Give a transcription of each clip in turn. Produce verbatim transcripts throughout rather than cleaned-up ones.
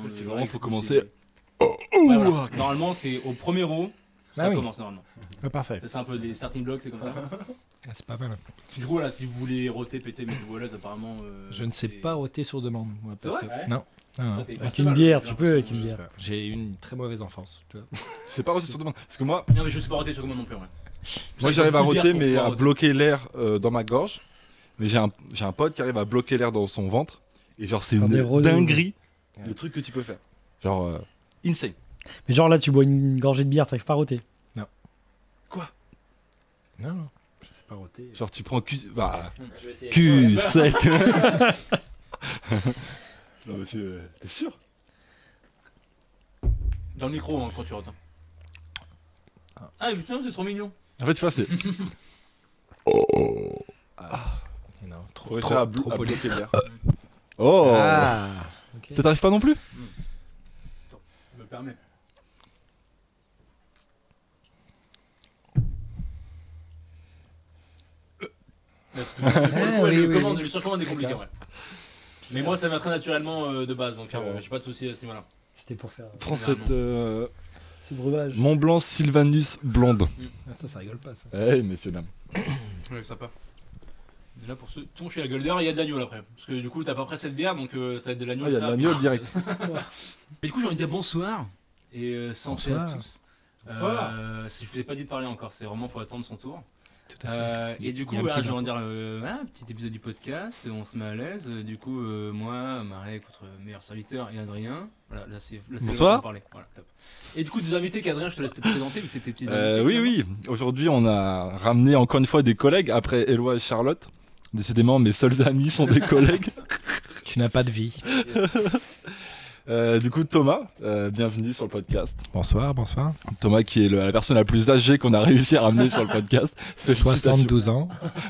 Enfin, c'est le- vraiment, ouais, faut du coup, commencer. c'est- Oh, Ouais, voilà. Normalement, c'est au premier row, ça Ah oui. commence normalement. Ah, parfait. Ça, c'est un peu des starting blocks, c'est comme ça. Ah, c'est pas mal. Du coup, là, si vous voulez roter, péter, mettez vos lèvres, apparemment. euh, Je ne sais c'est- pas roter sur demande. Moi, C'est perso. vrai Ouais. Non. Ah, non. Toi, t'es Avec pas une mal, bière, j'ai tu peux avec l'impression, une je bière. sais pas. J'ai eu une très mauvaise enfance. Tu vois. C'est pas roter sur demande. Parce que moi, Non, mais je sais pas roter sur commande non plus, ouais. moi Ça, j'arrive à beaucoup de bière roter, pour mais pouvoir à roter. bloquer l'air euh, dans ma gorge. Mais j'ai un, j'ai un pote qui arrive à bloquer l'air dans son ventre. Et genre, c'est Faire des une rôles. dinguerie Ouais. le truc que tu peux faire. Genre, euh, insane. Mais genre là, tu bois une gorgée de bière, t'arrives pas à roter. Non, non. Je sais pas roter. Genre, tu prends cul. Bah, Je vais essayer. cul sec. Non, monsieur, euh, t'es sûr? Dans le micro, hein, quand tu rotes. hein. Ah, putain, c'est trop mignon. En fait, tu vois, c'est. Non, trop, Faut réussir trop, à, blo- trop à poli. bloquer l'air. Oh! Ah. Ok. Ça t'arrive pas non plus? Je me permets. Là, c'est tout. Pour le coup, Ah, ouais, oui, le oui, commande- oui. le surcommande est compliqué, ouais. Mais moi, ça va très naturellement euh, de base, donc euh, j'ai pas de soucis à ce niveau-là. C'était pour faire Prends Généralement. cette euh, ce breuvage. Mont Blanc Sylvanus blonde. Ah, ça, ça rigole pas, ça. Eh, messieurs, dames. Ouais, sympa. Déjà pour ceux ton chez la Golder, il y a de l'agneau là après. Parce que du coup, t'as pas près cette bière, donc euh, ça va être de l'agneau. Ah, il y a de l'agneau direct. Mais du coup, j'ai envie de dire bonsoir et euh, santé à Bonsoir. tous. Bonsoir. Euh, si je vous ai pas dit de parler encore, c'est vraiment faut attendre son tour. Tout à fait. Euh, Il y a- et du il coup, y a un voilà, petit je vais en drapeau. dire euh, voilà, un petit épisode du podcast, on se met à l'aise. Euh, Du coup, euh, moi, Marek, votre meilleur serviteur, et Adrien. Voilà, là c'est là, c'est Bonsoir. le moment de parler. Voilà, top. Et du coup, des invités qu'Adrien, je te laisse peut-être présenter vu que c'était petits Euh, invités. oui, finalement. oui. Aujourd'hui, on a ramené encore une fois des collègues après Éloi et Charlotte. Décidément, mes seuls amis sont des collègues. Tu n'as pas de vie. Euh, du coup, Thomas, euh, bienvenue sur le podcast. Bonsoir, bonsoir. Thomas, qui est le- la personne la plus âgée qu'on a réussi à ramener sur le podcast. Félicitations. soixante-douze ans.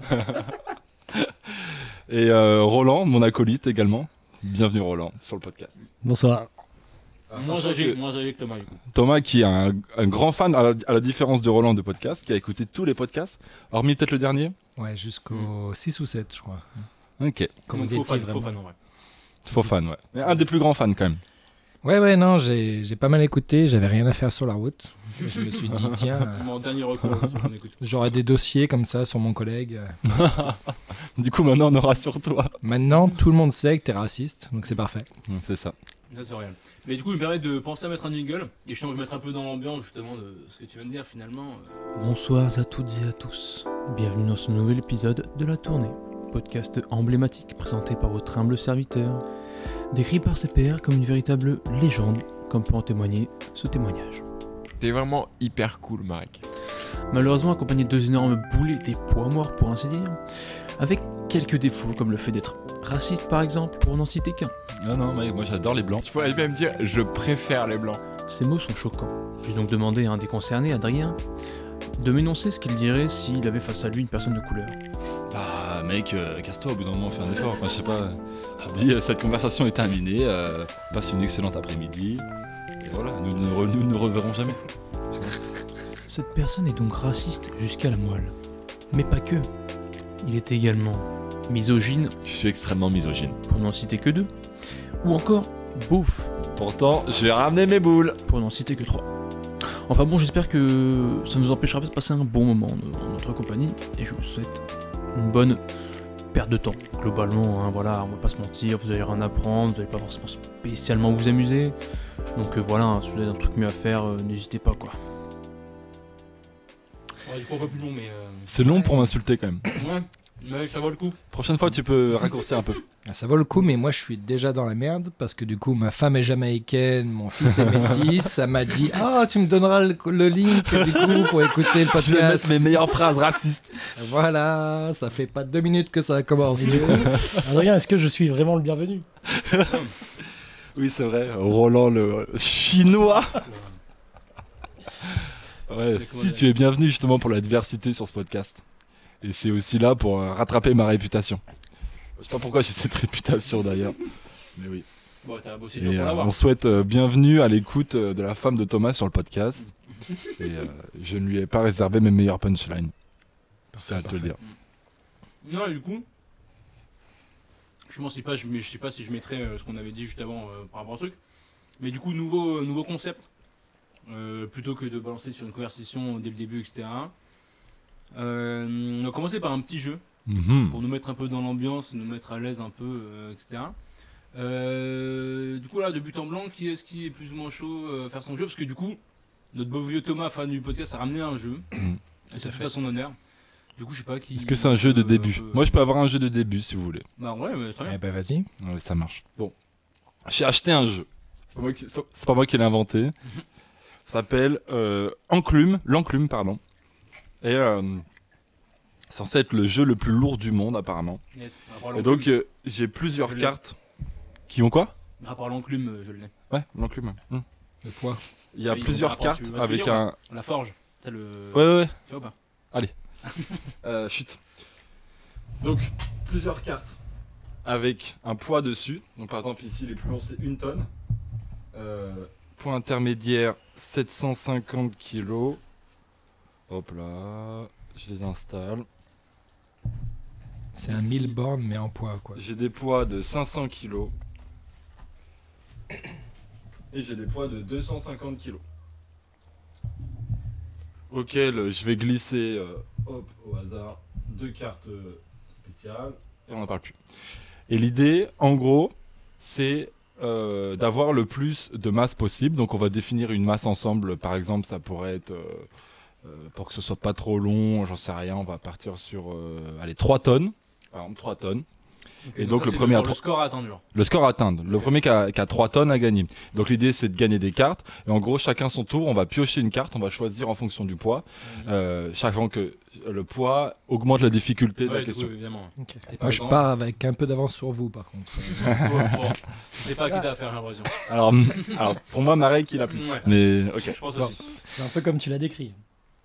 Et euh, Roland, mon acolyte également. Bienvenue Roland sur le podcast. Bonsoir. Moins âgé, moins âgé que Thomas, du coup. Thomas qui est un, un grand fan, à la, à la différence de Roland de podcast, qui a écouté tous les podcasts, hormis peut-être le dernier. Ouais, jusqu'au six ou sept, je crois. Ok, Quand Donc, vous faux étiez fan, faux vraiment. fan en vrai. faux fan, ouais. Mais un des plus grands fans quand même. Ouais, ouais, non, j'ai j'ai pas mal écouté. J'avais rien à faire sur la route. Je me suis dit, tiens, euh, Mon dernier recours, si on écoute. j'aurai des dossiers comme ça sur mon collègue. Du coup, maintenant on aura sur toi. Maintenant, tout le monde sait que t'es raciste, donc c'est parfait. C'est ça. Ça, c'est réel. Mais du coup, il me permet de penser à mettre un jingle. Et je suis en train de mettre un peu dans l'ambiance, justement, de ce que tu viens de dire, finalement. Bonsoir à toutes et à tous. Bienvenue dans ce nouvel épisode de La Tournée. Podcast emblématique présenté par votre humble serviteur. Décrit par C P R comme une véritable légende, comme peut en témoigner ce témoignage. T'es vraiment hyper cool, Marek. Malheureusement accompagné de deux énormes boulets, des poids morts pour ainsi dire, avec quelques défauts comme le fait d'être raciste par exemple, pour n'en citer qu'un. Non, non, mec, moi j'adore les blancs. Tu pourrais même dire je préfère les blancs. Ces mots sont choquants. J'ai donc demandé à un des concernés, Adrien, de m'énoncer ce qu'il dirait s'il avait face à lui une personne de couleur. Ah, mec, euh, casse-toi au bout d'un moment, fais un effort. Enfin, je sais pas. Je te dis, euh, cette conversation est terminée. euh, passe une excellente après-midi. Et voilà, nous ne re- nous ne reverrons jamais. Cette personne est donc raciste jusqu'à la moelle. Mais pas que. Il est également misogyne, Je suis extrêmement misogyne. pour n'en citer que deux, ou encore beauf, Pourtant, j'ai ramené mes boules. pour n'en citer que trois. Enfin bon, j'espère que ça ne nous empêchera pas de passer un bon moment en notre compagnie, et je vous souhaite une bonne perte de temps. Globalement, hein, voilà, on va pas se mentir, vous allez rien apprendre, vous allez pas forcément spécialement vous amuser. Donc euh, voilà, hein, si vous avez un truc mieux à faire, euh, n'hésitez pas quoi. Ouais, du coup, pas plus long, mais. Euh... C'est long pour m'insulter quand même. Ouais, mais ça vaut le coup. Prochaine fois, tu peux raccourcir un peu. Ah, ça vaut le coup, mais moi je suis déjà dans la merde parce que du coup ma femme est jamaïcaine, mon fils est métis. Ça m'a dit ah tu me donneras le, le link du coup pour écouter le Je vais mettre podcast. mes meilleures phrases racistes. Voilà, ça fait pas deux minutes que ça a commencé. Et du coup, Adrien, est-ce que je suis vraiment le bienvenu? Oui, c'est vrai. Roland le chinois. Ouais, si tu es bienvenu justement pour la diversité sur ce podcast. Et c'est aussi là pour euh, rattraper ma réputation. Je sais pas pourquoi j'ai cette réputation d'ailleurs. Mais oui. Bon, t'as bossé Et dur pour euh, l'avoir. on souhaite euh, bienvenue à l'écoute euh, de la femme de Thomas sur le podcast. Et euh, je ne lui ai pas réservé mes meilleures punchlines. C'est à te le dire. Non, et du coup, je ne sais pas, je, mais je sais pas si je mettrais euh, ce qu'on avait dit juste avant euh, par rapport au truc. Mais du coup, nouveau, nouveau concept. Euh, plutôt que de balancer sur une conversation dès le début, et cetera. Euh, on va commencer par un petit jeu Mhm. pour nous mettre un peu dans l'ambiance, nous mettre à l'aise un peu, euh, et cetera. Euh, du coup, là, de but en blanc, qui est-ce qui est plus ou moins chaud euh, à faire son jeu? Parce que du coup, notre beau vieux Thomas, fan du podcast, a ramené un jeu. Et c'est tout à son honneur. Du coup, je sais pas qui. Est-ce que c'est un jeu de euh, début? peut- Moi, je peux avoir un jeu de début si vous voulez. Bah ouais, mais très bien. Eh ben vas-y. Ouais, ça marche. Bon. J'ai acheté un jeu. C'est pas moi qui, c'est pas- c'est pas moi qui l'ai inventé. Ça s'appelle euh, Enclume, l'Enclume, pardon. Et euh, c'est censé être le jeu le plus lourd du monde, apparemment. Yes. Rapport à Et donc, l'enclume, euh, j'ai plusieurs Je l'ai. cartes qui ont quoi? rapport à l'enclume, euh, je l'ai. Ouais, l'Enclume. Hmm. Le poids. Il y a Oui, plusieurs par rapport, tu cartes vas avec expliquer, un. La forge. C'est le. Ouais, ouais, ouais. Tu vois ou pas? Euh, chut. Donc, plusieurs cartes avec un poids dessus. Donc, par exemple, ici, les plus lourds, c'est une tonne. Euh, poids intermédiaire, sept cent cinquante kilos. Hop là, je les installe. C'est un mille bornes, mais en poids, quoi. J'ai des poids de cinq cents kilos. Et j'ai des poids de deux cent cinquante kilos. Auquel je vais glisser euh, hop, au hasard deux cartes euh, spéciales. Et on n'en parle plus. Et l'idée, en gros, c'est euh, d'avoir le plus de masse possible. Donc on va définir une masse ensemble. Par exemple, ça pourrait être, euh, euh, pour que ce soit pas trop long, j'en sais rien, on va partir sur euh, allez, trois tonnes. Par exemple, trois tonnes. Ok, Et donc, ça, le c'est premier à genre trois- le score à atteindre, genre. Le score à atteindre. Le premier qui a, qui a trois tonnes a gagné. Donc l'idée c'est de gagner des cartes. Et en gros, chacun son tour, on va piocher une carte, on va choisir en fonction du poids. Euh, chaque fois que le poids augmente la difficulté de Ouais, la du coup, question. évidemment. Ok. Et par Moi, je exemple- pars avec un peu d'avance sur vous, par contre. Bon, bon. C'est pas qui t'a à faire, j'ai l'impression. Alors, alors pour moi, Marek il a plus. Ouais. Mais ok. Je pense Bon. aussi. C'est un peu comme tu l'as décrit.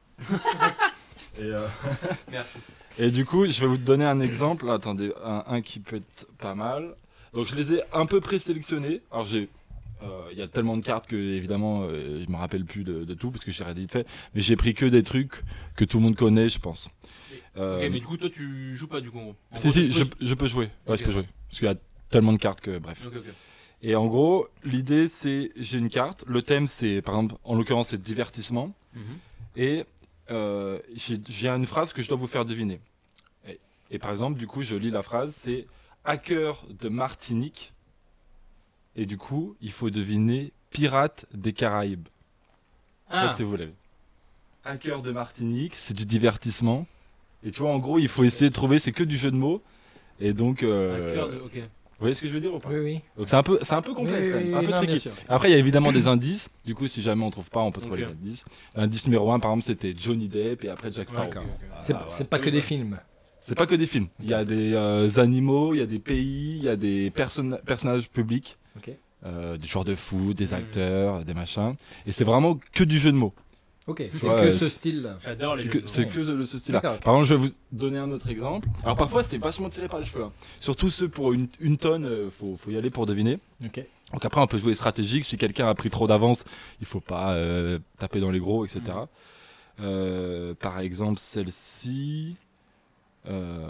Et, euh, Merci. et du coup, je vais vous donner un exemple. Attendez, un, un qui peut être pas mal. Donc je les ai un peu présélectionnés. Alors j'ai, euh, il y a tellement de cartes que évidemment, euh, je me rappelle plus de, de tout parce que j'ai rien vite fait. Mais j'ai pris que des trucs que tout le monde connaît, je pense. Euh, Ok, mais du coup, toi, tu joues pas, du coup, en gros. En Si, gros, si, tu je, poses- je peux jouer. Ouais, Ok. je peux jouer. Parce qu'il y a tellement de cartes que, bref. Ok, ok. Et en gros, l'idée, c'est, j'ai une carte. Le thème, c'est, par exemple, en l'occurrence, c'est divertissement. Mhm. Et euh, j'ai j'ai une phrase que je dois vous faire deviner. Et, et par exemple, du coup, je lis la phrase, c'est hacker de Martinique. Et du coup, il faut deviner pirate des Caraïbes. Je sais Ah, pas si vous l'avez. Hacker de Martinique, c'est du divertissement. Et tu vois, en gros, il faut essayer de trouver, c'est que du jeu de mots. Et donc, euh, un cœur de- ok. vous voyez ce que je veux dire ou pas? Oui, oui. Donc c'est un peu, c'est un peu complexe Oui, quand même, oui, c'est un peu non, bien tricky. sûr. Après, il y a évidemment des indices. Du coup, si jamais on trouve pas, on peut trouver Ok. les indices. L'indice numéro un, par exemple, c'était Johnny Depp et après Jack Sparrow. D'accord. Ok, ok. C'est Ah, c'est pas Oui, que des ouais. films. C'est pas que des films. Il y a des euh, animaux, il y a des pays, il y a des personnes, personnages publics, Ok. euh, des joueurs de foot, des Mhm. acteurs, des machins. Et c'est vraiment que du jeu de mots. Ok. C'est Ouais, que c'est- ce style-là. J'adore les C'est jeux que, de c'est mots. que ce, ce style-là. D'accord, ok. Par exemple, je vais vous donner un autre exemple. Alors parfois, c'est vachement tiré par les cheveux. hein. Surtout ceux pour une, une tonne, euh, faut, faut y aller pour deviner. Ok. Donc après, on peut jouer stratégique. Si quelqu'un a pris trop d'avance, il faut pas euh, taper dans les gros, et cetera. Euh, par exemple, celle-ci. euh,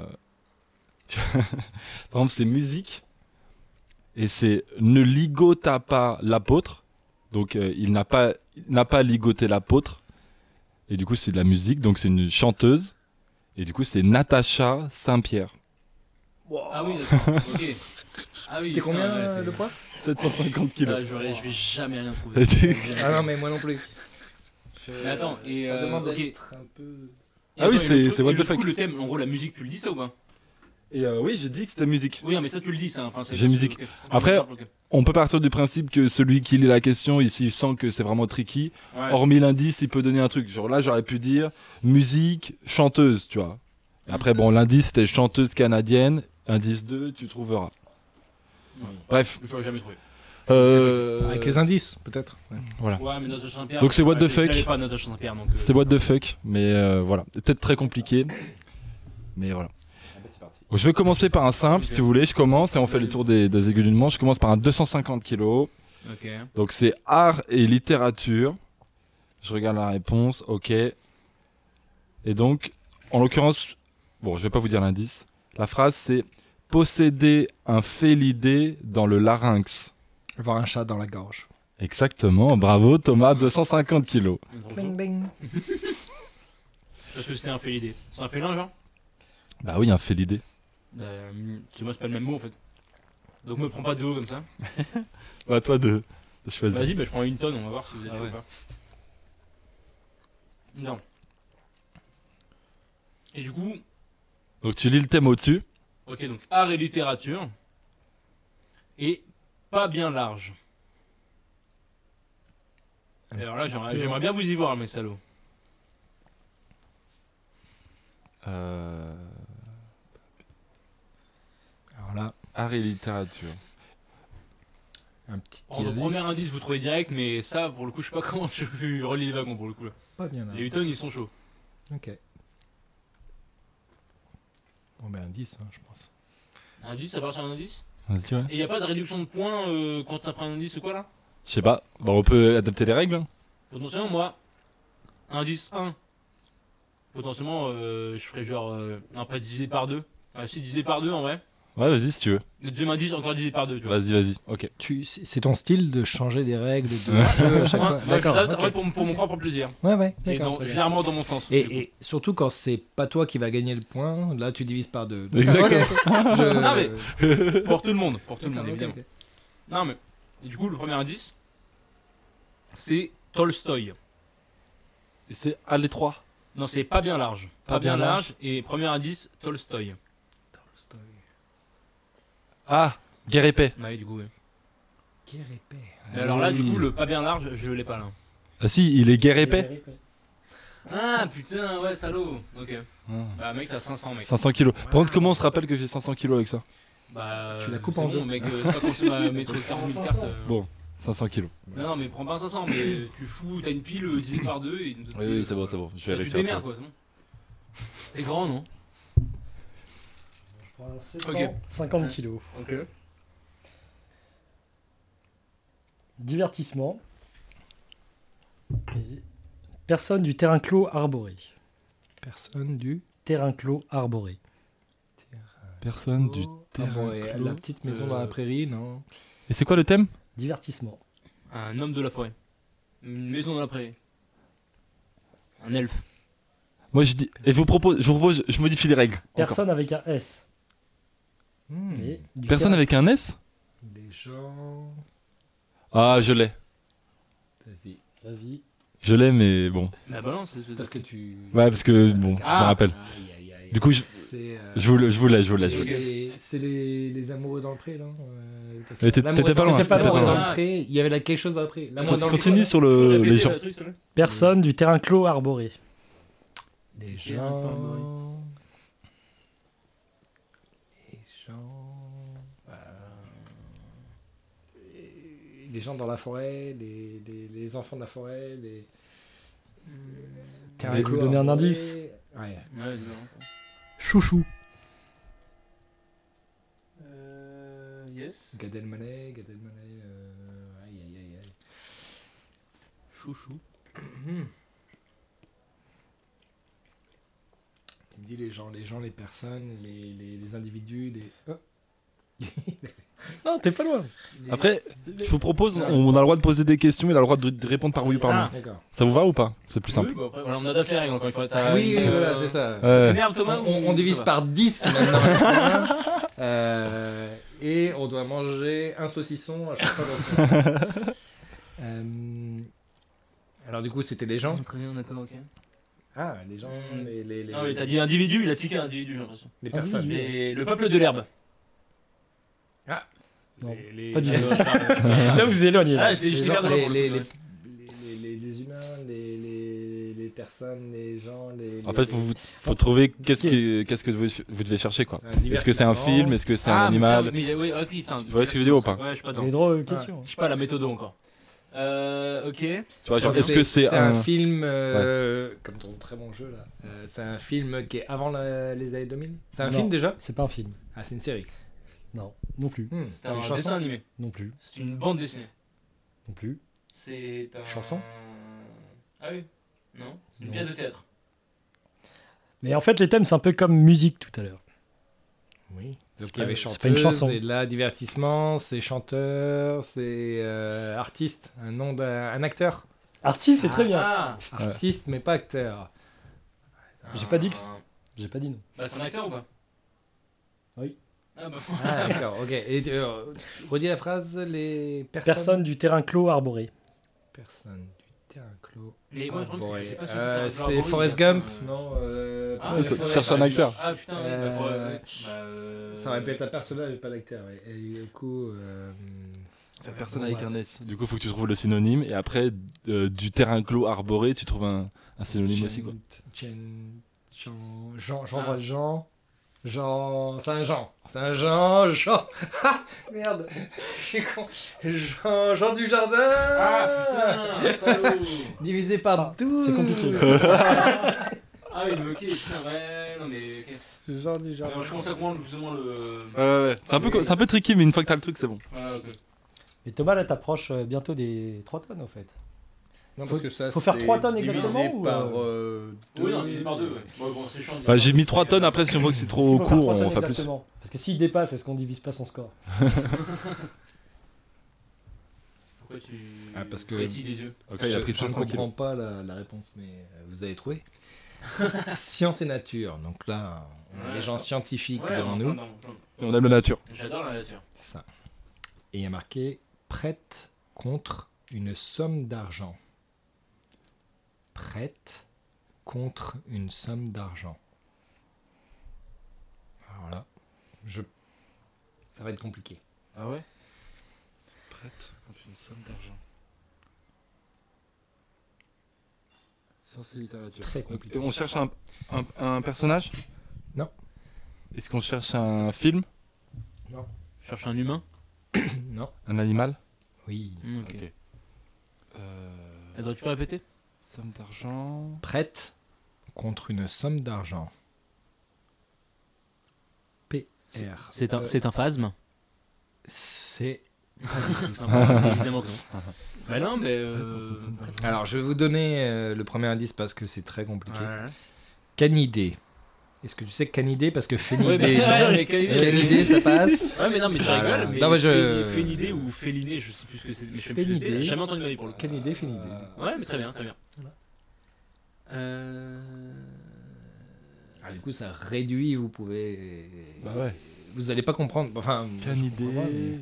par exemple, c'est musique. Et c'est ne ligota pas l'apôtre. Donc euh, il n'a pas, il n'a pas ligoté l'apôtre. Et du coup, c'est de la musique. Donc c'est une chanteuse. Et du coup, c'est Natacha Saint-Pierre. Ah oui, d'accord. Ok. Ah oui. C'était combien putain, ouais, euh, c'est- le poids sept cent cinquante kilos. Ah, j'aurais- je vais jamais rien trouver. Ah non, mais moi non plus. Mais attends, et, ça euh, demande ok. d'être un peu. Et Ah oui, attends, et c'est- le truc- c'est what et the le coup, fuck. Le thème, en gros, la musique, tu le dis ça ou pas? Et euh, oui, j'ai dit que c'était musique. Oui, non, mais ça, tu le dis ça. Enfin, c'est- J'ai musique. ok. C'est Après- simple, ok. On peut partir du principe que celui qui lit la question, ici, il sent que c'est vraiment tricky. Ouais. Hormis l'indice, il peut donner un truc. Genre là, j'aurais pu dire musique, chanteuse, tu vois. Et après, bon, l'indice, c'était chanteuse canadienne. Indice deux, tu trouveras. Ouais. Bref. Je l'aurais jamais trouvé. Euh, Avec les indices, peut-être. Ouais. Voilà. Ouais, mais Natacha Saint-Pierre. Donc c'est what the ouais, je- je fuck. l'avais pas Natacha Saint-Pierre, donc. euh, C'est what the fuck, mais euh, voilà. Peut-être très compliqué. Mais voilà. Je vais commencer par un simple, Ok. si vous voulez. Je commence et on fait le tour des, des aiguilles d'une manche. Je commence par un deux cent cinquante kilos. Ok. Donc c'est art et littérature. Je regarde la réponse, ok. Et donc, en l'occurrence, bon, je vais pas vous dire l'indice. La phrase c'est posséder un félidé dans le larynx. Avoir un chat dans la gorge. Exactement, bravo Thomas, deux cent cinquante kilos. Bing, bing. Parce que c'était un félidé. C'est un félin, genre Bah oui, un félidé. euh, Tu vois, c'est pas le même mot en fait. Donc me prends pas de haut comme ça. Bah toi de, de choisir. Vas-y, bah, je prends une tonne, on va voir si vous êtes Ah chaud ouais. ou pas. Non. Et du coup, Donc tu lis le thème au-dessus. ok, donc art et littérature. Et pas bien large. Et alors là, petit j'aimerais peu, j'aimerais hein. bien vous y voir, mes salauds. Euh... Alors là, Art et littérature. un petit En indice. premier indice, vous trouvez direct, mais ça, pour le coup, je sais pas comment je relis les wagons pour le coup. Là. Pas bien là. Les Hutton, ils sont chauds. Ok. Bon ben indice, hein, je pense. Indice, ça part sur un indice. Vas-y, ouais. Et y a pas de réduction de points euh, quand t'as pris un indice ou quoi là? Je sais pas, bah, on peut adapter les règles. hein. Potentiellement, moi, indice un. Potentiellement, euh, je ferais genre. Euh, non, pas divisé par deux. Ah, si, divisé par deux en vrai. Ouais, vas-y si tu veux. Le deuxième indice, encore divisé par deux, tu vois. Vas-y, vas-y, ok. Tu, c'est c'est ton style de changer des règles de Ouais. jeu à chaque Moi, fois. moi, je D'accord. t'adapte, en ok. fait, pour, pour mon propre plaisir. Ouais, ouais. Et D'accord. dans- très bien. généralement dans mon sens. Et, du coup. et surtout quand c'est pas toi qui va gagner le point, là tu divises par deux. Exactement. Ok, ok. Je- Non, mais- Pour tout le monde, pour tout le monde, D'accord, ok, évidemment. ok. Non, mais. Et du coup, le premier indice, c'est Tolstoï. Et c'est à l'étroit. Non, c'est pas bien large. Pas, Pas bien bien large. Et premier indice, Tolstoï. Ah, guerre et paix. Ouais, du coup, ouais. Guerre épais. Mais alors là, du Oui. coup, le pas bien large, je l'ai pas là. Ah si, il est guerre et paix. Ah putain, ouais, salaud. Ok. Ah. Bah, mec, t'as cinq cents, mec. cinq cents kilos. Par contre, comment on se rappelle que j'ai cinq cents kilos avec ça? Bah, Tu la coupes c'est en bon, deux. mec, euh, c'est pas comme si on va mettre quarante mille cartes. euh. Bon, cinq cents kilos. Non, non, mais prends pas cinq cents, mais tu fous, t'as une pile euh, divisée par deux et. Oui, oui, c'est bon, c'est bon. Je vais Bah, tu te réussir. à démerdes, trouver. quoi, c'est bon. T'es grand, non? Je prends un sept Ok. cent cinquante kilos. Ok. Divertissement. Et personne du terrain clos arboré. Personne du. Terrain clos arboré. Personne du Ah terrain bon, et clos. la petite maison Euh, dans la prairie, non? Et c'est quoi le thème? Divertissement. Un homme de la forêt. Une maison dans la prairie. Un elfe. Moi je dis. Et je vous propose, je vous propose, je modifie les règles. Encore. Personne avec un S. Hmm. Et du Personne terrain- avec un S? Des gens. Ah, je l'ai. Vas-y. Vas-y. Je l'ai, mais bon. La balance, c'est Parce que tu. Ouais, parce que bon, je me Ah. rappelle. Aïe, aïe, aïe. Du coup, je, C'est. euh, je vous, le- je vous l'ai, je vous l'ai, je vous les- l'ai. les- C'est les, les amoureux dans le pré, là. euh, parce Mais que t'es- l'amoureux t'étais pas dans- loin, t'étais pas t'étais loin pas dans loin. le pré. Il y avait là quelque chose dans le pré. L'amoureux dans le pré. Continue sur le, Répétez, Euh, les gens. le truc, s'il te plaît. Personne du terrain clos arboré. Des Terrain pas arboré. gens. Des gens. euh, et- Les gens dans la forêt, les, les, les enfants de la forêt, les. Je vais vous donner un indice. Ouais. Ouais, c'est bon, ça. Chouchou. Euh. Yes. Gad Elmaleh, Gad Elmaleh. Euh... Aïe aïe aïe aïe. Chouchou. Il me dit les gens, les gens, les personnes, les, les, les individus, les. Oh. Non, t'es pas loin. Les- Après, je vous propose, on on a le droit de poser des questions, il a le droit de de répondre par oui ou par non. Ah. D'accord. Ça vous va ou pas? C'est plus simple. Oui, bah après, voilà, on adapte les règles encore une fois. T'as Oui, une, oui, voilà, euh, c'est ça. Ouais. Ça t'énerve, On, Thomas on- ou on divise ça va par dix maintenant. Euh, et on doit manger un saucisson à chaque fois. dans le- Euh, alors du coup, c'était les gens. Très bien, d'accord, ok. Ah, les gens, Mm. les, les, les, Non, mais t'as dit individu, il a tiqué individu, j'ai l'impression. les personnes. Les- Le peuple de l'herbe. Non, Les- les- pas du les- tout. Là, vous vous éloignez. là. Ah, je l'ai je les l'ai gens, gardé les, dans le les, coup, les, ouais. les- les- les humains, les, les, les personnes, les gens, les. En les- fait, faut, faut trouver qu'est-ce que, qu'est-ce que vous, vous devez chercher, quoi. un Est-ce que c'est un divertissement. film? Est-ce que c'est un Ah, animal? putain, mais, oui, ok, putain. Tu vois ce que je veux dire ou pas? Ouais, je suis pas J'ai dedans. des drôles de questions. Je suis pas la méthode encore. Euh, ok. Tu vois, genre, Donc, est-ce que c'est un... un... film euh, comme ton très bon jeu là. Euh, c'est un film qui est avant la- les années deux mille. C'est un Non. film déjà. C'est pas un film. Ah, c'est une série. Non, non plus. Hmm, C'est une un chanson. dessin animé. Non plus. C'est une bande dessinée. Non plus. C'est un. Chanson. Ah oui. Non. C'est une Non. pièce de théâtre. Mais en fait, les thèmes, c'est un peu comme musique tout à l'heure. Oui. C'est Donc il y pas- avait c'est pas une chanteuse, chanson. et là divertissement, c'est chanteur, c'est euh, artiste, un nom d'un un acteur. Artiste, c'est très bien. Ah, Artiste, mais pas acteur. J'ai pas dit que c'est- J'ai pas dit non. Bah, c'est un acteur ou pas? Oui. Ah, bah. Ah, d'accord, ok. Et euh, redis la phrase, les personnes. Personne du terrain clos arboré. Personne du terrain clos. Mais moi, le problème, c'est que je sais pas si Euh, c'était un c'est arboré, Forrest mais attends, Gump, euh, non euh, Ah, Ouais, mais faut- Forrest cherche un Gump. acteur. Ah, putain, oui, bah, faut- Euh, ouais. Bah, euh, Ça aurait pu être un personnage, mais pas l'acteur. Ouais. Et du coup. Euh... La personne avec un S. Du coup, faut que tu trouves le synonyme. Et après, euh, du terrain clos arboré, tu trouves un, un synonyme aussi, quoi. Chen- Jean. Jean. Jean. Ah. Jean. Jean. C'est un Jean. C'est un Jean. Jean. Ah merde. Je suis con. Jean. Jean du Jardin. Ah, putain, salaud. Divisé par douze. C'est compliqué. Ah oui, mais ok, putain, ouais, non mais ok. Jean du Alors, Jardin. je commence à comprendre plus ou moins le. Ouais, ouais. C'est un, peu co- c'est un peu tricky, mais une fois que t'as le truc, c'est bon. Ah, ok. Et Thomas, là, t'approches euh, bientôt des trois tonnes, au fait. Non, Faut- parce que ça, faut faire c'est trois tonnes divisé exactement, ou, par. euh, euh, Oui, non, deux. divisé par deux, ouais. Bon, bon, c'est chiant. de Bah, dire j'ai ça. mis trois tonnes. Après, si on voit que c'est Est-ce trop qu'il faut faire court, trois on tonnes fait plus. exactement Parce que s'il dépasse, est-ce qu'on divise pas son score? Pourquoi tu. Ah, parce que- Pourquoi tu des yeux. Ok, je il a pris je ne cinq cents kilos. comprends pas la, la réponse, mais euh, vous avez trouvé. Science et nature. Donc là, on a Ouais, des gens d'accord. scientifiques Ouais, devant on- nous. on- on- On aime la nature. J'adore la nature. C'est ça. Et il y a marqué prête contre une somme d'argent. Prête contre une somme d'argent. Alors là, je... ça va être compliqué. Ah ouais Prête contre une somme d'argent. Science et littérature. Très compliqué. On cherche un, un, un personnage Non. Est-ce qu'on cherche un film? Je cherche un humain. Non. Un animal? Oui. Mm, ok. Ok. Euh, Attends, tu peux répéter? somme d'argent. Prête contre une somme d'argent. P R. C'est un, Euh, c'est un phasme. C'est. Évidemment que non. Bah non, mais. Euh... Alors, je vais vous donner euh, le premier indice parce que c'est très compliqué. Ouais. Canidé. Est-ce que tu sais que canidé parce que Ouais, fénidé, mais- non. ouais, mais canidé- Canidé, ça passe. Ouais, mais non, mais tu Voilà. rigoles. Mais Non, mais je- féni- Fénidé ou féliné, je sais plus ce que c'est. Mais je sais plus ce que c'est. Fénidé. J'ai jamais entendu ma vie pour le coup. Canidé, fénidé. Ouais, mais très bien, très bien. Voilà. Euh... Ah, du coup, ça réduit, vous pouvez. Bah ouais. Vous n'allez pas comprendre. Enfin, je Canidé. comprends pas, mais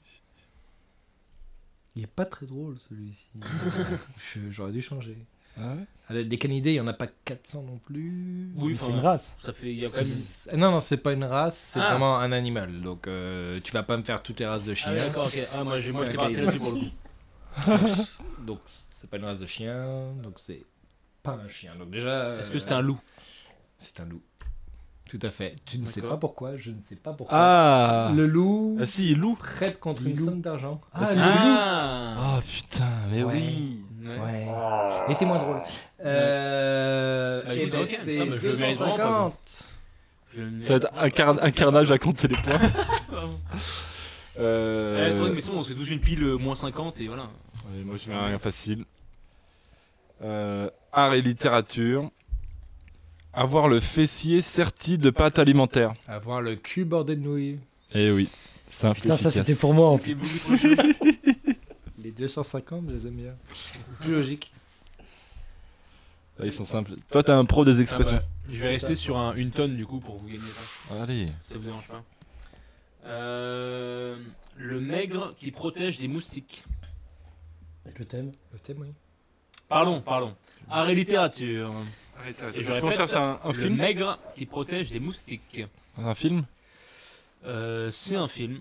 il est pas très drôle celui-ci. Je- J'aurais dû changer. Ah ouais Ah, des canidés, il y en a pas quatre cents non plus. Oui, Mais c'est enfin, une race. Ça fait. Il y a quand même. C'est- Non, non, c'est pas une race, c'est Ah. vraiment un animal. Donc, euh, tu vas pas me faire toutes les races de Ah, chiens. ouais, d'accord, ok. Ah, moi, j'ai- moi, C'est j'étais un parti cahier. là-dessus pour le coup. Donc, c'est pas une race de chien, donc c'est pas un chien. Donc, déjà. Est-ce que euh, c'est un loup? C'est un loup. Tout à fait. Tu ne sais D'accord. pas pourquoi, je ne sais pas pourquoi. Ah Le loup Ah si, loup. prête contre Le une loup. somme d'argent. Ah, c'est Ah, Oh putain, mais Ouais. oui. Ouais. Ouais. Mais t'es moins drôle. Euh, Bah, et écoute, ben, ok. c'est Putain, bah, je le mérite vraiment pas, deux cent cinquante. Je vais le- Ça va être un, car- un carnage à compter les points. Ouais, euh... attends, mais c'est bon, on se fait tous une pile euh, moins cinquante et voilà. Ouais, moi je mets un facile. Euh, art et littérature. Avoir le fessier serti de pâte alimentaire. Avoir le cul bordé de nouilles. Eh oui, c'est un Putain, ça efficace. c'était pour moi en plus. Ok, beaucoup trop chaud. Les deux cent cinquante, je les aime bien. Plus logique. Ah, ils sont simples. Toi, t'es un pro des expressions. Ah bah, je vais rester sur un- une tonne du coup pour vous gagner ça. Allez. Si ça vous dérange pas. Euh, le maigre qui protège des moustiques. Le thème. Le thème, oui. Pardon, pardon. Art et littérature. Et je Est-ce qu'on répète, cherche un, un le film maigre qui protège des moustiques. Un film Euh, c'est un film.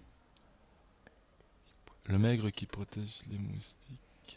Le maigre qui protège les moustiques.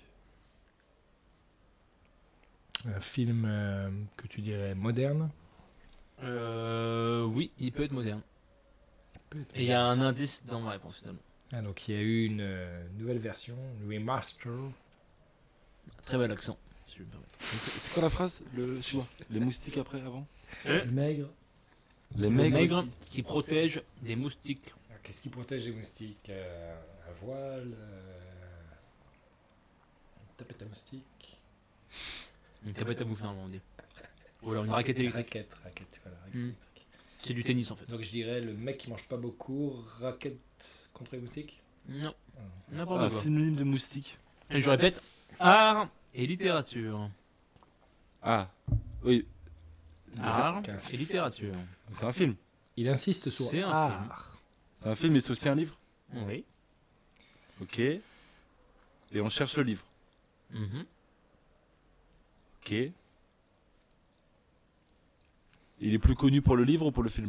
Un film euh, que tu dirais moderne. Euh, oui, il peut être moderne. Peut être Et il y a un indice dans ma réponse finalement. Ah, donc il y a eu une euh, nouvelle version, une remaster. Très bel accent, si je me permets. C'est c'est quoi la phrase Le celui-là. Les moustiques après, avant Le maigre. Les Le maigres. maigre qui protège des moustiques. Alors, Qu'est-ce qui protège les moustiques Euh, Un voile euh, Une tapette à moustiques. Une tablette à bouche normalement on dit. Ou alors une raquette électrique. Raquette, raquette, voilà. Raquette Hmm. électrique. C'est du tennis en fait. Donc je dirais le mec qui mange pas beaucoup, raquette contre les moustiques. Non, Un n'importe quoi. synonyme de moustique. Et je répète, art et littérature. Ah, oui. Art quinze. et littérature. C'est un film. Il insiste sur C'est un art. C'est un film, mais c'est aussi un livre. Oui. Ok. Et on cherche le livre. Mhm. Ok. Il est plus connu pour le livre ou pour le film?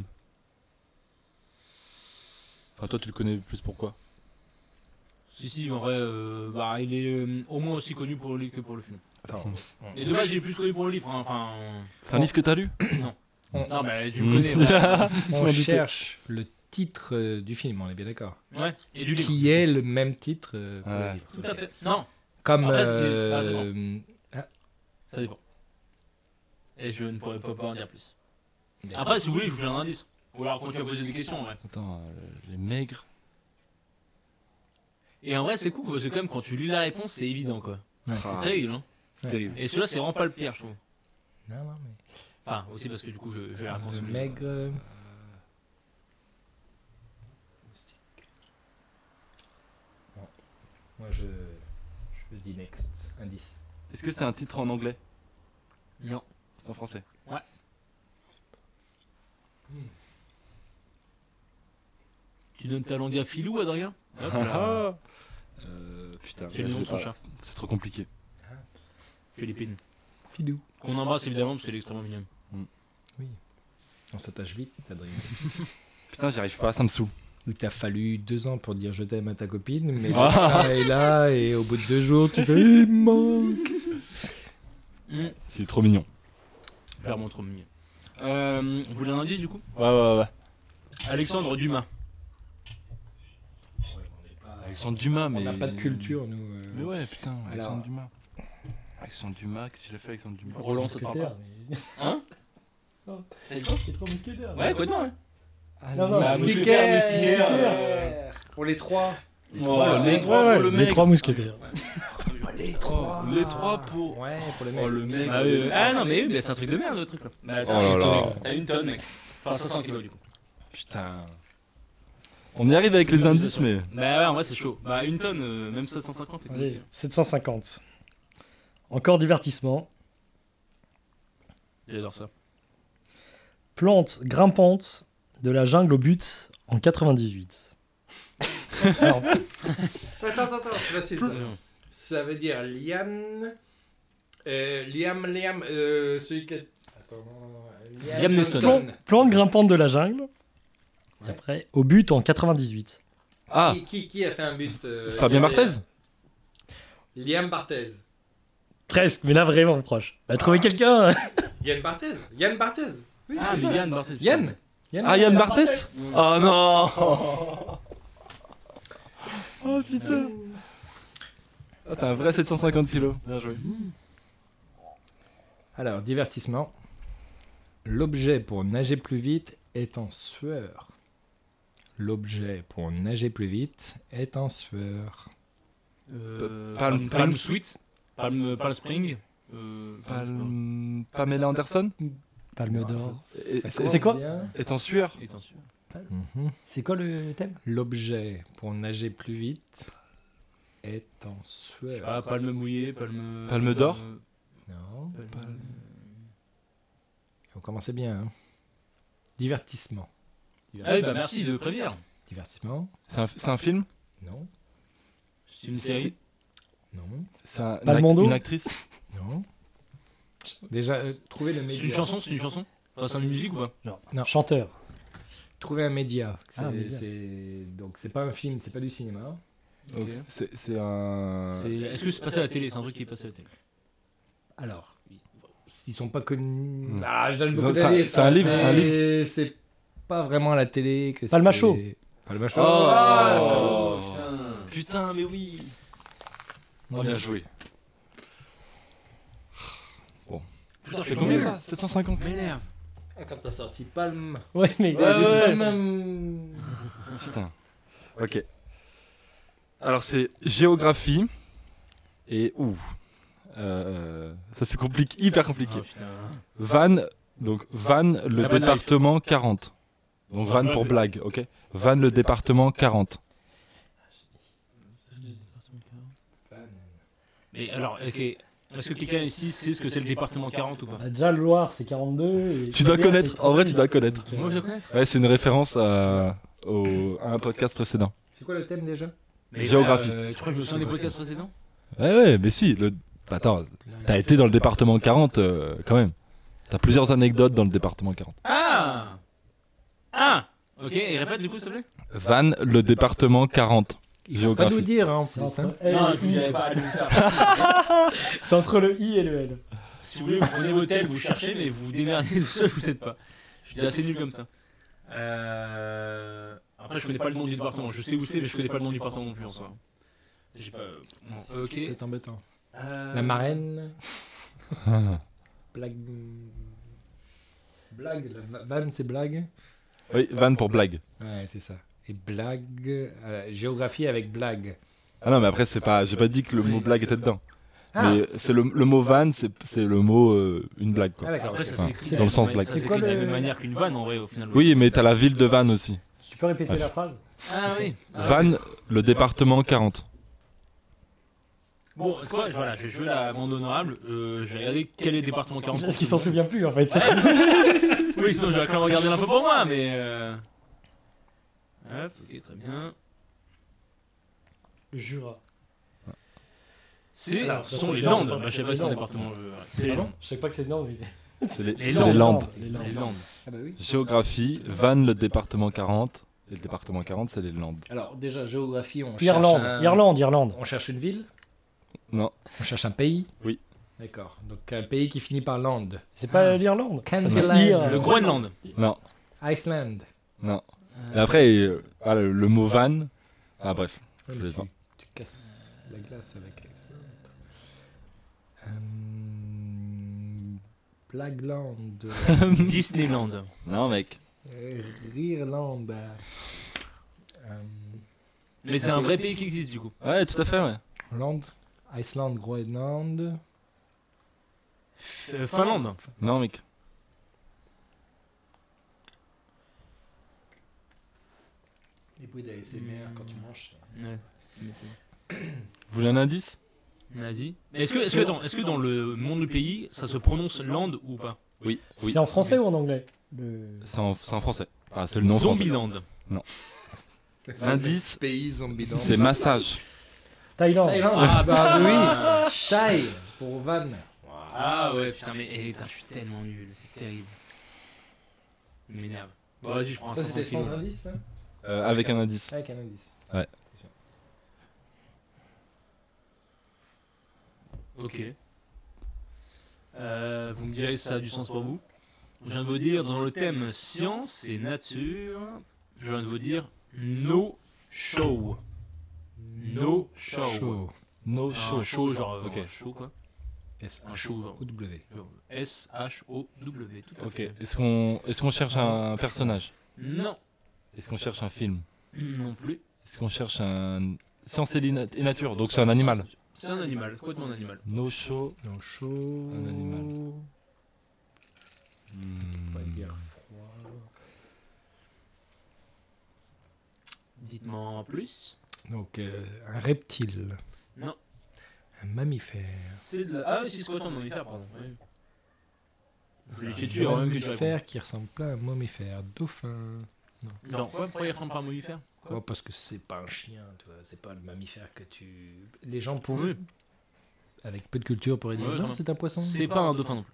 Enfin, toi, tu le connais plus pourquoi? Si, si, en vrai, euh, bah, il est euh, au moins aussi connu pour le livre que pour le film. Attends. Et de base, il est plus connu pour le livre. hein, Enfin. C'est un livre que t'as lu? On, Non, mais tu Mm. me connais. voilà. on m'en doutais. cherche le titre euh, du film, on est bien d'accord. Ouais, et du livre. Qui est le même titre euh, pour Ouais. le livre. Tout à fait. Non, Comme. Après, c'est- euh, ah, c'est bon. ça dépend. Et je ne pourrais pas, pas en dire plus. Après, si vous voulez, je vous fais un indice. Ou alors quand tu vas poser des questions, ouais. Attends, euh, les maigres. Et en vrai, c'est cool parce que, quand même, quand tu lis la réponse, c'est évident quoi. Ouais. C'est terrible, hein. C'est terrible. Et celui-là, c'est vraiment pas le pire, je trouve. Non, non, mais. Enfin, aussi parce que du coup, je, je vais la réponse. Le sous les- maigre. euh, Bon. Moi, je. Je dis next. Indice. Est-ce que c'est un titre en anglais? Non. C'est en français. Tu donnes ta langue à Filou, Adrien Hop là. Euh, putain, C'est le nom de je sais son pas. chat. C'est trop compliqué. Philippine. Filou. Qu'on embrasse évidemment parce qu'elle est extrêmement mignonne. On s'attache vite, Adrien. Putain, j'y arrive pas, ça me saoule. Il t'a fallu deux ans pour dire je t'aime à ta copine, mais Ah. le chat est là et au bout de deux jours, tu fais il me manque. Mmh. C'est trop mignon. Clairement trop mignon. Euh, vous voulez un indice du coup? Ouais, ouais, ouais. Alexandre Dumas. Alexandre Dumas, mais. On n'a pas de culture, nous. euh. Mais ouais, putain, Alexandre Alors. Dumas. Alexandre Dumas, qu'est-ce qu'il a fait, Alexandre Dumas? Roland, ça te parle pas? Hein? C'est trois mousquetaires. Ouais, quoi de non, ouais. Ah, Non, le non, Bah, moustiquaire, moustiquaire, moustiquaire. Pour les trois. Oh, les les trois, trois, Ouais, le les mec. trois mousquetaires. Les trois. Les trois pour. Ouais, pour les Oh, mecs. le mec. Ah, oui, oui. Ah non, mais oui, mais c'est un truc de merde le truc là. Bah, ça, Oh c'est là là. terrible. T'as une tonne, mec. Enfin, cinq cents kilos du coup. Putain. On y arrive avec les indices, mais. Bah ouais, en vrai, c'est chaud. Bah, une tonne, euh, même sept cent cinquante, c'est compliqué. Allez, sept cent cinquante. Encore divertissement. J'adore ça. Plante grimpante de la jungle au but en quatre-vingt-dix-huit. Alors, Attends, attends, attends, c'est facile ça. Non. Ça veut dire Liam. Euh, Liam, Liam, euh, celui qui est. Attends, non, non, Liam, Liam Neeson. Johnson. plante grimpante de la jungle. Ouais. Après, au but en quatre-vingt-dix-huit. Ah, Qui, qui, qui a fait un but euh, Fabien Liam- Barthez? Liam Barthez. Presque, mais là vraiment proche. Bah, trouver quelqu'un. Yann Barthez. Yann Barthez. Oui, Ah, c'est mais ça. Yann Barthès. Yann. Yann Ah, Yann Barthès? Mm. Oh non. Oh putain. Ah, t'as un vrai sept cent cinquante kilos. Bien joué. Alors, divertissement. L'objet pour nager plus vite est en sueur. L'objet pour nager plus vite est en sueur. Euh, Palm Palm, Springs. Palm Sweet. Palm, Palm Spring. Euh, Palm- Pamela Anderson Palme d'or. Et- Ça c'est- commence c'est quoi bien. est en sueur. Et attention. Mhm. C'est quoi le thème? L'objet pour nager plus vite est en sueur. Ah, palme mouillée, palme. Palme d'or. palme- Non. palme- Vous commencez bien. Hein. Divertissement. Ah oui, bah merci de prévenir. Divertissement. C'est un, c'est un film? Non. C'est une série. Non. C'est un- une, Palmondo une actrice? Non. Déjà, euh, trouver le C'est média. une chanson, c'est une chanson. Enfin, c'est une musique ou pas? Non. Chanteur. Trouver un média. C'est, Ah, un média. c'est- Donc, c'est pas un film, c'est pas du cinéma. Donc, Ok. c'est c'est un. C'est- Est-ce que c'est passé à la télé? C'est un truc qui est passé à la télé. Alors, ils sont pas connus. Hmm. Ah, je donne C'est beaucoup un- d'indices, c'est un hein. livre, un C'est- C'est pas vraiment à la télé que Palma c'est- Show. Palma Show. Ah, Oh. putain. Putain, mais oui. Oh, bien joué. Putain, je C'est suis combien nul. ça? sept cent cinquante. M'énerve. Ah, quand t'as sorti Palme. Ouais, mais. Ouais, ouais. Palme. Putain. Ok. Alors c'est géographie et ouh. Euh, ça se complique, hyper compliqué. Ah, putain. Vannes, donc Vannes, le La Vanne département quarante. Donc Vannes pour blague, ok. Vannes le département quarante. Mais alors, ok. Est-ce que quelqu'un ici sait ce que c'est le département quarante ou pas? Bah, déjà, le Loir, c'est quarante-deux. Et Tu dois Collier, connaître, c'est en vrai tu trente-six. dois connaître. Donc, euh, Moi, je dois connaître. Ouais, c'est une référence à, au- à un podcast précédent. C'est quoi le thème déjà? Mais, Géographie. euh, tu crois que je me souviens des podcasts précédents? Ouais, ouais, mais si. Le... Attends, t'as été dans le département quarante euh, quand même. T'as plusieurs anecdotes dans le département quarante. Ah Ah Ok, et répète du coup, s'il te plaît. Vannes, le département quarante. Pas nous Géographie. dire, hein, en C'est plus. entre, hein. L Non, et je vous dirais I. pas à le faire. C'est entre le I et le L. Si vous voulez, vous prenez vos tels, vous cherchez, mais vous vous démerdez tout seul, vous êtes pas. Je suis assez nul comme ça. Euh... Après, je connais pas le nom du département. Je sais où c'est, mais je connais pas le nom du département non plus en soi. J'ai pas. Bon, ok. C'est embêtant. Euh, La marraine. Blague. Blague. La va- vanne, c'est blague. Oui, Vannes pour blague. Ouais, c'est ça. Et blague. euh, géographie avec blague. Ah non, mais après, c'est pas. J'ai pas dit que le mot Oui, blague c'est était pas- dedans. Ah, Mais c'est le, le mot vanne, c'est c'est le mot euh, une blague ah quoi. d'accord. Après, ok. ça Enfin, s'écrit dans le sens de la- blague. Ça C'est s'écrit quoi de la le- même manière qu'une vanne en vrai, au final. Oui, mais t'as la ville de Vannes aussi. Tu peux répéter Bref. la phrase? Ah oui. Ah, Vannes, le département quarante. Bon, c'est quoi? Voilà, je vais jouer la bande honorable. Euh, je vais regarder quel est le département quarante. Parce qu'il s'en souvient plus en fait. Oui, sinon je vais quand même regarder un peu pour moi, mais. Euh... Hop, ok, très bien. Jura. C'est. Alors, Ce ça, sont c'est les les Landes. Landes. Bah, je sais pas Les si c'est un Landes. département. euh, C'est les Pardon Landes. Je sais pas que c'est le Nord. mais- C'est les, Les c'est Landes. les Landes. Les Landes. Les Landes. Ah bah oui. Géographie, Vannes, le département quarante. Et le département quarante, c'est les Landes. Alors déjà, géographie, on Irlande. cherche un... Irlande, Irlande. On cherche une ville. Non. On cherche un pays. Oui. D'accord. Donc un pays qui finit par land. C'est pas l'Irlande. Parce que Candyland. Ir- Le Groenland. Non. Iceland. Non. Et après, euh, ah, le, le mot Vannes. Ah bref. Ouais, Je mais sais tu, pas. tu casses la glace avec Iceland. Euh, Blagland. Disneyland. Non, mec. euh, Rirland. Euh, Mais c'est un vrai pays qui existe du coup. Ouais, tout à fait, ouais. Land. Iceland, Groenland. F- euh, Finlande. Non, mec. Les bruits d'A S M R quand tu manges. Ouais. Vous voulez un indice? Vas-y. Mais est-ce que, est-ce que, attends, est-ce que dans le monde du pays, ça se prononce land ou pas? Oui. Oui. C'est en français ou en anglais? Le- C'est en, c'est en français. Ah, c'est le nom français. Zombieland. L'indice, Pays Zombieland. c'est massage. Thaïlande. Ah bah oui. Thaï pour Van. Ah ouais, putain, mais eh, putain, je suis tellement nul, c'est terrible. Il m'énerve. Bon, vas-y, je prends un Ça cinq cents c'était sans kilos. indice hein Euh, avec un indice. Avec un indice. Ok. Euh, vous me direz si ça a du sens pour vous. Je viens de vous dire, dans le thème science et nature, je viens de vous dire no show. No show. No Un show. show, genre euh, Ok. un show quoi. S Un show, genre. O W. S H O W, tout à Ok. fait. Est-ce qu'on est-ce qu'on cherche un personnage? Non, Est-ce qu'on cherche un film? non plus. Est-ce qu'on cherche un science et lina- et nature? Donc c'est un animal. C'est un animal, c'est complètement un animal. No show. Non chaud. Un animal. Pas Hmm. dire froid. Dites-moi en plus. Donc euh, un reptile. Non. Un mammifère. C'est de la... Ah oui, si, c'est quoi ton mammifère, pardon. Oui. Je l'ai Un tué avant même que tu répondes. mammifère qui ressemble pas à un mammifère. Dauphin. Non, ouais, pourquoi il ressemble pas à un mammifère? Quoi Oh, parce que c'est pas un chien, tu vois. C'est pas le mammifère que tu. Les gens pour Oui. avec peu de culture pourraient dire Ouais, non, non. c'est un poisson. C'est pas un dauphin non plus.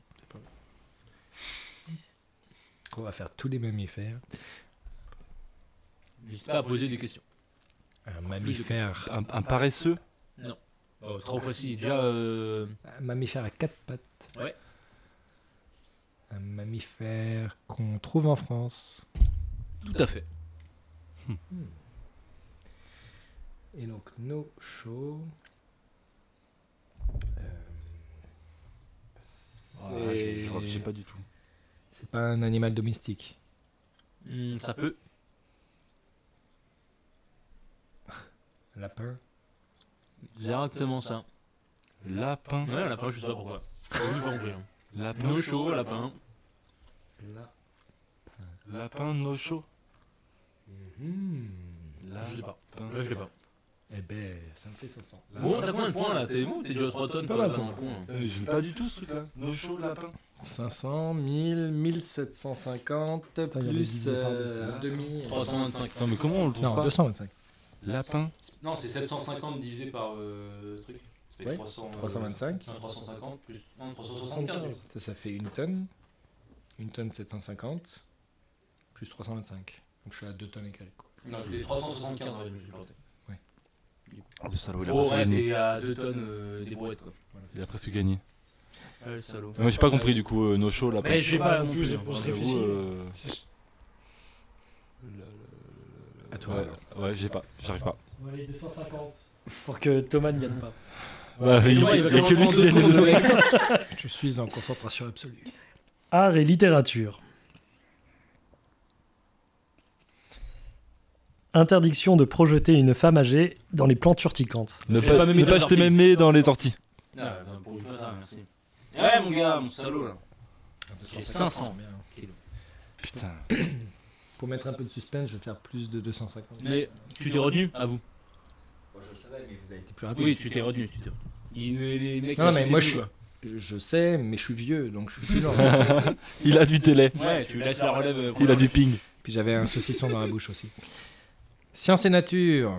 On va faire tous les mammifères. N'hésite pas à poser des questions. Un mammifère. Un, un paresseux? Oh, trop précis. Déjà, euh... Un mammifère à quatre pattes. Ouais. Un mammifère qu'on trouve en France. tout à fait. Et donc, no show. Euh, Ah, je, je, je sais pas du tout. C'est pas un animal domestique. Hmm, ça peut. Un lapin. Directement ça. Lapin. Ouais, un lapin, je sais pas pourquoi. Oui, pas compris, hein. Lapin. No show, lapin. La- Lapin, no show. Hmm. Lapin. Je sais pas. Là, je l'ai pas. Eh ben, ça me fait cinq cents. Bon, t'as combien de points là? T'es bon? T'es déjà à trois tonnes, C'est pas toi, mal, là, dans toi. le coin. Euh, J'aime pas du tout ce truc-là. No show, lapin. cinq cents, mille, mille sept cent cinquante, il y a le plus divisé par deux. euh, demi. trois cent vingt-cinq. Non, mais comment on le trouve Non, pas deux cent vingt-cinq. Lapin. Non, c'est sept cent cinquante divisé par euh, truc. Ça fait Ouais, trois cents, trois cent vingt-cinq. non, trois cent cinquante plus non, trois cent soixante-quinze. Ça, ça fait une tonne. Une tonne sept cent cinquante. Plus trois cent vingt-cinq. Donc je suis à deux tonnes et quelques. quoi. Non, j'ai trois cent soixante-quinze, ouais, je me suis planté. Le salaud, il a Oh, presque ouais, gagné. c'est à deux tonnes euh, des brouettes, quoi. Il a presque gagné. Ouais, le salaud. Moi, j'ai pas compris du coup, euh, no show, lapin. Mais j'ai pas non plus, plus. j'ai- hein, je vraiment. réfléchis. J'avoue, euh, À toi. Ouais, ouais, j'ai pas, j'arrive pas. Bon, allez, deux cent cinquante. Pour que Thomas ne gagne pas. Ouais, il, Ouais, il va il y a que lui prendre qui deux gagne secondes, les le deux. mec. Je suis en concentration absolue. Art et littérature. Interdiction de projeter une femme âgée dans les plantes urticantes. Ne J'ai pas, pas ne mis pas dans jeter les mes mets dans les orties. Ah, non, pour une fois, ça, merci. Ouais, mon gars, mon salaud, là. C'est cinq cents. bien. Putain. Pour mettre un peu de suspense, je vais faire plus de deux cent cinquante. Mais tu t'es retenu à vous. je le savais, mais vous avez été plus rapide. Oui, tu t'es retenu. Tu t'es retenu. Il, les mecs, Non, là, mais tu moi t'es je tenu, suis. quoi. Je je sais, mais je suis vieux, donc je suis plus lent. Il a du télé. Ouais, tu laisses la relève. euh, Il a du ping. Puis j'avais un saucisson dans la bouche aussi. Science et nature.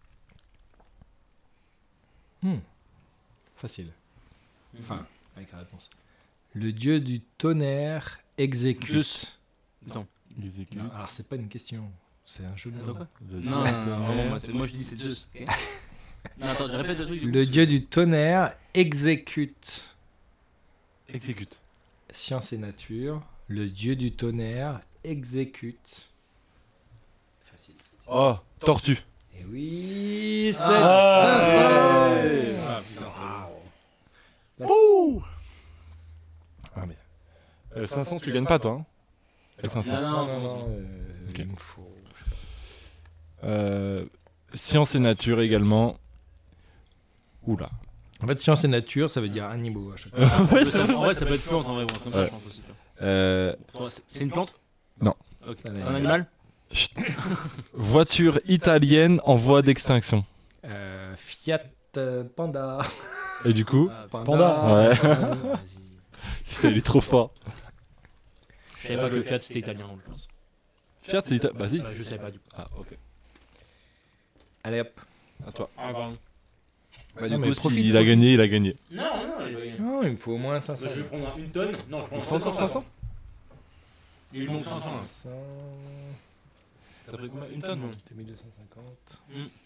Hmm. Facile. Enfin, avec la réponse. Le dieu du tonnerre exécute. Zeus. Attends. Non, alors c'est pas une question, c'est un jeu de Attends mots. quoi Non, non, non, non, moi, c'est- moi je dis c'est Zeus. ok Non, attends, répète le truc. du Le coup. dieu du tonnerre exécute. Exécute. Science et nature. Le dieu du tonnerre exécute. Facile. Oh, tortue. Et oui, c'est Ah, cinq cents. ouais. Ah putain, c'est bon. Ouh. Ah, mais. Euh, cinq cents, tu gagnes pas toi. Hein Avec cinq cents. Non, non, Non, c'est non, bon, non, c'est bon. euh, Ok. il me faut. je sais pas. Euh, science et nature également. Oula. En fait, science et nature, ça veut dire animaux à chaque fois. Ouais, Ça- En vrai, ça peut être plante en vrai, ou un truc comme ça, Ouais. je pense aussi. Euh, Toi, C'est c'est une plante Non. Ok. C'est un C'est un animal chut. Voiture italienne en voie d'extinction. Euh, Fiat euh, Panda. Et du coup, Ah, Panda. Ouais. Euh, vas-y. putain, il est trop fort. Je savais pas que le Fiat c'était italien, je pense. Fiat, c'est italien. Vas-y. Euh, Je savais pas du coup. Ah, ok. Allez hop. À toi. Ah, pardon. Bah, Non, du mais coup, profite, s'il a profite. gagné, il a gagné. Non, non, il va gagner. Non, il me faut au moins cinq cents. Je vais prendre une tonne. Non, je prends cinq cents, cinq cents. Il lui manque cinq cents. là. cinq cents. T'as pris combien Une tonne deux mille deux cent cinquante.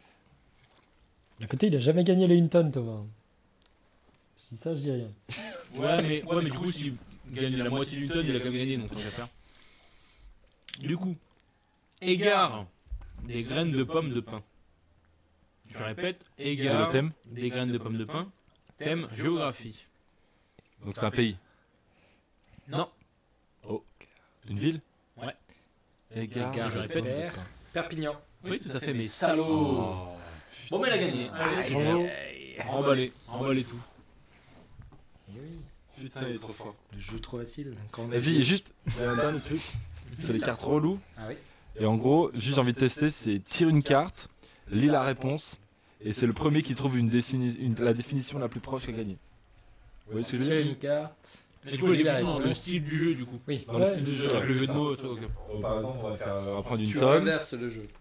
À côté, il a jamais gagné les une tonne, Thomas. Je dis ça, je dis rien. Ouais, mais, ouais, mais du coup, s'il gagne la moitié d'une tonne, il a quand même gagné, donc on va faire. Du coup, égare des graines de pommes de pin. Je répète, Et égare le thème des graines de pommes de pin. Thème géographie. Donc c'est un pays. Non, Une ville Ouais. Égard. Égard, je répète. Super. Perpignan. oui, tout à fait, mais salaud. Bon, mais elle a gagné. Allez, bravo. Remballez, remballez tout. Eh oui. Putain, il est trop fort. Le jeu trop facile. Quand on a Vas-y, dit- juste, il y a un dernier truc. C'est les cartes relous. Ah oui. Et en gros, juste j'ai envie de tester, c'est tire une carte, lis la réponse, et c'est le premier qui trouve une défini- une- la définition la plus proche qui a gagné. Vous voyez ce que je veux Tirer dire une carte. Mais du coup, elle est La plus dans le réponse. style du jeu, du coup. Oui. Dans le Ouais. style du jeu. Avec le ouais, jeu c'est de ça. mots, truc, ok. Oh, par exemple, on va, faire, on va prendre une Tu tonne. renverses le jeu.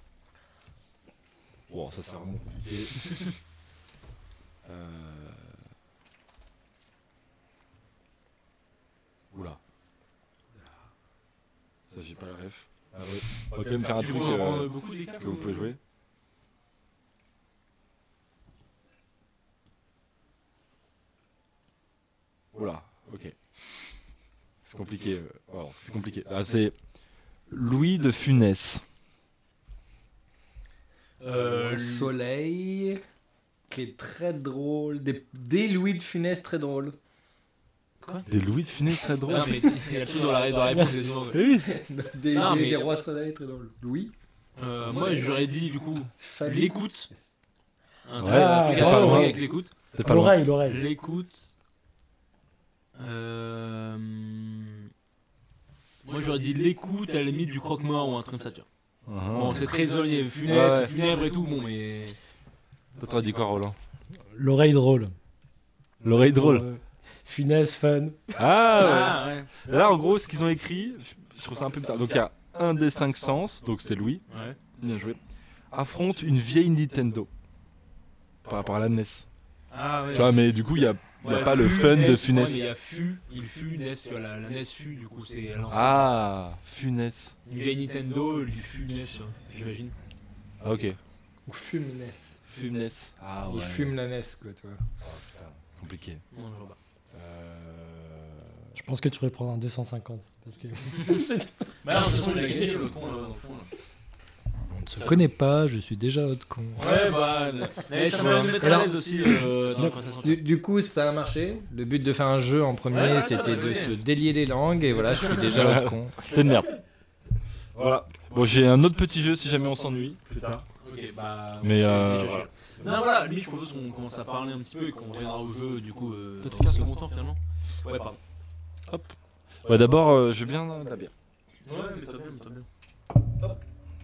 Bon, ça c'est vraiment compliqué. euh... Oula. Ça, j'ai pas la ref. Ah ouais. On va quand même faire un Tu truc peux en prendre euh, beaucoup des cartes que vous pouvez jouer. Oula, ok. C'est compliqué. euh, alors, c'est compliqué. Ah, c'est Louis de Funès. Euh, Le soleil. Qui est très drôle. Des, des Louis de Funès très drôles. Des Louis de Funès très drôle. Non, mais il y a tout dans la, dans la réponse. quasiment. Oui. Des, Non, des- mais- des rois soleil très drôles. Louis. Euh, moi, j'aurais dit, du coup, Fallait- l'écoute. Un truc, Ouais, un truc t'es pas un truc loin. avec l'écoute. T'es pas loin. L'oreille, l'oreille. L'écoute. Euh... Moi, j'aurais dit l'écoute à la limite du croque-mort ou un truc comme ça, tu vois. Bon, c'est très éloigné, funeste, Ouais, ouais. funèbre et tout, bon, mais. Toi, t'aurais dit quoi, Roland? L'oreille drôle. L'oreille drôle. Euh, Funeste, fun. Ah, ouais. Ah, ouais. Là, en gros, ce qu'ils ont écrit, je trouve ça un peu bizarre. Donc, il y a un des cinq sens, donc c'est Louis, Ouais. bien joué, affronte une vieille Nintendo par rapport à la N E S. Ah, ouais. Tu vois, mais du coup, il n'y a, il y a Ouais, pas le Fu, fun N E S, de ouais, Funès. mais il y a Fu, il Fu, N E S, tu vois, la, la N E S Fu, du coup, c'est à l'ancienne. Ah, Funès. Une vieille Nintendo, il Fu N E S, ouais, j'imagine. Ah, ok. Ou fume N E S. Funès. Ah, Il fume la N E S, quoi, tu vois. Compliqué. Non, je vois pas. Je pense que tu pourrais prendre un deux cent cinquante. Parce que... c'est- Bah, non, de toute façon, il a gagné le con, là, dans le fond. Là. On ne se connaît pas, je suis déjà autre con. Ouais, bah. Mais ça va me mettre à l'aise aussi euh, dans la conversation. Du, du coup, ça a marché. Le but de faire un jeu en premier, Ouais, ouais, c'était ouais, de ouais. se délier les langues. Et voilà, je suis déjà l'autre con. T'es une merde. Voilà. Bon, j'ai un autre petit jeu si jamais on s'ennuie plus tard. Ok, bah. Mais, on euh, fait déjà voilà. chier. Non, voilà, lui, je propose qu'on commence à parler un petit peu et qu'on reviendra au jeu, du coup, euh, Peut-être dans le qu'un second temps finalement. Ouais, pardon. Bah, d'abord, euh, je veux bien de la bière. Ouais, mais toi bien, mais toi bien.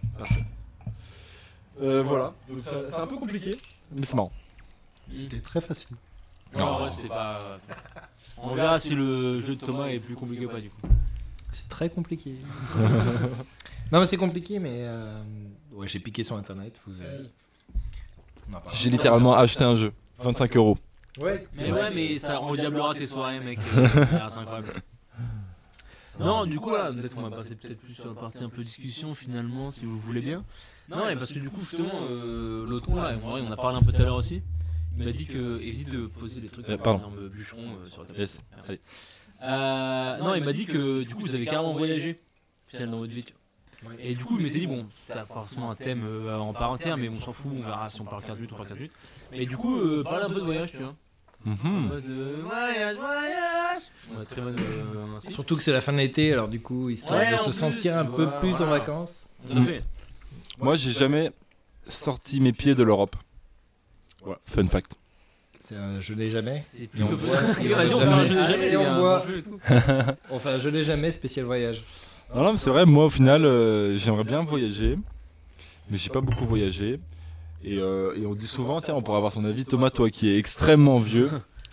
Euh, voilà. Donc, c'est c'est un peu compliqué, mais c'est marrant. C'était très facile. Non, en vrai, c'était pas. On verra si le jeu de Thomas est plus compliqué ou pas, du coup. C'est très compliqué. Non, mais c'est compliqué, mais. euh, Ouais, j'ai piqué sur internet. Vous verrez. On en parlera. J'ai littéralement acheté un jeu. vingt-cinq euros. Ouais, Mais ouais, mais ça endiablera tes soirées, mec. euh, C'est incroyable. Non, du coup, là, peut-être qu'on va passer peut-être plus sur la partie un peu discussion finalement, si vous voulez bien. Non, mais parce que du coup, justement, euh, l'autre con là, en vrai, on a parlé un peu tout à l'heure aussi. Il m'a dit que évite de poser des trucs Ouais, comme pardon. un énorme bûcheron euh, sur la table. Yes. Merci. Euh, non, il m'a dit que du coup, vous avez carrément voyagé finalement dans votre vie. Et du coup, il m'était dit, bon, c'est pas forcément un thème euh, en part entière, mais on s'en fout, on verra si on parle quinze minutes, on parle quinze minutes. Mais du coup, euh, parler un peu de voyage, tu vois. En Mhm. mode de voyage, voyage. On a très bonne euh, inspi. Surtout que c'est la fin de l'été, alors du coup, histoire Ouais, de en se plus, sentir un tu peu vois, plus en voilà. vacances. Tout à fait. Moi, j'ai jamais sorti mes pieds de l'Europe. Voilà. Fun fact. C'est un je n'ai jamais. C'est Et plutôt on fun. boit. Ok, Et on vas-y, on boit fait un jamais. jeu de jamais. Allez, il y a on un boit. bon jeu et tout. Enfin, je n'ai jamais spécial voyage. Non, non, mais c'est vrai, moi au final, euh, j'aimerais bien voyager, mais j'ai pas beaucoup voyagé. Et, euh, et on dit souvent, tiens, on pourrait avoir ton avis, Thomas, toi qui es extrêmement vieux,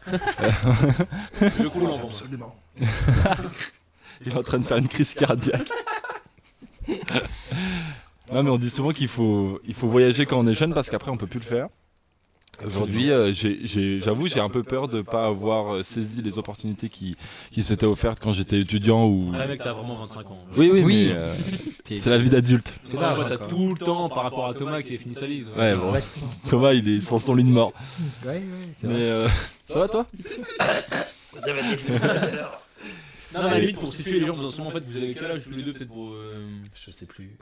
Le cool en bombe. Absolument. il est en train de faire une crise cardiaque. Non, mais on dit souvent qu'il faut, il faut voyager quand on est jeune parce qu'après on peut plus le faire. Aujourd'hui, euh, j'ai- j'ai- j'avoue, j'ai un peu peur de pas avoir euh, saisi les opportunités qui, qui s'étaient offertes quand j'étais étudiant ou. Ouais, mec, t'as vraiment vingt-cinq ans. Oui, oui, Oui. mais euh, T'es- c'est la vie d'adulte. Donc, en fait, t'as tout le temps par rapport à Thomas qui a fini sa vie. donc. Ouais, bon. Exactement. Thomas, il est sur son lit de mort. Ouais, ouais, c'est Mais vrai. euh, ça va toi? Non, mais à la limite, pour situer les gens, potentiellement, en fait, vous avez quel âge tous les deux, peut-être pour. Euh... Je sais plus.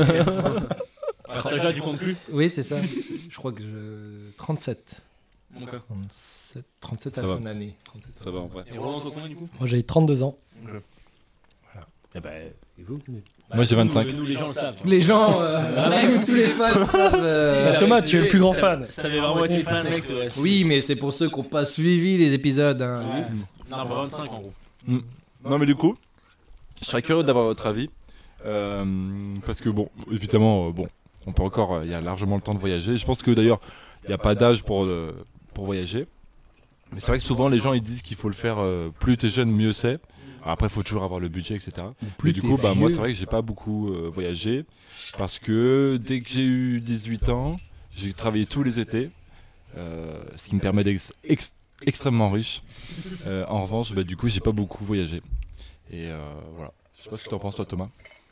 À cet âge-là, tu comptes plus. Oui, c'est ça. Je crois que je. trente-sept. Mon cas. trente-sept, trente-sept à Ça la va. fin de l'année. trente-sept. Ça va en vrai. Et Roland, toi, combien du coup? Moi j'ai trente-deux ans. Eh ben, et vous Moi, j'ai Nous, vingt-cinq. euh, Nous, les gens le savent. Les gens, euh, Ah, mec, tous les fans savent. euh, Bah, Thomas, tu es le plus grand fan. Si t'avais vraiment été fan, mec, t'aurais- Oui, mais c'est pour ceux qui n'ont pas suivi les épisodes. hein. Ouais. Non, bah vingt-cinq en gros. Non, mais du coup, je serais curieux d'avoir votre avis. Euh, parce que, bon, évidemment, euh, bon, on peut encore, euh, il y a largement le temps de voyager. Je pense que d'ailleurs, il n'y a pas d'âge pour, euh, pour voyager. Mais c'est vrai que souvent, les gens ils disent qu'il faut le faire euh, plus t'es jeune, mieux c'est. Après, il faut toujours avoir le budget, et cetera. Mais du t'es coup, bah, moi, vieux. c'est vrai que j'ai pas beaucoup euh, voyagé. Parce que dès que j'ai eu dix-huit ans, j'ai travaillé tous les étés. euh, ce qui me permet d'être ex- extrêmement riche. Euh, en revanche, bah, du coup, j'ai pas beaucoup voyagé. Et euh, voilà. Je sais pas ce que t'en penses, toi, Thomas.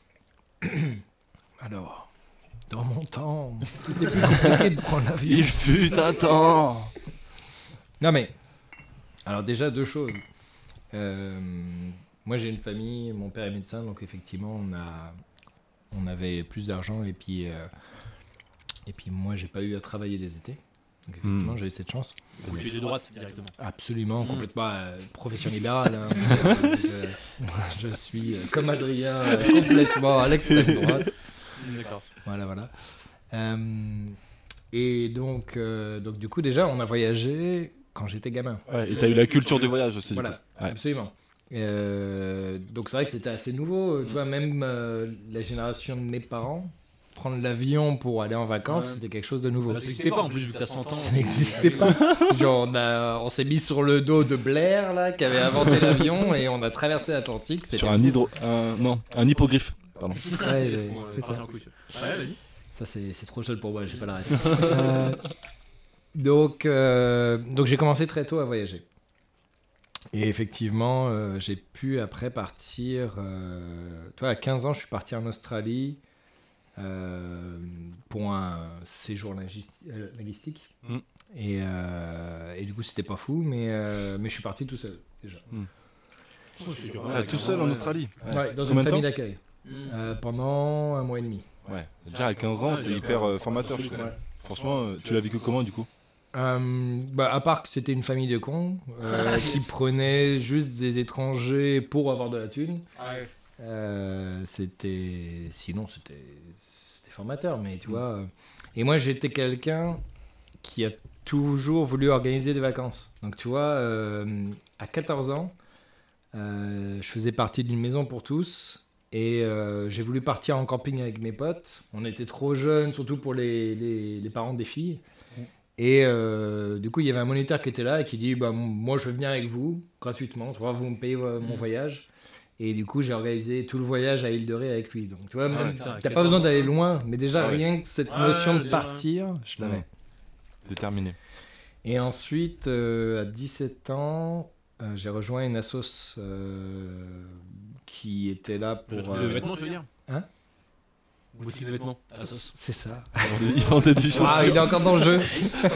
Alors, dans mon temps, c'était plus compliqué de prendre l'avion. fut un temps. Non mais, alors déjà deux choses. Euh, moi j'ai une famille, mon père est médecin, donc effectivement on a, on avait plus d'argent et puis, euh, et puis moi j'ai pas eu à travailler les étés. Donc effectivement Hmm. j'ai eu cette chance. Tu es de droite directement. Absolument, Mm. complètement euh, profession libérale. hein. je, je suis euh, comme Adrien, euh, complètement à l'extrême droite. D'accord. Voilà, voilà. Euh, et donc, euh, donc, du coup, déjà, on a voyagé quand j'étais gamin. Ouais, et t'as eu la culture du voyage aussi. du Voilà, coup. Ouais. absolument. Euh, donc, c'est vrai que c'était assez nouveau. Tu vois, même euh, la génération de mes parents, prendre l'avion pour aller en vacances, Ouais. c'était quelque chose de nouveau. Ça n'existait pas en plus, vu que t'as cent ans. Ça n'existait pas. Genre, on, a, on s'est mis sur le dos de Blair, là, qui avait inventé l'avion, et on a traversé l'Atlantique. C'était Sur un fou. hydro... un- non, un hippogriffe. Pardon. Ouais, Yes, c'est- bon, c'est partir ça. en couille. Ouais, vas-y. Ça, c'est, c'est trop seul pour moi, j'ai pas la ref. Euh, donc, euh, donc, j'ai commencé très tôt à voyager. Et effectivement, euh, j'ai pu après partir. Euh, toi, à quinze ans, je suis parti en Australie euh, pour un séjour lingis- euh, linguistique. Mm. Et, euh, et du coup, c'était pas fou, mais, euh, mais je suis parti tout seul déjà. Oh, c'est dur. Ah, tout seul en Australie. Ouais, dans Combien une de famille temps d'accueil Mm. euh, pendant un mois et demi. Ouais. Déjà à quinze ans, c'est hyper euh, formateur, je trouve. Ouais. Franchement, euh, tu l'as vécu comment du coup? Euh, bah, à part que c'était une famille de cons euh, qui prenaient juste des étrangers pour avoir de la thune. Euh, c'était sinon c'était c'était formateur, mais tu vois. euh, Et moi j'étais quelqu'un qui a toujours voulu organiser des vacances. Donc tu vois, euh, à quatorze ans, euh, je faisais partie d'une maison pour tous. Et euh, j'ai voulu partir en camping avec mes potes. On était trop jeunes, surtout pour les, les, les parents des filles. Et euh, du coup, il y avait un moniteur qui était là et qui dit bah, moi, je veux venir avec vous gratuitement. Tu vois, vous me payez euh, mon Mm. voyage. Et du coup, j'ai organisé tout le voyage à Île de Ré avec lui. Donc, tu vois, Ah, même, putain, t'as avec pas quatorze besoin ans, d'aller ouais. loin, mais déjà, Ah ouais. rien que cette Ouais, notion de déjà. partir, je l'avais. Mm. Déterminé. Et ensuite, euh, à dix-sept ans, euh, j'ai rejoint une assoce euh, qui était là Le pour. truc euh, de vêtements, tu veux dire Hein Boutique de vêtements. à la sauce. C'est ça. Il vendait des chaussures. Ah, il est encore dans le jeu.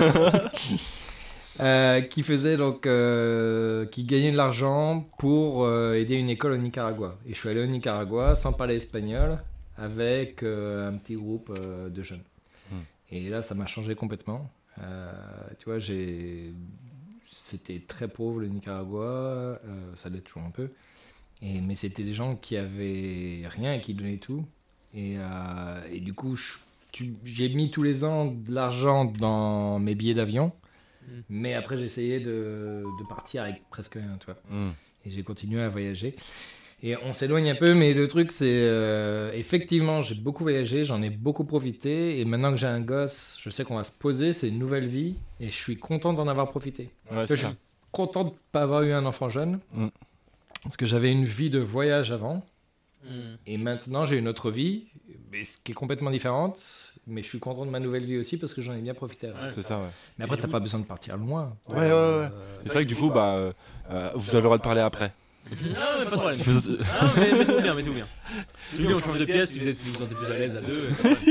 Euh, qui faisait donc, euh, qui gagnait de l'argent pour euh, aider une école au Nicaragua. Et je suis allé au Nicaragua sans parler espagnol avec euh, un petit groupe euh, de jeunes. Hmm. Et là, ça m'a changé complètement. Euh, tu vois, j'ai, c'était très pauvre le Nicaragua, euh, ça l'est toujours un peu. Et mais c'était des gens qui avaient rien et qui donnaient tout. Et, euh, et du coup, je- tu- j'ai mis tous les ans de l'argent dans mes billets d'avion. Mm. Mais après, j'ai essayé de, de partir avec presque rien, tu vois. Mm. Et j'ai continué à voyager. Et on s'éloigne un peu, mais le truc, c'est... euh, effectivement, j'ai beaucoup voyagé, j'en ai beaucoup profité. Et maintenant que j'ai un gosse, je sais qu'on va se poser, c'est une nouvelle vie. Et je suis content d'en avoir profité. Ouais, Parce c'est que je ça. suis content de ne pas avoir eu un enfant jeune. Mm. Parce que j'avais une vie de voyage avant. Mm. Et maintenant, j'ai une autre vie, mais ce qui est complètement différente. Mais je suis content de ma nouvelle vie aussi parce que j'en ai bien profité avant. Ouais. C'est ça, ouais. Mais après, Et du t'as coup- pas besoin de partir loin. Ouais, ouais, ouais. C'est vrai que du coup, bah, euh, euh, vous avez le droit de parler après. Ah, mais pas de problème. Vous- Ah, mais mettez-vous bien, mettez-vous bien. Si vous voulez, on change de pièce si vous êtes vous vous sentez plus à l'aise à deux.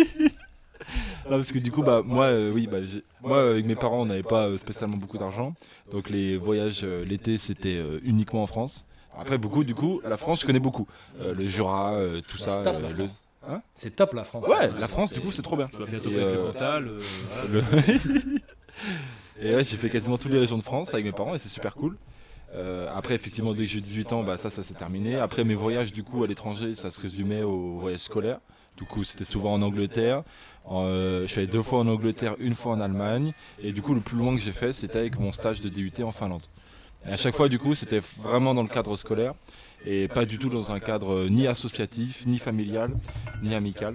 Non, parce que du coup, bah, moi, euh, oui, bah, j'ai- moi, avec mes parents, on n'avait pas euh, spécialement beaucoup d'argent. Donc les voyages euh, l'été, c'était euh, uniquement en France. Après, beaucoup, du coup, la France, je connais beaucoup. Euh, le Jura, euh, tout ça. C'est top, euh, la le- France. Hein C'est top la France. Ouais, la France, du coup, c'est trop bien. Je dois bientôt Et, avec le euh, Cantal. euh, voilà. Le- Et ouais, j'ai fait quasiment toutes les régions de France avec mes parents et c'est super cool. Euh, après, effectivement, dès que j'ai dix-huit ans, bah, ça, ça s'est terminé. Après, mes voyages, du coup, à l'étranger, ça se résumait aux voyages scolaires. Du coup, c'était souvent en Angleterre. En, euh, je suis allé deux fois en Angleterre, une fois en Allemagne. Et du coup, le plus loin que j'ai fait, c'était avec mon stage de D U T en Finlande. Et à chaque fois, du coup, c'était vraiment dans le cadre scolaire et pas du tout dans un cadre euh, ni associatif, ni familial, ni amical.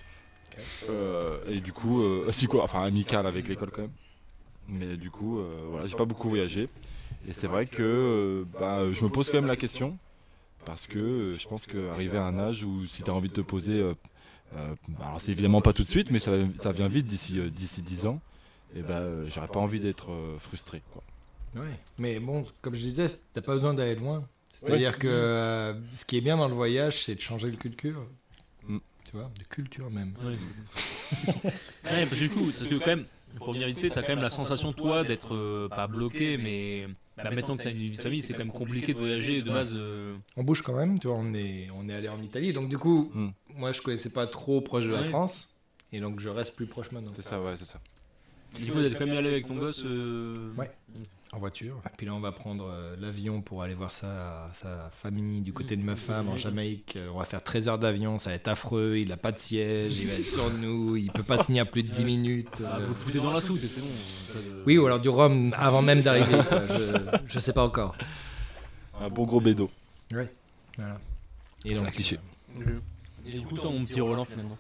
Euh, et du coup, euh, si quoi, enfin amical avec l'école quand même. Mais du coup, euh, voilà, j'ai pas beaucoup voyagé. Et c'est vrai que euh, bah, je me pose quand même la question. Parce que euh, je pense qu'arriver à un âge où si tu as envie de te poser, euh, euh, alors c'est évidemment pas tout de suite, mais ça, ça vient vite d'ici euh, d'ici dix ans, et ben euh, j'aurais pas envie d'être euh, frustré. Quoi. Ouais. Mais bon, comme je disais, t'as pas besoin d'aller loin. C'est-à-dire que euh, ce qui est bien dans le voyage, c'est de changer de culture. Mm. Tu vois, de culture même. Ouais. Ouais, parce que du coup, parce que quand même, pour revenir vite fait, t'as quand même la sensation, toi, d'être euh, pas bloqué, mais bah, maintenant que t'as une vie de famille, c'est quand même compliqué de voyager de base. euh, On bouge quand même, tu vois, on est, on est allé en Italie. Donc du coup, Mm. moi je connaissais pas trop proche de la Ouais. France. Et donc je reste plus proche maintenant. C'est ça, ouais, c'est ça. Du coup, vous êtes quand même allé avec ton gosse. euh, Ouais. En voiture. Et puis là, on va prendre euh, l'avion pour aller voir sa, sa famille du côté de ma femme en Jamaïque. Euh, on va faire treize heures d'avion, ça va être affreux. Il a pas de siège, il va être sur nous, il peut pas tenir plus de dix minutes. Ah, euh. vous le foutez dans la soute et c'est bon. pas de- Oui, ou alors du rhum avant même d'arriver. quoi. Je, je sais pas encore. Un bon gros bédo. Voilà. Et C'est donc, un cliché. Et du coup, toi, mon petit Roland, finalement.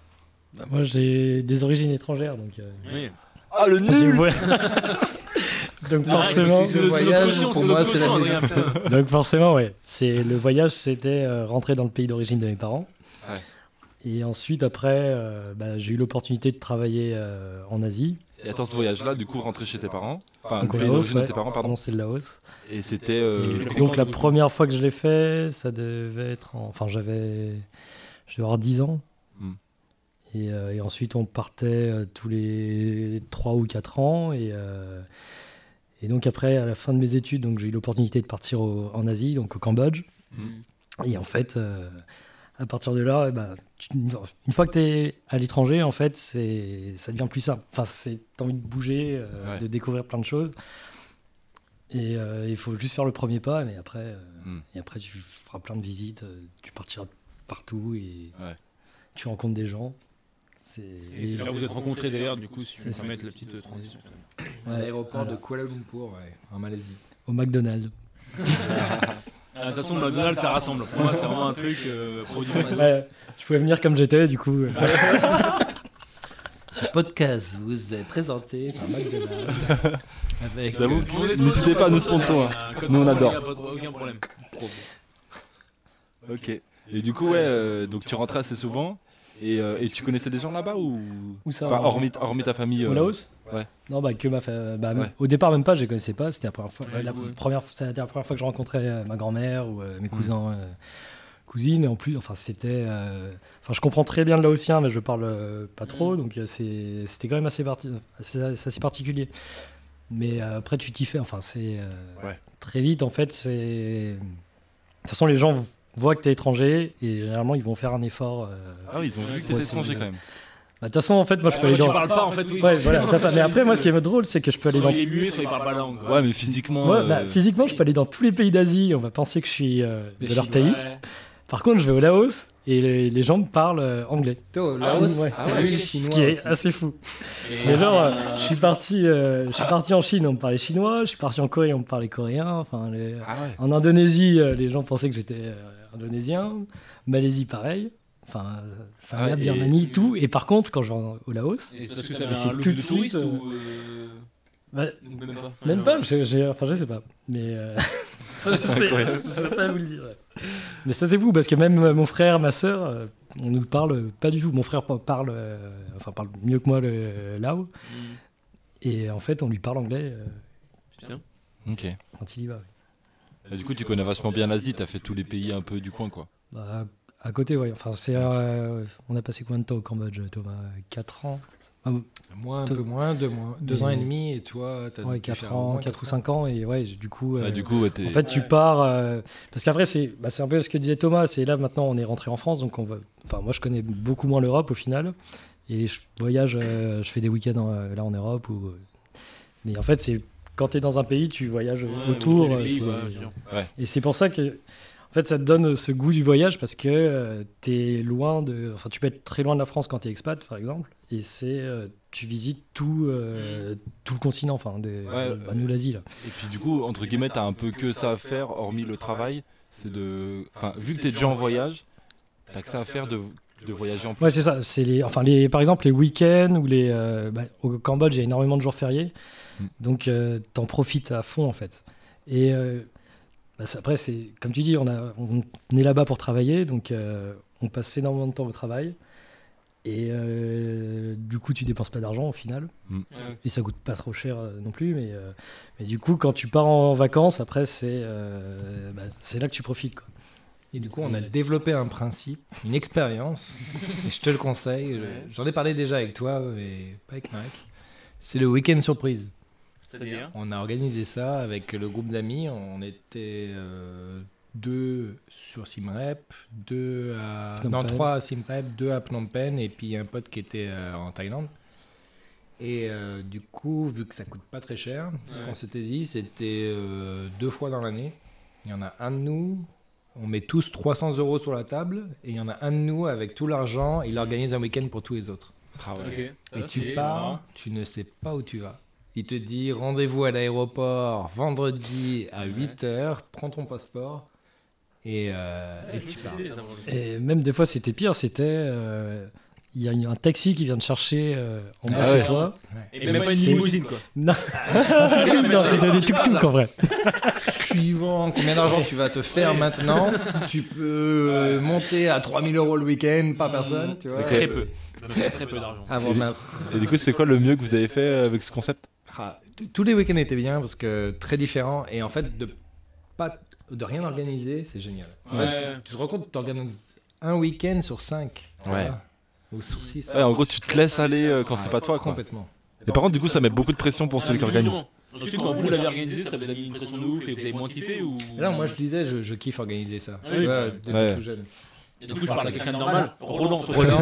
Bah, moi, j'ai des origines étrangères, donc. Euh... Oui. Ah, le j'ai nul voy- Donc forcément, c'est le voyage, pour moi, c'est la maison. donc forcément, ouais. C'est le voyage, c'était euh, rentrer dans le pays d'origine de mes parents. Ouais. Et ensuite, après, euh, bah, j'ai eu l'opportunité de travailler euh, en Asie. Et attends, ce voyage-là, du coup, rentrer chez tes parents. Enfin, Donc le au pays Laos, d'origine ouais. de tes parents, pardon. Pardon, c'est le Laos. Et c'était. euh, Et- Donc la du coup. première fois que je l'ai fait, ça devait être, en... enfin j'avais, je devais avoir dix ans. Hmm. Et, euh, et ensuite on partait euh, tous les trois ou quatre ans. Et, euh, et donc après, à la fin de mes études, donc j'ai eu l'opportunité de partir au- en Asie, donc au Cambodge. Et en fait, euh, à partir de là, eh ben, tu- une fois que tu es à l'étranger, en fait, c'est, ça devient plus simple. Enfin, c'est, t'as envie de bouger, euh, Ouais. de découvrir plein de choses. Et euh, il faut juste faire le premier pas, mais après, euh, Mm. et après tu feras plein de visites, euh, tu partiras partout et Ouais. tu rencontres des gens. C'est, Et c'est là où vous êtes rencontrés d'ailleurs, du coup, si tu C'est me ça. permettre la petite euh, transition. À Ouais, l'aéroport voilà. de Kuala Lumpur, ouais, en Malaisie. Au McDonald's. Ah, de toute façon, McDonald's, ça rassemble. Pour moi, c'est vraiment un truc euh, produit. Ouais, je pouvais venir comme j'étais, du coup. euh, Ce podcast vous est présenté par McDonald's. Avec J'avoue euh, que- N'hésitez pas à nous sponsor, hein. Nous, on adore. Aucun problème. Ok. Et du coup, ouais, euh, donc tu rentrais assez souvent. Et, euh, et tu connaissais des gens là-bas ou. Où ça Enfin, en- hormis, hormis ta famille. Au euh, Laos ouais. Non, bah que ma fa- bah, Ouais. Au départ, même pas, je les connaissais pas. C'était la première fois, Ouais, la ouais. première, c'était la première fois que je rencontrais euh, ma grand-mère ou euh, mes Mm. cousins, euh, cousines. Et en plus, enfin, c'était. euh, Enfin, je comprends très bien le laotien, mais je parle euh, pas trop. Mm. Donc, euh, c'est, c'était quand même assez, parti- assez, c'est assez particulier. Mais euh, après, tu t'y fais. Enfin, c'est. euh, Ouais. Très vite, en fait, c'est. De toute façon, les gens v- voient que tu es étranger et généralement, ils vont faire un effort. euh, Ah oui, ils ont vu que Ouais, t'étais c'est étranger vrai. quand même. bah, De toute façon, en fait, moi, je peux Ah, aller moi, dans. tu parles pas, en fait, oui. Ouais, voilà, t'as ça. Mais après, moi, ce qui est drôle, c'est que je peux aller Soit dans. il est muet, soit il parle pas la langue. quoi. Ouais, mais physiquement. Ouais, euh, bah, physiquement, je peux aller dans tous les pays d'Asie. On va penser que je suis euh, de Des leur Chinois, pays. ouais. Par contre, je vais au Laos et les, les gens me parlent euh, anglais. Toi, Ah, Laos, ouais. ah ouais, les Ce Chinois. qui est aussi. assez fou. Et Mais genre, euh, euh, je suis parti, euh, je suis parti en Chine, on me parlait chinois. Je suis parti en Corée, on me parlait coréen. Enfin, les- Ah ouais. en Indonésie, euh, les gens pensaient que j'étais euh, indonésien. Malaisie, pareil. Enfin, Singapour, Ah, et- Birmanie, tout. Et par contre, quand je vais en- au Laos, Et c'est parce que Mais t'avais c'est un look tout de de suite, touriste euh, ou. euh, bah, Même pas. même pas. j'ai- j'ai- enfin, je sais pas. Mais euh, ça, je sais, incroyable. je sais pas vous le dire. ouais. Mais ça c'est fou parce que même euh, mon frère, ma sœur, euh, on nous parle euh, pas du tout. Mon frère pa- parle, euh, enfin parle mieux que moi le lao, Mm. et en fait on lui parle anglais euh, Putain. Ok. quand il y va. ouais. Et du coup, tu connais vachement bien l'Asie, t'as fait tous les pays un peu du coin, quoi. Bah, à côté, ouais. Enfin, c'est, euh, on a passé combien de temps au Cambodge, Thomas? quatre ans. Ah, Moi, un Toi- peu moins, deux, mois, deux Mais- ans et demi, et toi, t'as ouais, dû quatre faire au ans, moins quatre ou cinq ans, et ouais, du coup. Ah, euh, du coup, ouais, t'es. En fait, tu Ouais. pars. euh, parce qu'après, c'est bah, c'est un peu ce que disait Thomas. C'est là, maintenant, on est rentré en France. Donc, on va. Enfin, moi, je connais beaucoup moins l'Europe au final. Et je voyage, euh, je fais des week-ends en- là en Europe. Ou... Mais en fait, c'est quand tu es dans un pays, tu voyages Ouais, autour. autour des euh, pays, c'est- quoi, je veux dire. Et c'est pour ça que. En fait, ça te donne ce goût du voyage parce que tu es loin de. Enfin, tu peux être très loin de la France quand tu es expat, par exemple. Et c'est. euh, tu visites tout, euh, tout le continent. Enfin, des, Ouais, bah, nous, l'Asie, là. Et puis du coup, entre guillemets, t'as un peu que ça à faire, hormis le travail. C'est de. Enfin, vu que t'es déjà en voyage, t'as que ça à faire de, de voyager en plus. Ouais, c'est ça. C'est les, enfin, les, par exemple, les week-ends ou les. euh, bah, au Cambodge, il y a énormément de jours fériés. Mm. Donc, euh, t'en profites à fond, en fait. Et euh, bah, c'est- après, c'est, comme tu dis, on, a, on est là-bas pour travailler. Donc, euh, on passe énormément de temps au travail. Et euh, du coup, tu dépenses pas d'argent au final. Ouais. Et ça coûte pas trop cher euh, non plus. Mais, euh, mais du coup, quand tu pars en vacances, après, c'est, euh, bah, c'est là que tu profites, quoi. Et du coup, on a développé un principe, une expérience, et je te le conseille. je- J'en ai parlé déjà avec toi et pas avec Marc. C'est le week-end surprise. C'est-à-dire On a organisé ça avec le groupe d'amis. On était euh, deux sur Simrep, deux à... Phnom non, Penh. trois à Simrep, deux à Phnom Penh et puis un pote qui était euh, en Thaïlande. Et euh, du coup, vu que ça coûte pas très cher, ce Ouais. qu'on s'était dit, c'était euh, deux fois dans l'année. Il y en a un de nous, on met tous trois cents euros sur la table, et il y en a un de nous avec tout l'argent, il organise un week-end pour tous les autres. Ah ouais. Ok. Et Ça, tu c'est pars, marrant. tu ne sais pas où tu vas. Il te dit rendez-vous à l'aéroport vendredi à Ouais. huit heures, prends ton passeport et, euh, et Ouais, je tu sais, pars. ça, pour le coup. Et même des fois, c'était pire. C'était. euh, il y a un taxi qui vient te chercher euh, en bas Ah de ouais. chez toi. Et même pas une C'est- limousine, quoi. Non, non c'était des tuk-tuk en vrai. Suivant combien d'argent tu vas te faire maintenant, tu peux euh, monter à trois mille euros le week-end par personne, tu vois. Ok. Très peu. Très, très peu d'argent. Avant mince. Et du coup, c'est quoi le mieux que vous avez fait avec ce concept? Ah, t- tous les week-ends étaient bien parce que très différents et en fait de pas de rien organiser, c'est génial. En Ouais. fait, tu te rends compte, tu organises un week-end sur cinq. tu Ouais. vois, ou sur six. Ouais, en gros, tu te laisses aller euh, quand c'est pas toi, quoi. Complètement. Et par contre, du coup, ça met beaucoup de pression pour celui qui organise. Ensuite, quand vous l'avez organisé, ça vous a mis une pression de ouf et vous avez moins kiffé ou... Et là, moi je disais, je, je kiffe organiser ça. Ah Tu oui. vois, depuis Ouais. tout jeune. Et du coup, je parle à quelqu'un de normal. Roland. Roland.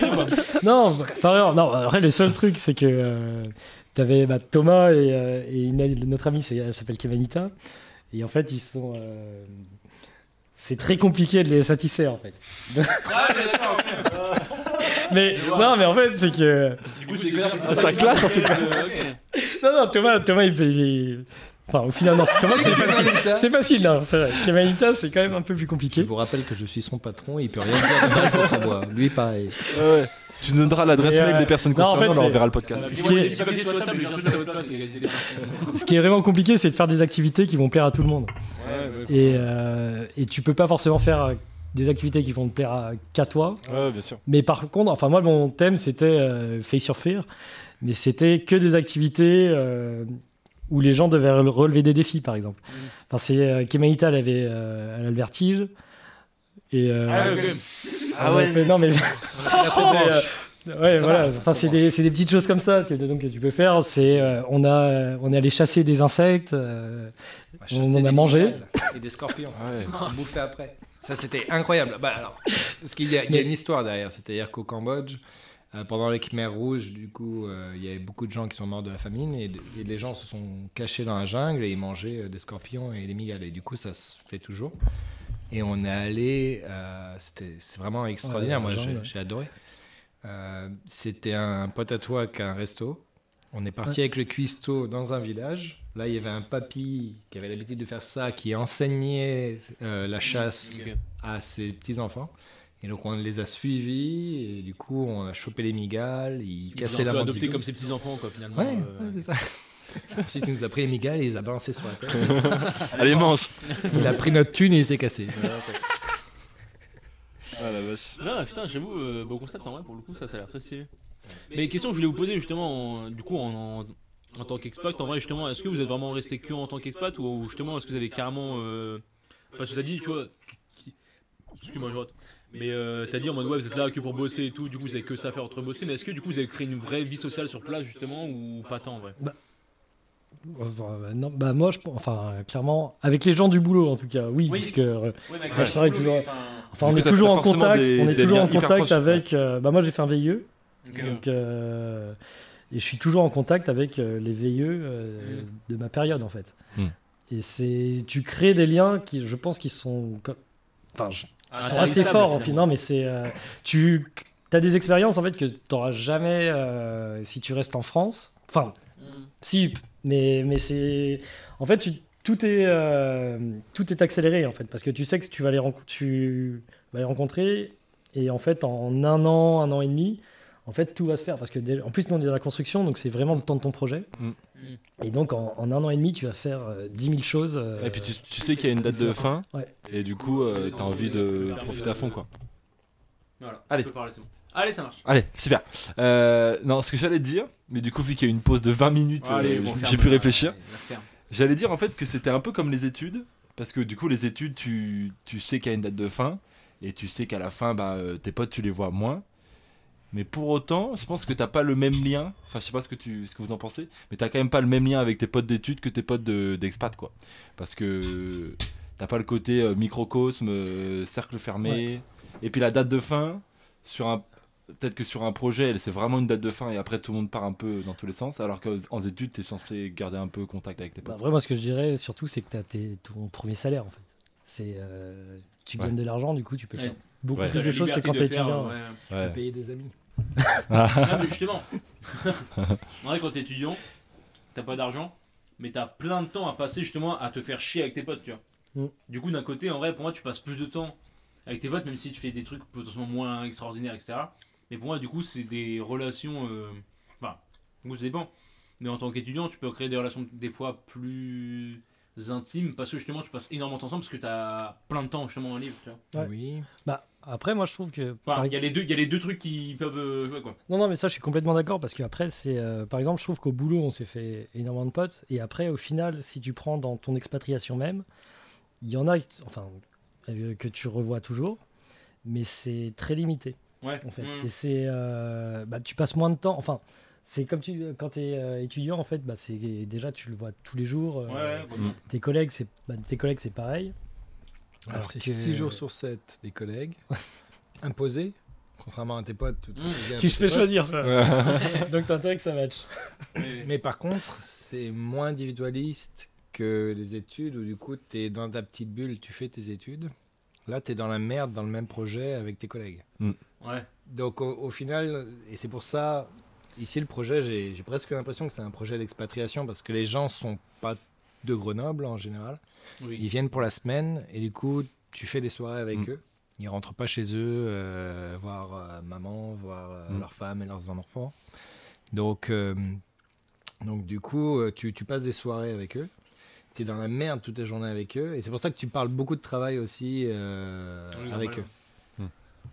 Non, pas vraiment. Non, après, le seul truc, c'est que euh, t'avais bah, Thomas et, euh, et une- notre amie, c'est- elle s'appelle Kevanita. Et en fait, ils sont. euh, c'est très compliqué de les satisfaire, en fait. Ah, mais d'accord, ok. Mais non, mais en fait, c'est que. Du coup, c'est clair. Ça classe, en tout cas. Non, non, Thomas, Thomas il, il est. Enfin, au final, non, c'est- Thomas, c'est facile. C'est facile, non, c'est vrai. Kevanita, c'est quand même un peu plus Je compliqué. vous rappelle que je suis son patron, il peut rien dire de mal contre moi. Lui, pareil. Ouais, ouais. Tu nous donneras l'adresse Et, mail euh, des personnes non, en concernées, fait, on leur c'est- enverra le podcast. Ce qui est- Si papier sur la table, j'ai un truc à votre place, les gars, n'hésitez pas. Ce qui est vraiment compliqué, c'est de faire des activités qui vont plaire à tout le monde. Ouais, ouais. Et, euh, et tu peux pas forcément faire euh, des activités qui vont te plaire à- qu'à toi. Ouais, bien sûr. Mais par contre, enfin moi mon thème c'était euh, Face Your Fear, mais c'était que des activités euh, où les gens devaient re- relever des défis par exemple. Enfin c'est euh, Kemanita, elle avait euh, elle a le vertige et euh, Ah, ouais, ok. ah ouais non mais Là, c'est euh, branche. ouais Ça voilà va, enfin c'est des, c'est des petites choses comme ça que, donc, que tu peux faire. C'est euh, on a on est allé chasser des insectes. euh, va on chasser en a des mangé. migales et des scorpions. Ouais. On bouffait après. Ça, c'était incroyable. Bah, alors, parce qu'il y a, il y a une histoire derrière. C'est-à-dire qu'au Cambodge, euh, pendant les Khmers rouges, du coup, euh, il y avait beaucoup de gens qui sont morts de la famine et, de- et les gens se sont cachés dans la jungle et ils mangeaient euh, des scorpions et des migales. Et du coup, ça se fait toujours. Et on est allé. euh, c'était, c'est vraiment extraordinaire. Ouais, Moi, la j'ai, jungle, ouais. j'ai adoré. Euh, c'était un pote à toi qui a un resto. On est parti avec le cuistot dans un village. Là, il y avait un papy qui avait l'habitude de faire ça, qui enseignait euh, la chasse Ok. à ses petits-enfants. Et donc, on les a suivis. Et du coup, on a chopé les migales. Ils Ils cassaient ont un la peu adopté mantigousse. comme ses petits-enfants, quoi, finalement. Ouais, euh. ouais, c'est ça. Ensuite, il nous a pris les migales et il les a balancés sur la tête. Allez, mange. Il a pris notre thune et il s'est cassé. Ah la vache. Non, putain, j'avoue, euh, beau concept en vrai, pour le coup, ça, ça a l'air très stylé. Mais question que je voulais vous poser justement, en- du coup, en, en, en tant qu'expat, en vrai, justement, est-ce que vous êtes vraiment resté que en tant qu'expat ou justement, est-ce que vous avez carrément. Euh, parce que t'as dit, tu vois. tu- Excuse-moi, je rate. Mais euh, t'as dit en mode, ouais, vous êtes là que pour bosser et tout, du coup, vous avez que ça à faire entre bosser, mais est-ce que du coup, vous avez créé une vraie vie sociale sur place, justement, ou pas tant en vrai? Enfin, euh, non, bah moi, je, enfin, clairement, avec les gens du boulot, en tout cas, oui, Oui. puisque, euh, Ouais, mais Moi, je travaille toujours- enfin, on Du est coup, t'as- toujours t'as en forcément contact, des- on est des toujours liens en hyper contact proches, avec, euh, bah moi, j'ai fait un V I E, donc, euh, et je suis toujours en contact avec euh, les V I E euh, de ma période, en fait. Mm. Et c'est, tu crées des liens qui, je pense, qui sont, co- enfin, je- Ah, ils sont assez forts, en fait. Non, mais c'est, euh, tu as des expériences, en fait, que tu n'auras jamais euh, si tu restes en France. Enfin, si, mais, mais c'est. En fait, tu- tout, est, euh, tout est accéléré, en fait, parce que tu sais que tu vas les, renco- tu vas les rencontrer, et en fait, en un an, un an et demi, en fait, tout va se faire. Parce que, déjà- en plus, nous, on est dans la construction, donc c'est vraiment le temps de ton projet. Mm. Et donc, en, en un an et demi, tu vas faire euh, dix mille choses. euh, Et puis tu, tu sais qu'il y a une date de fin. Ouais. Et du coup, euh, t'as envie de profiter à fond, quoi. Voilà, Allez. on peut parler, c'est bon. Allez, ça marche. Allez, super. Euh, non, ce que j'allais te dire, mais du coup, vu qu'il y a eu une pause de vingt minutes, Allez, euh, bon, j'ai ferme, pu euh, réfléchir. la ferme. J'allais dire en fait que c'était un peu comme les études, parce que du coup les études, tu, tu sais qu'il y a une date de fin, et tu sais qu'à la fin, bah, euh, tes potes, tu les vois moins. Mais pour autant, je pense que t'as pas le même lien, enfin je sais pas ce que, tu, ce que vous en pensez, mais t'as quand même pas le même lien avec tes potes d'études que tes potes de- d'expat, quoi. Parce que t'as pas le côté euh, microcosme, euh, cercle fermé, et puis la date de fin, sur un... Peut-être que sur un projet, c'est vraiment une date de fin et après tout le monde part un peu dans tous les sens, alors qu'en études, t'es censé garder un peu contact avec tes Bah, potes. vraiment, ce que je dirais surtout, c'est que tu as ton premier salaire, en fait. C'est, euh, tu Ouais. gagnes de l'argent, du coup, tu peux Ouais. faire beaucoup Ouais. plus La de choses que liberté quand de tu es faire, étudiant. ouais. Ouais. Payer des amis. Non, mais justement, en vrai, quand t'es étudiant, t'as pas d'argent, mais t'as plein de temps à passer justement à te faire chier avec tes potes, tu vois. Mm. Du coup, d'un côté, en vrai, pour moi, tu passes plus de temps avec tes potes, même si tu fais des trucs potentiellement moins extraordinaires, et cetera. Mais pour moi, du coup, c'est des relations. euh, Enfin, du coup, ça dépend. Mais en tant qu'étudiant, tu peux créer des relations des fois plus intimes parce que justement, tu passes énormément de temps ensemble parce que tu as plein de temps justement à livre. Tu vois. Ouais. Oui. Bah, après, moi, je trouve que. Enfin, par- il y a les deux, il y a les deux trucs qui peuvent euh, jouer quoi. Non, non, mais ça, je suis complètement d'accord parce que après, c'est. euh, par exemple, je trouve qu'au boulot, on s'est fait énormément de potes. Et après, au final, si tu prends dans ton expatriation même, il y en a, enfin, euh, que tu revois toujours, mais c'est très limité. Ouais. En fait. Mmh. Et c'est. euh, bah, tu passes moins de temps. Enfin, c'est comme tu. Quand tu es étudiant, en fait, bah, c'est déjà, tu le vois tous les jours. euh, Ouais, ouais, complètement. Tes collègues, c'est bah, tes collègues, c'est pareil. Alors, Alors c'est que- six jours sur sept, les collègues. Imposés. Contrairement à tes potes. tout- tout Mmh. vient Qui de je tes fais potes. choisir ça. Donc t'as intérêt que ça match. Mais- Mais par contre, c'est moins individualiste que les études où du coup, tu es dans ta petite bulle, tu fais tes études. Là, tu es dans la merde, dans le même projet avec tes collègues. Ouais. Donc au, au final, et c'est pour ça, ici le projet, j'ai j'ai presque l'impression que c'est un projet d'expatriation parce que les gens sont pas de Grenoble en général. Ils Oui. viennent pour la semaine et du coup, tu fais des soirées avec Mm. eux. Ils rentrent pas chez eux, euh, voir euh, maman, voir euh, Mm. leur femme et leurs enfants. Donc, euh, donc du coup, euh, tu, tu passes des soirées avec eux. Tu es dans la merde toute la journée avec eux. Et c'est pour ça que tu parles beaucoup de travail aussi euh, Oui, avec normal. eux. Mm.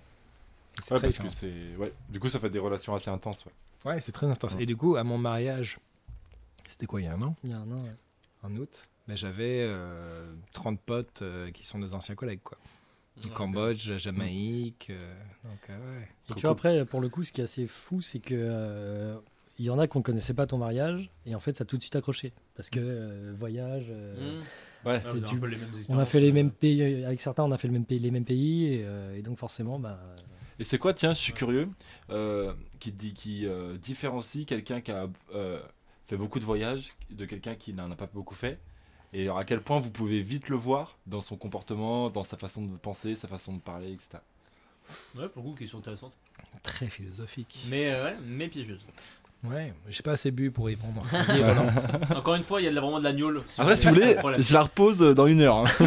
C'est Ouais, très parce que intense. c'est. Ouais. Du coup, ça fait des relations assez intenses. Ouais. Ouais, c'est très intense. Ouais. Et du coup, à mon mariage, c'était quoi, il y a un an, Il y a un an, ouais. en août, ben, j'avais euh, trente potes euh, qui sont des anciens collègues. Quoi. Du Ouais, Cambodge, la Jamaïque. euh, donc, euh, ouais. Et Trop tu vois, cool. après, pour le coup, ce qui est assez fou, c'est que euh, il y en a qu'on connaissait pas ton mariage, et en fait, ça a tout de suite accroché. Parce que euh, voyage, euh, Mmh. Ouais. Ah, c'est vous avez du- un peu les mêmes on a expériences, fait les euh, mêmes pays, avec certains, on a fait le même pays, les mêmes pays, et, euh, et donc forcément, bah, Et c'est quoi, tiens, je suis curieux, euh, qui, dit, qui euh, différencie quelqu'un qui a euh, fait beaucoup de voyages de quelqu'un qui n'en a pas beaucoup fait. Et alors, à quel point vous pouvez vite le voir dans son comportement, dans sa façon de penser, sa façon de parler, et cetera. Ouais, pour le coup, question intéressante. Très philosophique. Mais euh, ouais, mais piégeuse. Ouais, j'ai pas assez bu pour répondre. Vas-y, Roland. Encore une fois, il y a de la- vraiment de la gnôle. Après, si vous voulez, Pas de problème. je la repose dans une heure. hein.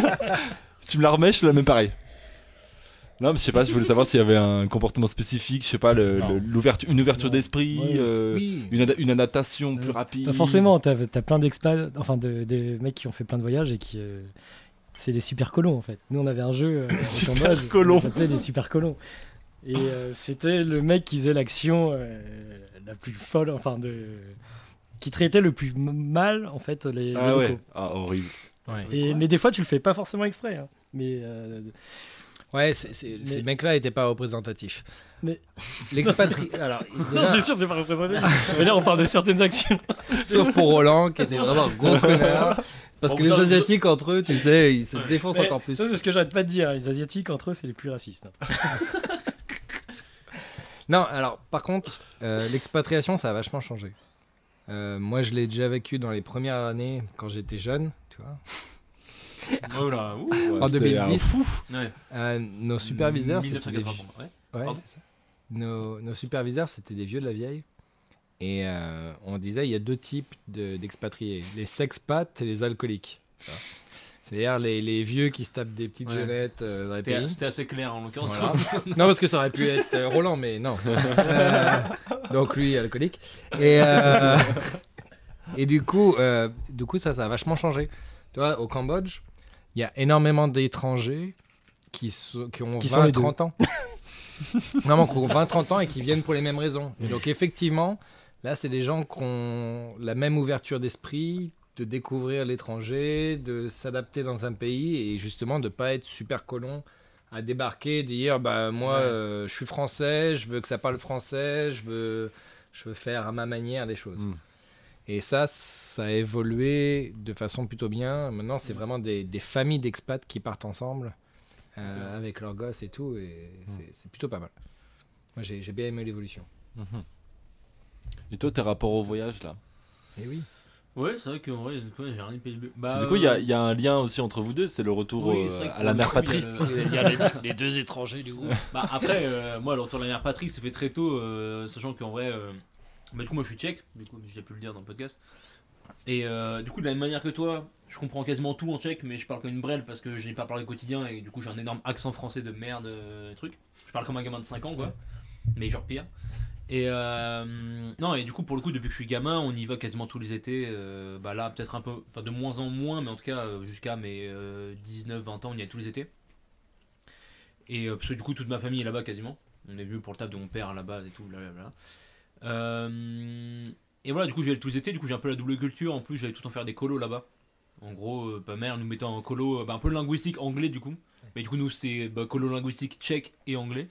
Tu me la remets, je la mets pareil. Non, mais je sais pas, je voulais savoir s'il y avait un comportement spécifique, je sais pas, le- Non. le- l'ouverture, une ouverture Non. d'esprit, Ouais, euh, Oui. une, ada- une adaptation Euh, plus rapide. pas forcément, t'as as plein d'expats, enfin, de, des mecs qui ont fait plein de voyages et qui. euh, c'est des super colons en fait. Nous on avait un jeu euh, au Super Cambodge, colons. on s'appelait les super colons. Et euh, c'était le mec qui faisait l'action euh, la plus folle, enfin de. Qui traitait le plus m- mal en fait les, Ah les ouais, locaux. ah, horrible. Ouais. Et, mais des fois tu le fais pas forcément exprès. hein. Mais euh, Ouais, c'est- c'est- Mais- ces mecs-là n'étaient pas représentatifs. Mais- L'expatri... Alors, non, déjà, c'est sûr, c'est pas représenté. Mais là on parle de certaines actions. sauf pour Roland, qui était vraiment un gros connard. Parce Bon, que les vous en- Asiatiques, entre eux, tu sais, ils se Ouais. défoncent Mais encore plus. Ça c'est ce que j'arrête pas de dire. Les asiatiques entre eux c'est les plus racistes. hein. Non, alors, par contre, euh, l'expatriation, ça a vachement changé. Euh, moi, je l'ai déjà vécu dans les premières années, quand j'étais jeune, tu vois. Oh là, ouh. Ouais, En c'était deux mille un dix. fou. Ouais. Euh, nos superviseurs, mille neuf c'était cent des... quatre-vingts, ouais. Ouais, Pardon c'est ça. Nos, nos superviseurs, c'était des vieux de la vieille. Et euh, on disait, il y a deux types de- d'expatriés. les sexpats et les alcooliques. Tu vois. C'est-à-dire les, les vieux qui se tapent des petites Ouais. jeunettes euh, dans les C'était pays. c'était assez clair en l'occurrence. Voilà. Non, parce que ça aurait pu être euh, Roland, mais non. Euh, donc lui, alcoolique. Et, euh, et du coup, euh, du coup, ça, ça a vachement changé. Tu vois, au Cambodge, il y a énormément d'étrangers qui, sont- qui ont Qui sont vingt les deux. trente ans. Vraiment, qui ont vingt trente ans et qui viennent pour les mêmes raisons. Et donc, effectivement, là, c'est des gens qui ont la même ouverture d'esprit, de découvrir l'étranger, de s'adapter dans un pays et justement de pas être super colon à débarquer, dire bah moi Ouais. euh, je suis français, je veux que ça parle français, je veux je veux faire à ma manière les choses. Mm. Et ça, ça a évolué de façon plutôt bien. Maintenant, c'est vraiment des, des familles d'expats qui partent ensemble euh, avec leurs gosses et tout, et c'est- c'est plutôt pas mal. Moi, j'ai j'ai bien aimé l'évolution. Mhm. Et toi, tes rapports au voyage là Et oui. Ouais, c'est vrai qu'en vrai, du coup, j'ai rien payé. Parce que du coup, il y, a- il y a un lien aussi entre vous deux, c'est le retour Oui, euh, c'est vrai que à la pour mère le coup, patrie. il y a le- Il y a les, les deux étrangers du groupe. Bah après, euh, moi, le retour de la mère patrie, c'est fait très tôt, euh, sachant qu'en vrai, euh, bah, du coup, moi, je suis tchèque, du coup, j'ai pu le dire dans le podcast. Et euh, du coup, de la même manière que toi, je comprends quasiment tout en tchèque, mais je parle comme une brêle parce que je n'ai pas parlé au quotidien et du coup, j'ai un énorme accent français de merde, euh, truc. Je parle comme un gamin de cinq ans, quoi. mais genre pire. Et euh, non, et du coup, pour le coup, depuis que je suis gamin, on y va quasiment tous les étés. Euh, bah là, peut-être un peu, enfin de moins en moins, mais en tout cas, euh, jusqu'à mes euh, dix-neuf vingt ans, on y allait tous les étés. Et euh, parce que du coup, toute ma famille est là-bas quasiment. On est venu pour le taf de mon père là-bas et tout, blablabla. Euh, et voilà, du coup, j'y allais tous les étés. Du coup, j'ai un peu la double culture. En plus, j'allais tout le temps faire des colos là-bas. En gros, euh, ma mère nous mettait en colo, euh, bah, un peu linguistique anglais du coup. Mais du coup, nous, c'était bah, colo linguistique tchèque et anglais.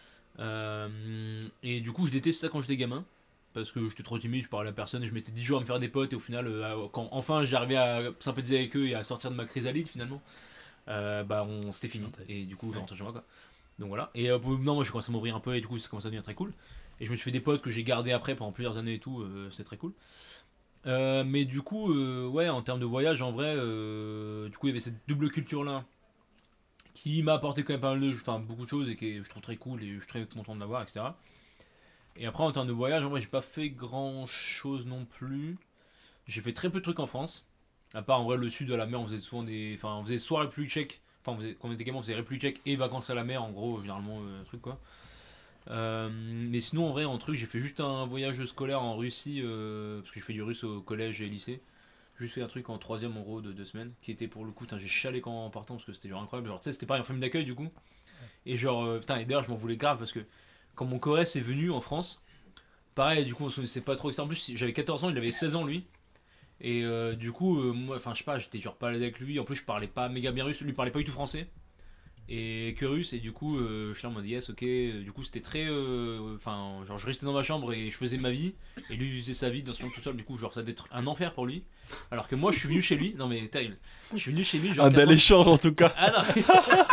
Euh, et du coup, je détestais ça quand j'étais gamin. Parce que j'étais trop timide, je parlais à personne et je mettais dix jours à me faire des potes. Et au final, euh, quand enfin j'arrivais à sympathiser avec eux et à sortir de ma chrysalide finalement, euh, bah on c'était fini. Et du coup, je rentrais chez moi quoi. Donc voilà. Et euh, non, moi j'ai commencé à m'ouvrir un peu et du coup, ça commence à devenir très cool. Et je me suis fait des potes que j'ai gardés après pendant plusieurs années et tout. Euh, c'est très cool. Euh, mais du coup, euh, ouais, en termes de voyage, en vrai, euh, du coup, il y avait cette double culture là qui m'a apporté quand même pas mal de, enfin, beaucoup de choses et que je trouve très cool et je suis très content de l'avoir, et cetera. Et après, en termes de voyage, en vrai, j'ai pas fait grand chose non plus. J'ai fait très peu de trucs en France. À part en vrai, le sud de la mer, on faisait souvent des. Enfin, on faisait soit République tchèque. Enfin, on faisait, quand on était gamin, on faisait République tchèque et vacances à la mer, en gros, généralement, euh, truc quoi. Euh, mais sinon, en vrai, en truc, j'ai fait juste un voyage scolaire en Russie, euh, parce que je fais du russe au collège et lycée. J'ai juste fait un truc en troisième en gros de deux semaines, qui était pour le coup, j'ai chalé quand en partant parce que c'était genre incroyable. Genre, tu sais, c'était pareil en famille d'accueil du coup. Et genre, euh, putain, et d'ailleurs, je m'en voulais grave parce que quand mon Corrèze est venu en France, pareil, du coup, on se connaissait pas trop, et cetera. En plus, j'avais quatorze ans, il avait seize ans lui. Et euh, du coup, euh, moi, enfin, je sais pas, j'étais genre pas à l'aise avec lui. En plus, je parlais pas méga bien russe, lui parlait pas du tout français. Et que russe, et du coup, euh, je suis là en mode yes, ok. Du coup, c'était très. Enfin, euh, genre, je restais dans ma chambre et je faisais ma vie. Et lui, il faisait sa vie dans son chambre tout seul. Du coup, genre, ça devait être un enfer pour lui. Alors que moi, je suis venu chez lui. Non, mais terrible. Je suis venu chez lui. Genre, Un bel échange en tout cas. Ah non, mais...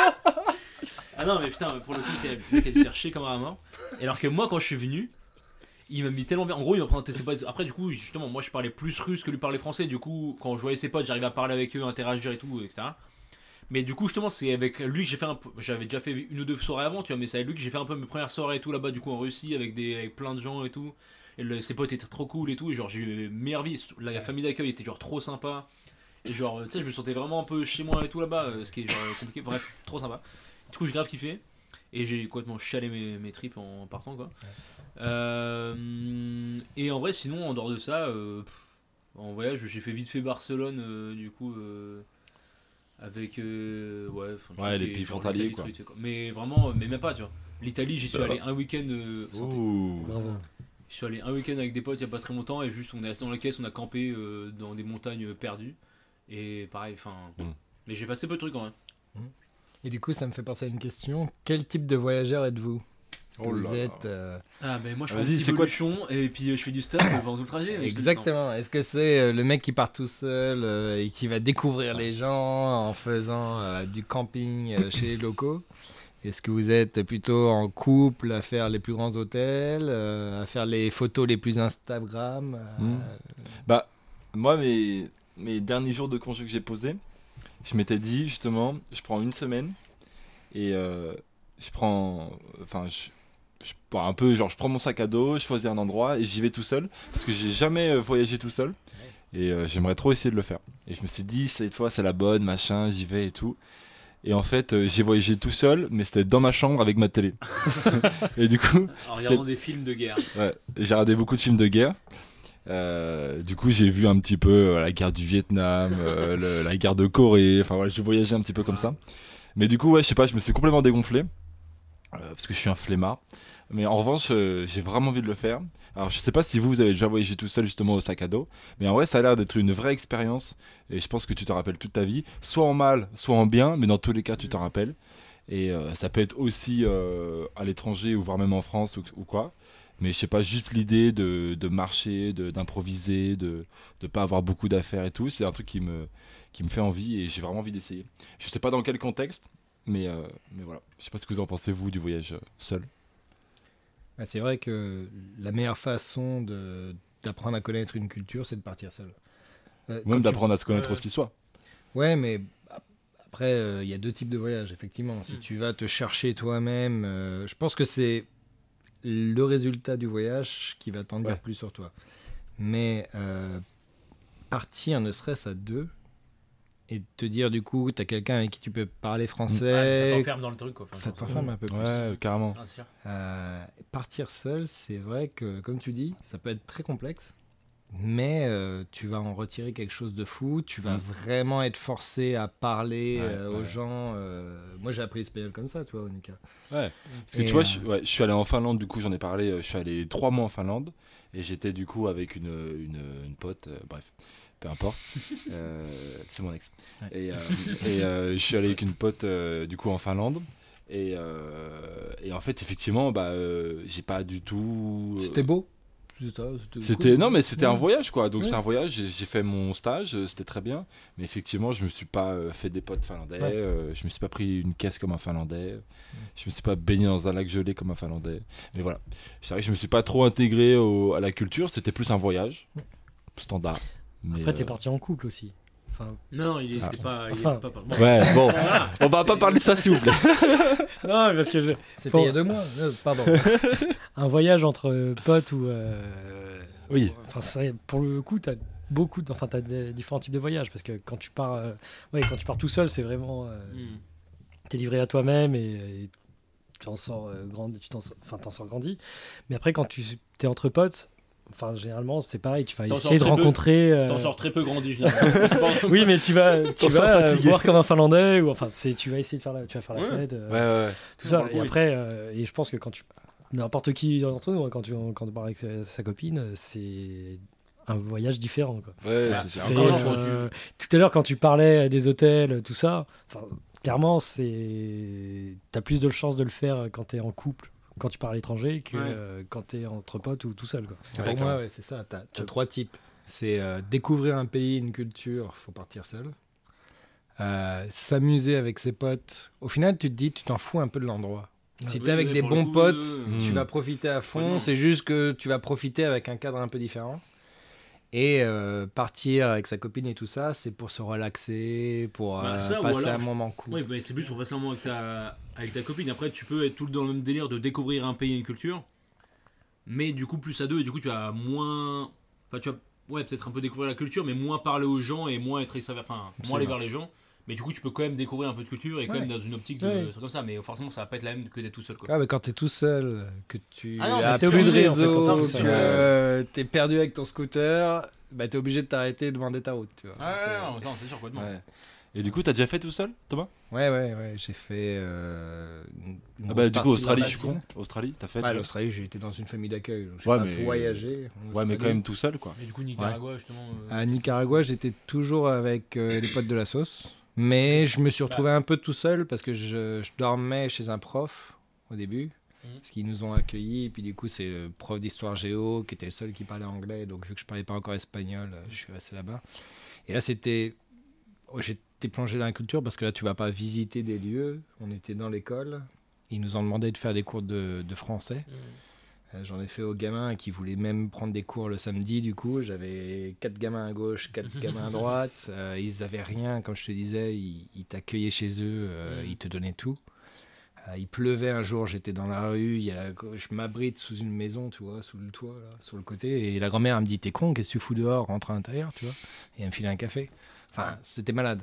ah non, mais putain, pour le coup, terrible. Le mec a dû se faire chier comme un mort. Et alors que moi, quand je suis venu, il m'a mis tellement bien. En gros, il m'a présenté ses potes. Après, du coup, justement, moi, je parlais plus russe que lui parlait français. Du coup, quand je voyais ses potes, j'arrivais à parler avec eux, interagir et tout, et cetera. Mais du coup, justement, c'est avec lui que j'ai fait un peu. J'avais déjà fait une ou deux soirées avant, tu vois, mais c'est avec lui que j'ai fait un peu mes premières soirées et tout là-bas, du coup, en Russie, avec, des, avec plein de gens et tout. Et le, ses potes étaient trop cool et tout. Et genre, j'ai eu meilleure vie. La famille d'accueil était genre trop sympa. Et genre, tu sais, je me sentais vraiment un peu chez moi et tout là-bas, ce qui est genre compliqué. Bref, trop sympa. Du coup, j'ai grave kiffé. Et j'ai complètement chalé mes, mes tripes en partant, quoi. Ouais. Euh, et en vrai, sinon, en dehors de ça, euh, en voyage, j'ai fait vite fait Barcelone, euh, du coup. Euh, avec euh, ouais, ouais les pays frontaliers quoi. Trucs, quoi. Mais vraiment, mais même pas, tu vois. L'Italie, j'y suis allé un week-end. Euh, Bravo. Je suis allé un week-end avec des potes il y a pas très longtemps et juste on est assis dans la caisse, on a campé euh, dans des montagnes perdues et pareil, enfin. Mm. Mais j'ai fait assez peu de trucs quand même. Et du coup, ça me fait penser à une question. Quel type de voyageur êtes-vous ? Est-ce que oh vous êtes euh... Ah ben moi je fais une petite évolution et puis je fais du stuff pendant tout le trajet. Exactement. Est-ce que c'est le mec qui part tout seul euh, et qui va découvrir les gens en faisant euh, du camping euh, chez les locaux ? Est-ce que vous êtes plutôt en couple à faire les plus grands hôtels, euh, à faire les photos les plus Instagram euh... mmh. Bah moi mes mes derniers jours de congé que j'ai posés, je m'étais dit justement, je prends une semaine et euh, je prends, enfin je Je, un peu genre je prends mon sac à dos, je choisis un endroit et j'y vais tout seul parce que j'ai jamais euh, voyagé tout seul et euh, j'aimerais trop essayer de le faire. Et je me suis dit cette fois c'est la bonne, machin, j'y vais et tout. Et en fait euh, j'ai voyagé tout seul mais c'était dans ma chambre avec ma télé. Et du coup en regardant des films de guerre. Ouais, j'ai regardé beaucoup de films de guerre. Euh, du coup j'ai vu un petit peu euh, la guerre du Vietnam, euh, le, la guerre de Corée, enfin ouais, j'ai voyagé un petit peu comme ça. Mais du coup ouais je sais pas, je me suis complètement dégonflé euh, parce que je suis un flemmard. Mais en revanche, euh, j'ai vraiment envie de le faire. Alors, je sais pas si vous, vous avez déjà voyagé tout seul justement au sac à dos, mais en vrai, ça a l'air d'être une vraie expérience. Et je pense que tu te rappelles toute ta vie, soit en mal, soit en bien, mais dans tous les cas, tu t'en rappelles. Et euh, ça peut être aussi euh, à l'étranger ou voire même en France ou, ou quoi. Mais je sais pas, juste l'idée de, de marcher, de, d'improviser, de ne pas avoir beaucoup d'affaires et tout, c'est un truc qui me, qui me fait envie et j'ai vraiment envie d'essayer. Je sais pas dans quel contexte, mais, euh, mais voilà. Je sais pas ce que vous en pensez, vous, du voyage seul. Bah, c'est vrai que la meilleure façon de, d'apprendre à connaître une culture, c'est de partir seul. Euh, Même d'apprendre tu... à se connaître euh... aussi soi. Ouais, mais après, il euh, y a deux types de voyages, effectivement. Si mmh. tu vas te chercher toi-même, euh, je pense que c'est le résultat du voyage qui va t'en dire ouais. plus sur toi. Mais euh, partir ne serait-ce à deux, et de te dire du coup, tu as quelqu'un avec qui tu peux parler français. Ouais, mais ça t'enferme dans le truc. Quoi. Enfin, ça genre, t'enferme un peu plus. Ouais, carrément. Ah, c'est sûr. Euh, partir seul, c'est vrai que, comme tu dis, ça peut être très complexe, mais euh, tu vas en retirer quelque chose de fou. Tu vas Mm. vraiment être forcé à parler Ouais, euh, aux ouais. gens. euh, Moi, j'ai appris l'espagnol comme ça, tu vois, Onika. Ouais. Parce que Et, tu vois, euh, je, ouais, je suis allé en Finlande, du coup, j'en ai parlé. euh, Je suis allé trois mois en Finlande et j'étais du coup avec une, une, une pote, euh, bref, peu importe. Euh, c'est mon ex. Ouais. Et, euh, et euh, je suis allé avec une pote euh, du coup en Finlande. Et, euh, et en fait, effectivement, bah, euh, j'ai pas du tout. euh, C'était beau. C'était, ça, C'était cool. non mais c'était un Ouais. voyage quoi, donc Ouais. c'est un voyage, j'ai j'ai fait mon stage, euh, c'était très bien, mais effectivement je me suis pas euh, fait des potes finlandais, Ouais. euh, je me suis pas pris une caisse comme un finlandais, je me suis pas baigné dans un lac gelé comme un finlandais, mais voilà, c'est vrai que je me suis pas trop intégré au- à la culture, c'était plus un voyage standard. Mais, Après, t'es euh, parti en couple aussi. Enfin, Non, non, il est, Ah. c'était pas. Il Enfin. est pas, pas- bon. Ouais, bon, Voilà. on va pas parler de ça s'il vous plaît. non, parce que je- C'était Faut- il y a deux mois. Euh, pardon. un voyage entre potes ou. euh, Oui. Enfin, c'est- pour le coup, t'as beaucoup. De... Enfin, t'as des différents types de voyages parce que quand tu pars, euh, ouais, quand tu pars tout seul, c'est vraiment. euh, Hmm. T'es livré à toi-même et, et tu en sors euh, grandi. Tu t'en sors... Enfin, t'en sors grandi. Mais après, quand tu t'es entre potes. Enfin, généralement, c'est pareil. Tu vas T'en essayer de sors très peu. rencontrer. euh, T'en sors très peu grandi, généralement. Tu penses- Oui, mais tu vas, tu T'en sors vas euh, fatigué. boire comme un Finlandais ou enfin, c'est, tu vas essayer de faire la, tu vas faire la Ouais. fête, euh, Ouais, ouais, ouais. tout ça. Ouais, Et oui. après, euh, et je pense que quand tu, n'importe qui d'entre nous, hein, quand tu, quand on part avec sa, sa copine, euh, c'est un voyage différent. Quoi. Ouais, Ah, c'est c'est sûr. C'est, encore une fois, euh, tout à l'heure, quand tu parlais des hôtels, tout ça, enfin, clairement, c'est, t'as plus de chances de le faire quand t'es en couple, quand tu pars à l'étranger, que Ouais. euh, quand t'es entre potes ou tout seul. Quoi. Pour Ouais, moi, ouais, c'est ça. Tu as trois types. C'est euh, découvrir un pays, une culture, faut partir seul. Euh, s'amuser avec ses potes. Au final, tu te dis, tu t'en fous un peu de l'endroit. Si oui, tu es avec oui, des pour le bons coup, potes, euh, tu Mm. vas profiter à fond. Vraiment. C'est juste que tu vas profiter avec un cadre un peu différent. Et euh, partir avec sa copine et tout ça, c'est pour se relaxer, pour Bah, euh, ça, ou passer alors, un moment cool. Oui, mais c'est plus pour passer un moment avec ta, avec ta copine. Après, tu peux être tout le dans le même délire de découvrir un pays et une culture. Mais du coup, plus à deux, et du coup, tu as moins. Enfin, tu vas, ouais, peut-être un peu découvrir la culture, mais moins parler aux gens et moins être extravert. Enfin, moins aller vers les gens. Mais du coup, tu peux quand même découvrir un peu de culture et quand Ouais. même dans une optique de. Ouais. C'est comme ça, mais forcément, ça va pas être la même que d'être tout seul. Quoi. Ah, mais quand tu es tout seul, que tu Ah non, mais as t'es plus de obligé, en fait, réseau, quand t'es que tout seul. euh, t'es perdu avec ton scooter, bah, tu es obligé de t'arrêter et de demander ta route. Tu vois. Ah, C'est- ouais, non, non, c'est sûr, complètement. Ouais. Et du coup, t'as déjà fait tout seul, Thomas? Ouais, ouais, ouais, j'ai fait. Euh, une- une Ah grosse bah, du partie coup, de Australie, je suis l'Argentine. con. Australie, t'as fait? Ouais, déjà l'Australie, j'ai été dans une famille d'accueil, donc j'ai Ouais, pas mais- voyagé. en Ouais, mais Australie. quand même tout seul, quoi. Et du coup, Nicaragua, justement. euh, À Nicaragua, j'étais toujours avec euh, les potes de la sauce, mais je me suis retrouvé un peu tout seul parce que je, je dormais chez un prof au début, Mhm. parce qu'ils nous ont accueillis, et puis du coup, c'est le prof d'histoire géo qui était le seul qui parlait anglais, donc vu que je parlais pas encore espagnol, euh, je suis resté là-bas. Et là, c'était. oh, J'étais plongé dans la culture parce que là, tu vas pas visiter des lieux. On était dans l'école. Ils nous ont demandé de faire des cours de, de français. euh, Euh, J'en ai fait aux gamins qui voulaient même prendre des cours le samedi. Du coup, j'avais quatre gamins à gauche, quatre gamins à droite. Euh, ils avaient rien, comme je te disais. Ils, ils t'accueillaient chez eux. euh, Mm. Ils te donnaient tout. Euh, il pleuvait un jour. J'étais dans la rue. Il y a la- je m'abrite sous une maison, tu vois, sous le toit, là, sur le côté. Et la grand-mère elle me dit, t'es con, qu'est-ce que tu fous dehors? Rentre à l'intérieur, tu vois. Et elle me filait un café. Enfin, c'était malade.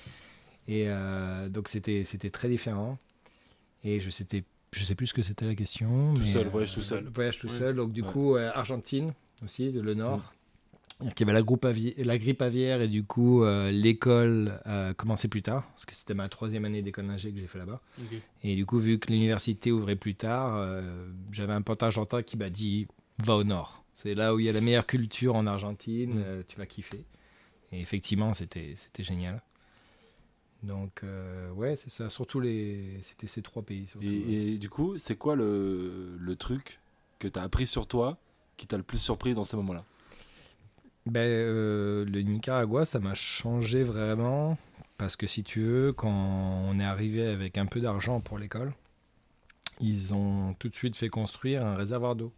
Et euh, donc, c'était c'était très différent. Et je sais, je sais plus ce que c'était la question. Tout mais, seul, voyage tout seul. Voyage tout Ouais. seul. Donc, du Ouais. coup, euh, Argentine aussi, le nord. Il y avait la, groupe avi- la grippe aviaire et du coup, euh, l'école euh, commençait plus tard. Parce que c'était ma troisième année d'école d'ingé que j'ai fait là-bas. ok. Et du coup, vu que l'université ouvrait plus tard, euh, j'avais un pote argentin qui m'a dit va au nord. C'est là où il y a la meilleure culture en Argentine, Mm. euh, tu vas kiffer. Et effectivement, c'était c'était génial. Donc, euh, ouais, c'est ça. Surtout, les... c'était ces trois pays. Surtout. Et, et du coup, c'est quoi le, le truc que t'as appris sur toi qui t'a le plus surpris dans ces moments-là? Ben, euh, le Nicaragua, ça m'a changé vraiment. Parce que si tu veux, quand on est arrivé avec un peu d'argent pour l'école, ils ont tout de suite fait construire un réservoir d'eau.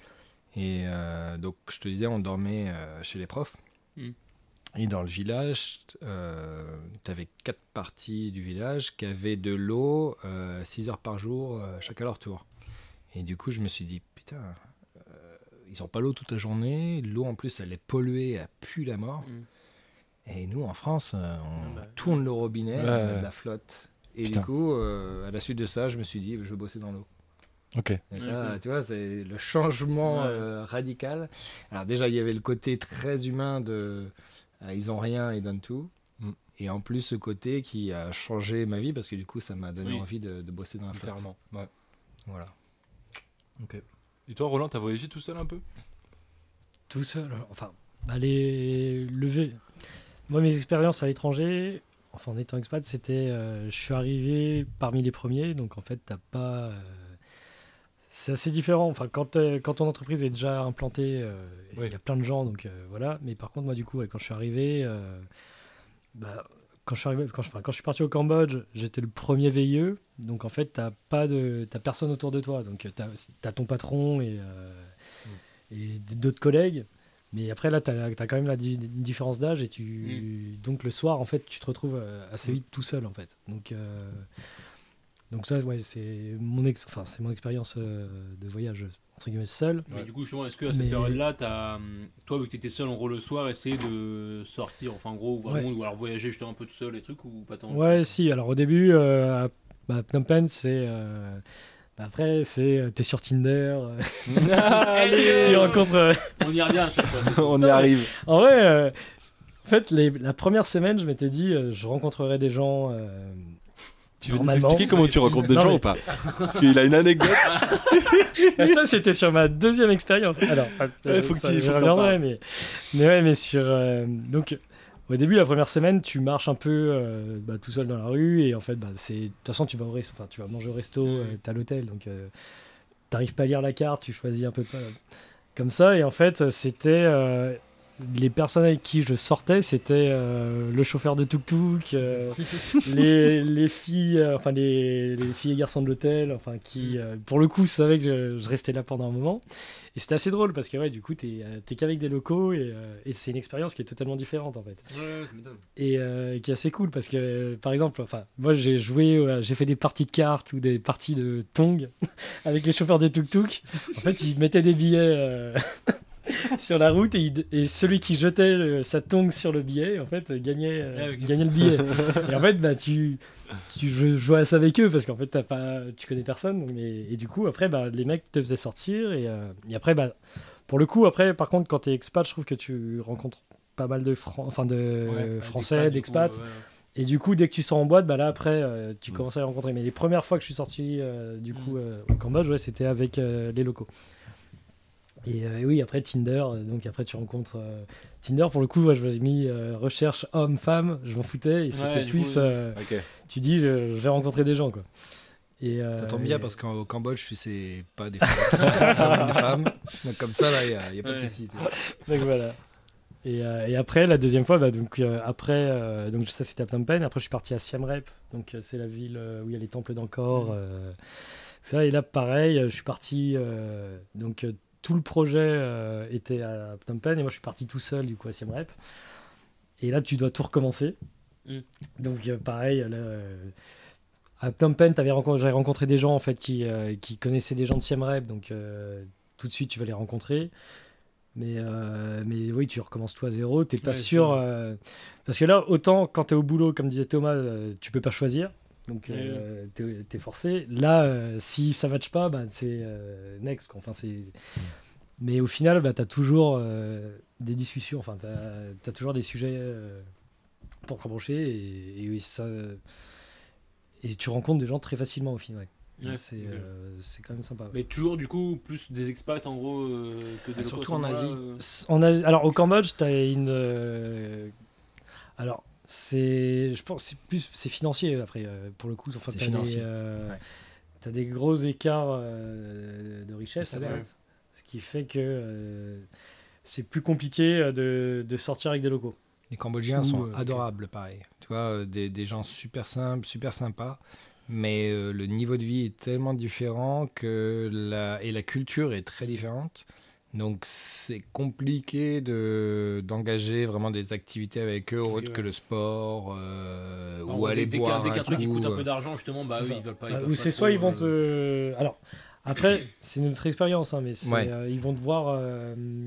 Et euh, donc, je te disais, on dormait euh, chez les profs. Mm. Et dans le village, euh, tu avais quatre parties du village qui avaient de l'eau six heures par jour, euh, chacun à leur tour. Et du coup, je me suis dit, putain, euh, ils n'ont pas l'eau toute la journée. L'eau, en plus, elle est polluée, elle pue la mort. Mm. Et nous, en France, euh, on Ah bah. tourne le robinet, Ouais, on a ouais. de la flotte. Et Putain. du coup, euh, à la suite de ça, je me suis dit, je veux bosser dans l'eau. Ok. Et Ouais, ça, cool. tu vois, c'est le changement Ouais. euh, radical. Alors déjà, il y avait le côté très humain de euh, ils ont rien, ils donnent tout. Mm. Et en plus, ce côté qui a changé ma vie parce que du coup, ça m'a donné Oui. envie de, de bosser dans la flotte. Clairement. Ouais. Voilà. Ok. Et toi, Roland, t'as voyagé tout seul un peu? Tout seul. Enfin, aller lever. Moi, mes expériences à l'étranger, enfin en étant expat, c'était. euh, je suis arrivé parmi les premiers, donc en fait, t'as pas. euh, c'est assez différent. Enfin, quand, euh, quand ton entreprise est déjà implantée, euh, il Oui. y a plein de gens, donc euh, voilà. Mais par contre, moi, du coup, ouais, quand je suis arrivé. euh, bah, quand je suis arrivé, quand je, enfin, quand je suis parti au Cambodge, j'étais le premier V I E, donc en fait, t'as pas de, t'as personne autour de toi, donc t'as, t'as ton patron et, euh, et d'autres collègues, mais après là, t'as, t'as quand même la di- une différence d'âge et tu, donc le soir, en fait, tu te retrouves euh, assez vite tout seul, en fait. Donc, euh, donc ça, ouais, c'est mon, ex, enfin, c'est mon expérience euh, de voyage entre guillemets seul. Mais du coup, justement, est-ce que à cette Mais- période-là, t'as, hum, toi, vu que t'étais seul en gros le soir, essayé de sortir, enfin en gros, voir Ouais. le monde, ou alors voyager justement un peu tout seul, les trucs, ou pas tant? Ouais, si. Alors au début, euh, à bah, Phnom Penh, c'est. euh, bah, après, c'est. euh, T'es sur Tinder. euh, Allez, tu rencontres. euh, On y revient à chaque fois. c'est On y arrive. En vrai, euh, en fait, les- la première semaine, je m'étais dit, euh, je rencontrerai des gens. euh, Tu veux nous Normalement. expliquer comment tu rencontres des Non, gens mais- ou pas? Parce qu'il a une anecdote. Et ça, c'était sur ma deuxième expérience. Alors, Ouais, faut que ça, tu- je faut que t'en reviendrai, parles. mais, mais ouais, mais sur. euh, donc, au début, la première semaine, tu marches un peu euh, bah, tout seul dans la rue, et en fait, bah, c'est. De toute façon, tu vas au resto, enfin, tu vas manger au resto, euh, t'as l'hôtel, donc euh, t'arrives pas à lire la carte, tu choisis un peu pas- comme ça, et en fait, c'était. euh, les personnes avec qui je sortais, c'était euh, le chauffeur de tuk-tuk, euh, les, les filles, euh, enfin les, les filles et garçons de l'hôtel, enfin qui, euh, pour le coup, savaient que je, je restais là pendant un moment. Et c'était assez drôle parce que ouais, du coup, t'es euh, t'es qu'avec des locaux et, euh, et c'est une expérience qui est totalement différente en fait. Ouais, tu m'étonnes. Et euh, qui est assez cool parce que, euh, par exemple, enfin, moi j'ai joué, euh, j'ai fait des parties de cartes ou des parties de tong avec les chauffeurs des tuk-tuk. En fait, ils mettaient des billets. euh, sur la route et, il- et celui qui jetait le- sa tongue sur le billet en fait gagnait, euh, Ah, ok. gagnait le billet et en fait bah tu tu jouais jouais à ça avec eux parce qu'en fait t'as pas tu connais personne donc, mais- et du coup après bah les mecs te faisaient sortir et, euh, et après bah pour le coup après par contre quand t'es expat je trouve que tu rencontres pas mal de Fran- enfin de Ouais, français d'expat, d'expats du coup, ouais, et du coup dès que tu sors en boîte bah là après euh, tu Mm. commences à les rencontrer mais les premières fois que je suis sorti euh, du coup Mm. euh, au Cambodge ouais c'était avec euh, les locaux. Et, euh, et oui, après Tinder, euh, donc après tu rencontres euh, Tinder. Pour le coup, ouais, je m'ai mis euh, recherche homme-femme, je m'en foutais. Et c'était Ouais, du plus, coup, euh, Ok. tu dis, je, je vais rencontrer des gens, quoi. Et, euh, Ça tombe bien et- parce qu'au Cambodge, tu sais pas des fois, c'est un homme ou une femme. Donc comme ça, là, il n'y a, y a pas de Ouais. souci. tu vois. donc voilà. Et, euh, et après, la deuxième fois, bah, donc euh, après, euh, donc ça c'était à Phnom Penh. Après, je suis parti à Siem Reap, donc euh, c'est la ville euh, où il y a les temples d'Angkor. euh, ça et là, pareil, euh, je suis parti. euh, donc euh, tout le projet euh, était à Phnom Penh et moi je suis parti tout seul du coup à Siem Reap. Et là, tu dois tout recommencer. Mm. Donc euh, pareil, là, euh, à Phnom Penh, t'avais rencontré, j'avais rencontré des gens en fait qui, euh, qui connaissaient des gens de Siem Reap, donc euh, tout de suite tu vas les rencontrer. Mais, euh, mais oui, tu recommences tout à zéro, t'es pas Ouais, c'est sûr. vrai. euh, parce que là, autant quand t'es au boulot, comme disait Thomas, euh, tu peux pas choisir. Donc Ouais, euh, t'es, t'es forcé. Là, euh, si ça matche pas, bah, c'est euh, next. Quoi. Enfin, c'est... Mais au final, bah, t'as toujours euh, des discussions, enfin, t'as, t'as toujours des sujets euh, pour te rapprocher. Et, et oui, ça, et tu rencontres des gens très facilement au final. Ouais. Ouais, c'est, ok. euh, c'est quand même sympa. ouais. Mais toujours, du coup, plus des expats en gros euh, que des Ah, locaux, surtout à en ce moment-là, Asie. euh. On a, alors au Cambodge, tu as une. euh, alors, c'est, je pense, c'est plus, c'est financier après euh, pour le coup. Enfin, C'est t'as financier. Des, euh, Ouais. t'as des gros écarts euh, de richesse, De salaire. en fait. Ce qui fait que euh, c'est plus compliqué euh, de, de sortir avec des locaux. Les Cambodgiens Ou, sont euh, adorables, pareil. Tu vois, euh, des, des gens super simples, super sympas. Mais euh, le niveau de vie est tellement différent que la, et la culture est très différente. Donc c'est compliqué de, d'engager vraiment des activités avec eux autres ouais. que le sport euh, En ou gros, aller dès, dès boire qu'il y a- dès qu'il y a un truc qui coup, coûte un euh, peu d'argent, justement, bah C'est oui, ça. ils veulent pas. ils Euh, peuvent ou pas c'est trop, soit ils vont euh, te. Alors, après, c'est notre expérience, hein, mais c'est, Ouais. euh, ils vont te voir. euh,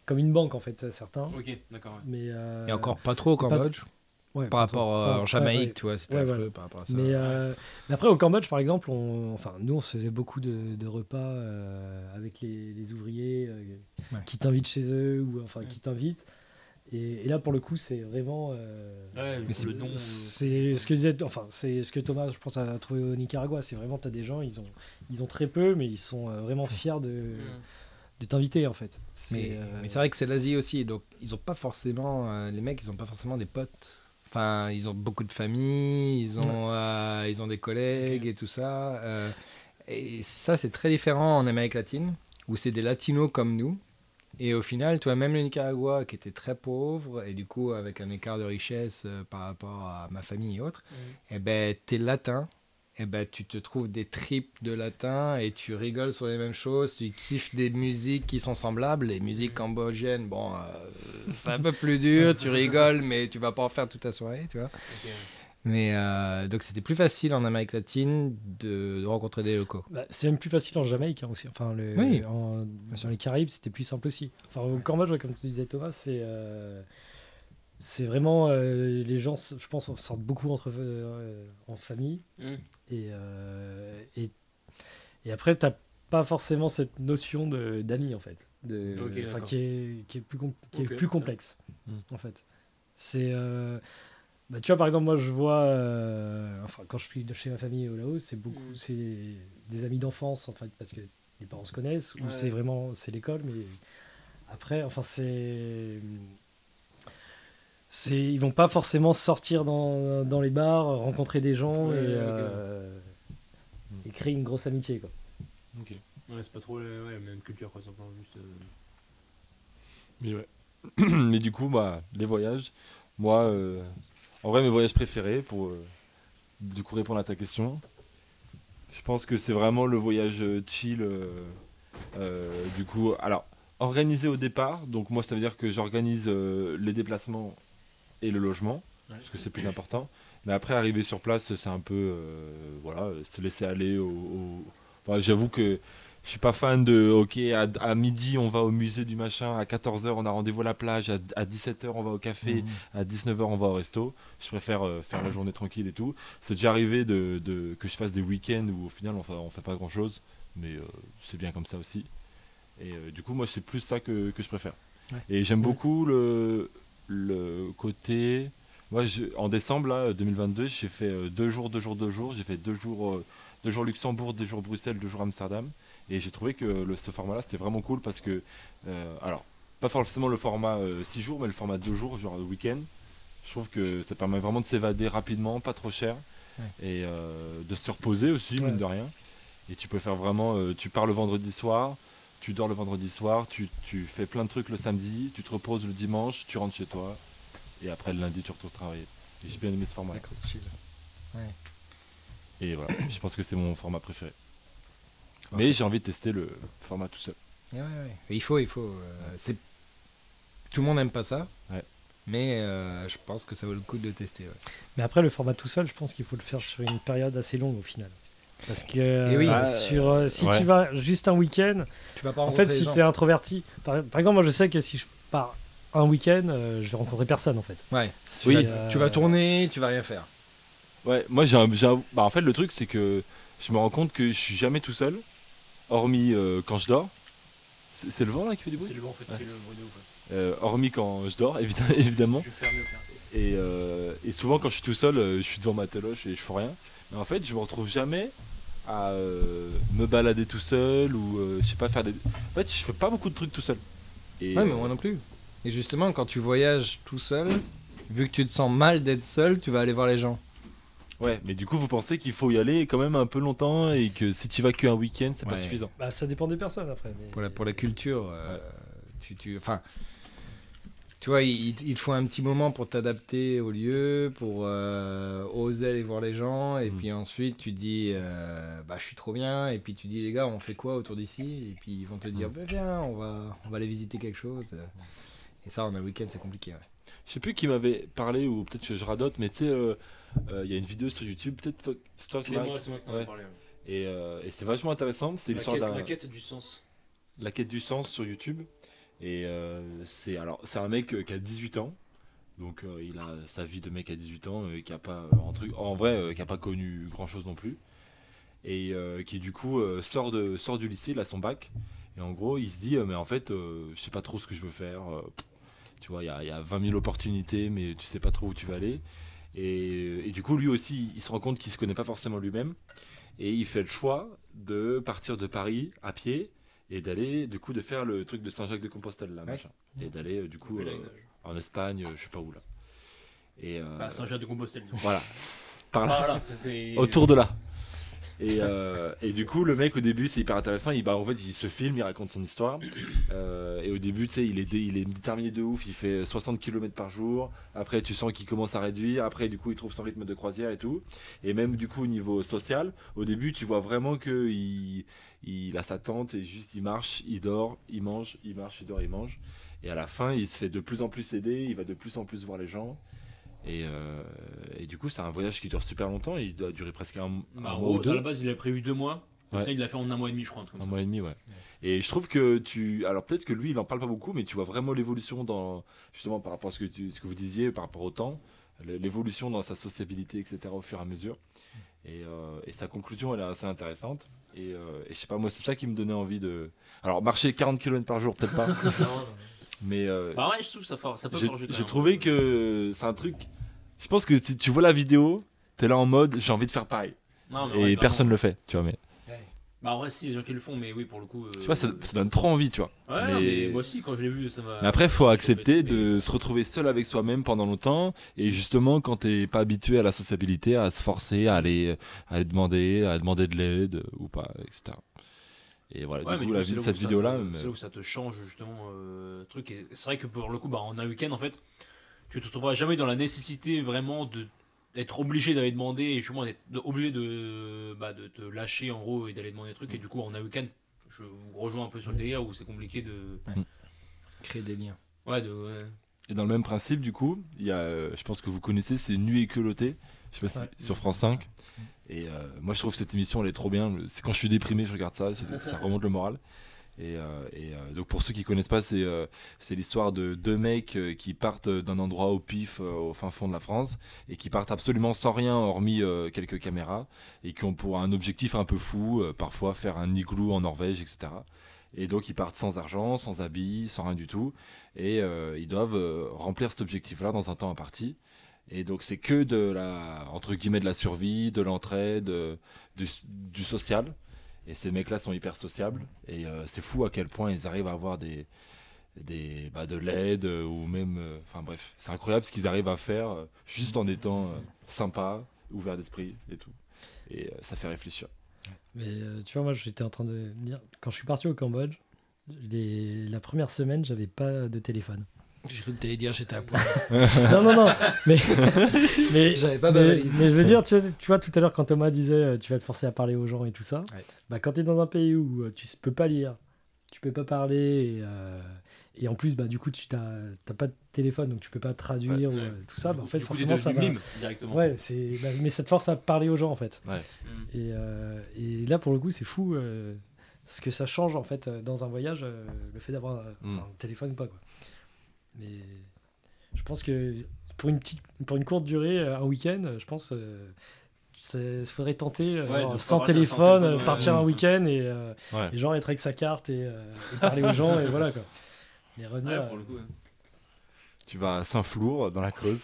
comme une banque en fait, certains. Ok, d'accord. Ouais. Mais, euh, Et encore pas trop au Cambodge. ouais, Par pas rapport trop. euh, Ouais, en Jamaïque, ouais, tu vois, c'était ouais, affreux voilà. par rapport à ça. Mais, euh, mais après, au Cambodge, par exemple, on, enfin, nous, on se faisait beaucoup de, de repas euh, avec les, les ouvriers euh, Ouais. qui t'invitent chez eux, ou enfin, Ouais. qui t'invitent. Et, et là, pour le coup, c'est vraiment. Euh, Ouais, Mais c'est le nom. euh, c'est ce que disait, enfin, c'est ce que Thomas, je pense, a trouvé au Nicaragua. C'est vraiment, t'as des gens, ils ont, ils ont très peu, mais ils sont euh, vraiment fiers de, euh, de t'inviter, en fait. C'est, Mais, euh, mais c'est vrai que c'est l'Asie aussi, donc ils ont pas forcément, euh, les mecs, ils ont pas forcément des potes. Enfin, ils ont beaucoup de famille, ils ont, euh, ils ont des collègues Ok. et tout ça. euh, et ça, c'est très différent en Amérique latine, où c'est des latinos comme nous. Et au final, toi, même le Nicaragua, qui était très pauvre, et du coup, avec un écart de richesse euh, par rapport à ma famille et autres, Mhm. eh ben, t'es latin. Eh ben, tu te trouves des tripes de latin et tu rigoles sur les mêmes choses, tu kiffes des musiques qui sont semblables. Les musiques cambodgiennes, bon, euh, c'est un peu plus dur, tu rigoles, mais tu vas pas en faire toute ta soirée, tu vois. Ok. Mais euh, donc c'était plus facile en Amérique latine de, de rencontrer des locaux. bah, c'est même plus facile en Jamaïque hein, aussi. Enfin, le, Oui. en- sûr. dans les Caraïbes, c'était plus simple aussi. Enfin, au Cambodge, ouais, comme tu disais Thomas, c'est euh, c'est vraiment euh, les gens, je pense, sortent beaucoup entre euh, en famille Mhm. et euh, et, et après t'as pas forcément cette notion de d'amis en fait, de, Ok, enfin, d'accord. qui est qui est plus com- qui Ok, est plus ça. complexe Mm. en fait. C'est euh, bah, tu vois, par exemple, moi, je vois, euh, enfin, quand je suis de chez ma famille au Laos, c'est beaucoup, Mm. c'est des amis d'enfance, en fait, parce que les parents se connaissent, ou Ouais. c'est vraiment, c'est l'école, mais après, enfin, c'est, c'est, ils vont pas forcément sortir dans, dans les bars, rencontrer des gens Ouais, et, ok. euh, et créer une grosse amitié, quoi. Ok. Ouais, c'est pas trop la ouais, même culture, quoi, simplement. Juste. euh, Mais ouais. Mais du coup, bah, les voyages, moi, euh, en vrai, mes voyages préférés, pour euh, du coup répondre à ta question, je pense que c'est vraiment le voyage euh, chill. euh, euh, du coup, alors, organisé au départ, donc moi, ça veut dire que j'organise euh, les déplacements et le logement, Ouais. parce que c'est plus important. Mais après, arriver sur place, c'est un peu, euh, voilà, se laisser aller au... au- Enfin, j'avoue que je suis pas fan de, ok, à, à midi, on va au musée du machin, à quatorze heures, on a rendez-vous à la plage, à, à dix-sept heures, on va au café, à dix-neuf heures, on va au resto. Je préfère euh, faire la journée tranquille et tout. C'est déjà arrivé de, de- que je fasse des week-ends où au final, on fait, on fait pas grand-chose, mais euh, c'est bien comme ça aussi. Et euh, du coup, moi, c'est plus ça que, que je préfère. Ouais. Et j'aime beaucoup le, le côté... Moi, je- en décembre là, deux mille vingt-deux, j'ai fait euh, deux jours, deux jours, deux jours. J'ai fait deux jours, euh, deux jours Luxembourg, deux jours Bruxelles, deux jours Amsterdam. Et j'ai trouvé que le, ce format-là, c'était vraiment cool parce que, euh, alors, pas forcément le format six jours, mais le format deux jours, genre le week-end. Je trouve que ça permet vraiment de s'évader rapidement, pas trop cher, Ouais. et euh, de se reposer aussi, Ouais. mine de rien. Et tu peux faire vraiment, euh, tu pars le vendredi soir, tu dors le vendredi soir, tu, tu fais plein de trucs le samedi, tu te reposes le dimanche, tu rentres chez toi. Et après le lundi, tu retournes travailler. Et j'ai bien aimé ce format. D'accord, c'est chill. Et voilà, je pense que c'est mon format préféré. Parfait. Mais j'ai envie de tester le format tout seul. Ouais, ouais, ouais. Et il faut, il faut. euh, c'est... Tout le monde n'aime pas ça. Ouais. Mais euh, je pense que ça vaut le coup de tester. Ouais. Mais après, le format tout seul, je pense qu'il faut le faire sur une période assez longue au final. Parce que Et oui. euh, Ah, sur, euh, si ouais. tu vas juste un week-end, Tu vas pas en fait, si tu es introverti, par, par exemple, moi je sais que si je pars un week-end, euh, je vais rencontrer personne en fait. Ouais. C'est, Oui, euh, Tu vas tourner, tu vas rien faire. Ouais, moi j'ai un, j'ai un- bah, en fait le truc c'est que je me rends compte que je suis jamais tout seul, hormis euh, quand je dors. C'est, c'est le vent là qui fait du C'est bruit. le vent en fait, Ouais. qui fait le bruit de ouf. ouais. Euh, hormis quand je dors, évidemment. évidemment. Je vais faire mieux, clair. Et, euh, et souvent quand je suis tout seul, euh, je suis devant ma téloche et je fais rien. Mais en fait je me retrouve jamais à euh, me balader tout seul ou euh, je sais pas faire des. En fait je fais pas beaucoup de trucs tout seul. Et, Ouais, mais euh, moi non plus. Et justement, quand tu voyages tout seul, vu que tu te sens mal d'être seul, tu vas aller voir les gens. Ouais, mais du coup vous pensez qu'il faut y aller quand même un peu longtemps et que si tu vas qu'un week-end c'est pas Ouais. suffisant. bah, ça dépend des personnes après. Mais... Pour la, pour la culture, euh, tu, tu, enfin, tu vois, il, il te faut un petit moment pour t'adapter au lieu, pour euh, oser aller voir les gens, et Mm. puis ensuite tu dis, euh, bah je suis trop bien, et puis tu dis les gars, on fait quoi autour d'ici, et puis ils vont te dire, Mm. bah, viens, on va, on va aller visiter quelque chose. Et ça, en un week-end, c'est compliqué. Ouais. Je sais plus qui m'avait parlé ou peut-être que je radote, mais tu sais, euh, euh, il y a une vidéo sur YouTube, peut-être Stock- Stock C'est Mark, moi, c'est moi qui t'en Ouais. ai parlé. ouais. et, euh, et c'est vachement intéressant. C'est La l'histoire quête, d'un la quête du sens. la quête du sens sur YouTube. Et euh, c'est, alors, c'est un mec euh, qui a dix-huit ans. Donc euh, il a sa vie de mec à dix-huit ans euh, qui a pas euh, en, truc, en vrai euh, qui a pas connu grand chose non plus et euh, qui du coup euh, sort de sort du lycée, il a son bac et en gros il se dit euh, mais en fait euh, je sais pas trop ce que je veux faire euh, tu vois il y a, y a vingt mille opportunités mais tu sais pas trop où tu vas aller et, et du coup lui aussi il se rend compte qu'il se connaît pas forcément lui-même et il fait le choix de partir de Paris à pied et d'aller du coup de faire le truc de Saint-Jacques-de-Compostelle là Ouais. machin et d'aller euh, du coup euh, en Espagne, euh, je sais pas où là. Et euh, Bah, Saint-Jacques-de-Compostelle. du coup. voilà, par là, Voilà, ça, c'est. autour de là. Et, euh, et du coup, le mec au début, c'est hyper intéressant. Il, bah, en fait, il se filme, il raconte son histoire. Euh, et au début, tu sais, il est, dé- il est déterminé de ouf. Il fait soixante kilomètres par jour. Après, tu sens qu'il commence à réduire. Après, du coup, il trouve son rythme de croisière et tout. Et même du coup, au niveau social, au début, tu vois vraiment que il, il a sa tente et juste il marche, il dort, il mange, il marche, il dort, il mange. Et à la fin, il se fait de plus en plus aider. Il va de plus en plus voir les gens. Et, euh, et du coup, c'est un voyage qui dure super longtemps. Il doit durer presque un, un Bah, en mois ou gros, deux. à la base, il a prévu deux mois. Au Ouais. final, il l'a fait en un mois et demi, je crois. Un truc Un comme ça. mois et demi, ouais. Et je trouve que tu. Alors peut-être que lui, il en parle pas beaucoup, mais tu vois vraiment l'évolution dans. Justement, par rapport à ce que, tu... ce que vous disiez, par rapport au temps, l'évolution dans sa sociabilité, et cetera, au fur et à mesure. Et, euh, et sa conclusion, elle est assez intéressante. Et, euh, et je sais pas, moi, c'est ça qui me donnait envie de. Alors, marcher quarante kilomètres par jour, peut-être pas. mais euh, Bah, ouais, je trouve que ça, for- ça peut j'ai forger quand j'ai même. trouvé que c'est un truc. Je pense que si tu vois la vidéo, t'es là en mode j'ai envie de faire pareil. Non, mais Et ouais, personne clairement. le fait, tu vois. Mais Bah, en vrai, si, il y a des gens qui le font, mais oui, pour le coup. euh, tu vois, ça, ça donne trop envie, tu vois. Ouais, mais- non, mais moi aussi, quand je l'ai vu, ça m'a. Mais après, il faut ça m'a accepter chauffé, mais- de se retrouver seul avec soi-même pendant longtemps. Et justement, quand t'es pas habitué à la sociabilité, à se forcer, à aller, à aller demander, à demander de l'aide euh, ou pas, et cetera. Et voilà, Ouais, du mais coup, du la coup, vie c'est de là cette où ça vidéo-là. te- me- C'est là où ça te change justement euh, truc. Et c'est vrai que pour le coup, bah, en un week-end, en fait, tu te retrouveras jamais dans la nécessité vraiment de d'être obligé d'aller demander et justement d'être de- obligé de, bah, de te lâcher en gros et d'aller demander des trucs. Et du coup, en un week-end, je vous rejoins un peu sur le délire où c'est compliqué de. Créer des liens. Ouais, de. Ouais. Et dans le même principe, du coup, il y a, euh, je pense que vous connaissez, c'est Nuit et culottée. Je sais pas si Ouais. sur France cinq. Et euh, moi, je trouve cette émission, elle est trop bien. C'est quand je suis déprimé, je regarde ça, c'est- ça remonte le moral. Et, euh, et, euh, donc pour ceux qui connaissent pas, c'est euh, c'est l'histoire de deux mecs euh, qui partent d'un endroit au pif euh, au fin fond de la France et qui partent absolument sans rien hormis euh, quelques caméras et qui ont pour un objectif un peu fou, euh, parfois faire un igloo en Norvège, et cetera. Et donc ils partent sans argent, sans habits, sans rien du tout et euh, ils doivent euh, remplir cet objectif-là dans un temps imparti. Et donc c'est que de la entre guillemets de la survie, de l'entraide, euh, du, du social. Et ces mecs-là sont hyper sociables. Et euh, c'est fou à quel point ils arrivent à avoir des, des, bah, de l'aide euh, ou même. euh, Enfin bref, c'est incroyable ce qu'ils arrivent à faire euh, juste en étant euh, sympas, ouverts d'esprit et tout. Et euh, ça fait réfléchir. Mais euh, tu vois, moi, j'étais en train de dire, quand je suis parti au Cambodge, les- la première semaine, j'avais pas de téléphone. J'ai cru que t'allais dire j'étais à poil. non, non, non, mais, mais, J'avais pas mais, ma valise. mais je veux dire, tu vois, tu vois, tout à l'heure, quand Thomas disait euh, tu vas te forcer à parler aux gens et tout ça, Ouais. bah, quand tu es dans un pays où euh, tu s- peux pas lire, tu peux pas parler, et, euh, et en plus, bah, du coup, tu n'as pas de téléphone, donc tu peux pas traduire Ouais, ou, euh, ouais. tout ça, bah, en fait, Du coup, forcément, t'es ça va. devenu mime directement. Ouais, c'est, bah, mais ça te force à parler aux gens, en fait. Ouais. Mm. Et, euh, et là, pour le coup, c'est fou euh, ce que ça change en fait euh, dans un voyage, euh, le fait d'avoir euh, Mm. enfin, un téléphone ou pas. Quoi. Mais je pense que pour une, petite, pour une courte durée, euh, un week-end, euh, je pense il faudrait tenter euh, Ouais, alors, de sans pas partir téléphone, sans téléphone, euh, ouais. partir un week-end et, euh, Ouais. et genre être avec sa carte et, euh, et parler aux gens et voilà quoi. Mais revenir. Ouais, pour le coup. ouais. Tu vas à Saint-Flour dans la Creuse.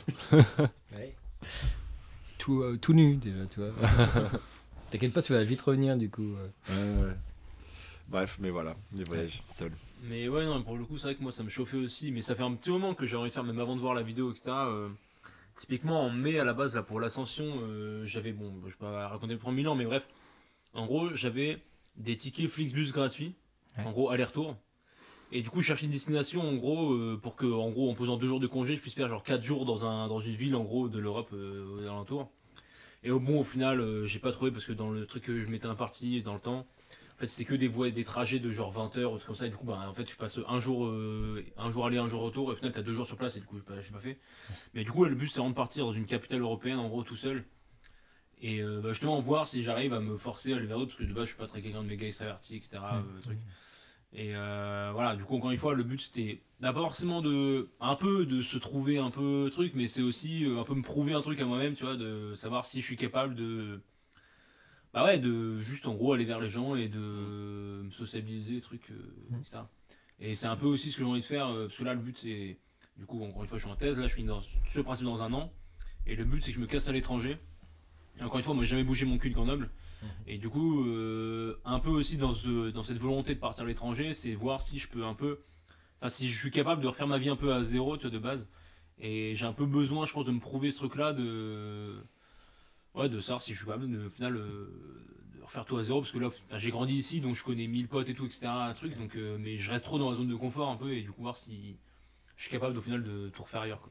Tout, euh, tout nu déjà, tu vois. T'inquiète pas, tu vas vite revenir du coup. euh. Bref, mais voilà, les voyages seuls. Mais ouais, non, pour le coup, c'est vrai que moi ça me chauffait aussi. Mais ça fait un petit moment que j'ai envie de faire, même avant de voir la vidéo, et cetera. euh, typiquement en mai à la base, là pour l'ascension, euh, j'avais, bon, je vais pas raconter le premier Milan, mais bref, en gros, j'avais des tickets Flixbus gratuits, Ouais. en gros aller-retour. Et du coup, je cherchais une destination en gros euh, pour que, en gros, en posant deux jours de congé, je puisse faire genre quatre jours dans, un, dans une ville en gros de l'Europe euh, aux alentours. Et au bon, au final, euh, j'ai pas trouvé parce que dans le truc que je m'étais imparti dans le temps, en fait, c'était que des voies, des trajets de genre vingt heures ou trucs comme ça. Et du coup, bah, en fait, tu passes un jour, euh, un jour aller, un jour retour. Et au final, t'as deux jours sur place. Et du coup, j'ai pas, j'ai pas fait. Mais du coup, le but, c'est vraiment de partir dans une capitale européenne, en gros, tout seul. Et euh, bah, justement, voir si j'arrive à me forcer à aller vers d'autres. Parce que de base, je suis pas très quelqu'un de méga extraverti, et cetera. euh, truc. Et euh, voilà, du coup, encore une fois, le but c'était pas forcément de un peu de se trouver un peu truc, mais c'est aussi euh, un peu me prouver un truc à moi-même, tu vois, de savoir si je suis capable de. Bah ouais, de juste en gros aller vers les gens et de me sociabiliser, truc, euh, et cetera. Et c'est un peu aussi ce que j'ai envie de faire, euh, parce que là, le but c'est. Du coup, encore une fois, je suis en thèse, là, je finis dans ce principe dans un an. Et le but c'est que je me casse à l'étranger. Et encore une fois, moi j'ai jamais bougé mon cul de Grenoble. Et du coup, euh, un peu aussi dans, ce, dans cette volonté de partir à l'étranger, c'est voir si je peux un peu. Enfin, si je suis capable de refaire ma vie un peu à zéro, tu vois, de base. Et j'ai un peu besoin, je pense, de me prouver ce truc-là, de. Ouais, de savoir si je suis capable de, au final, euh, de refaire tout à zéro. Parce que là, enfin, j'ai grandi ici, donc je connais mille potes et tout, et cetera. Un truc, donc, euh, mais je reste trop dans la zone de confort un peu, et du coup, voir si je suis capable, au final, de tout refaire ailleurs, quoi.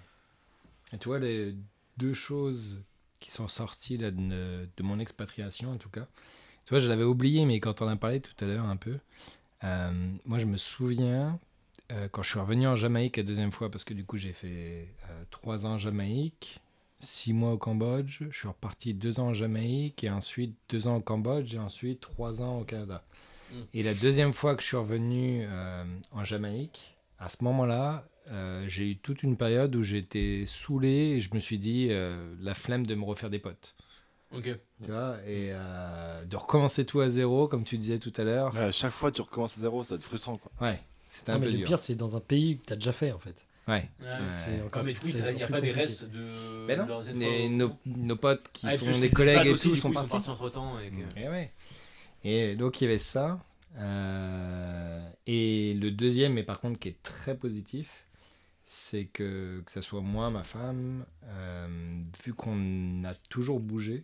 Et tu vois, les deux choses qui sont sorties là, de, de mon expatriation, en tout cas. Tu vois, je l'avais oublié, mais quand on en a parlé tout à l'heure un peu, euh, moi, je me souviens, euh, quand je suis revenu en Jamaïque la deuxième fois, parce que du coup, j'ai fait euh, trois ans en Jamaïque, six mois au Cambodge, je suis reparti deux ans en Jamaïque, et ensuite deux ans au Cambodge, et ensuite trois ans au Canada. Mm. Et la deuxième fois que je suis revenu euh, en Jamaïque, à ce moment-là, euh, j'ai eu toute une période où j'étais saoulé et je me suis dit euh, la flemme de me refaire des potes. Ok. Tu vois, et euh, de recommencer tout à zéro, comme tu disais tout à l'heure. Ouais, à chaque fois, tu recommences à zéro, ça va être frustrant, quoi. Ouais, c'était Non, un mais peu le dur. pire, c'est dans un pays que tu as déjà fait, en fait. Ouais. Ouais, C'est encore- Ah, mais du coup, c'est il n'y a encore pas plus des compliqué. restes de. Mais non, de leurs les- efforts. nos, nos potes qui Ah, et puis sont c'est- des c'est collègues ça et aussi, tout du sont coup, ils partis. partis entre temps. Et, que... Et, ouais. Et donc il y avait ça. Euh, et le deuxième, mais par contre qui est très positif, c'est que que ce soit moi, ma femme, euh, vu qu'on a toujours bougé,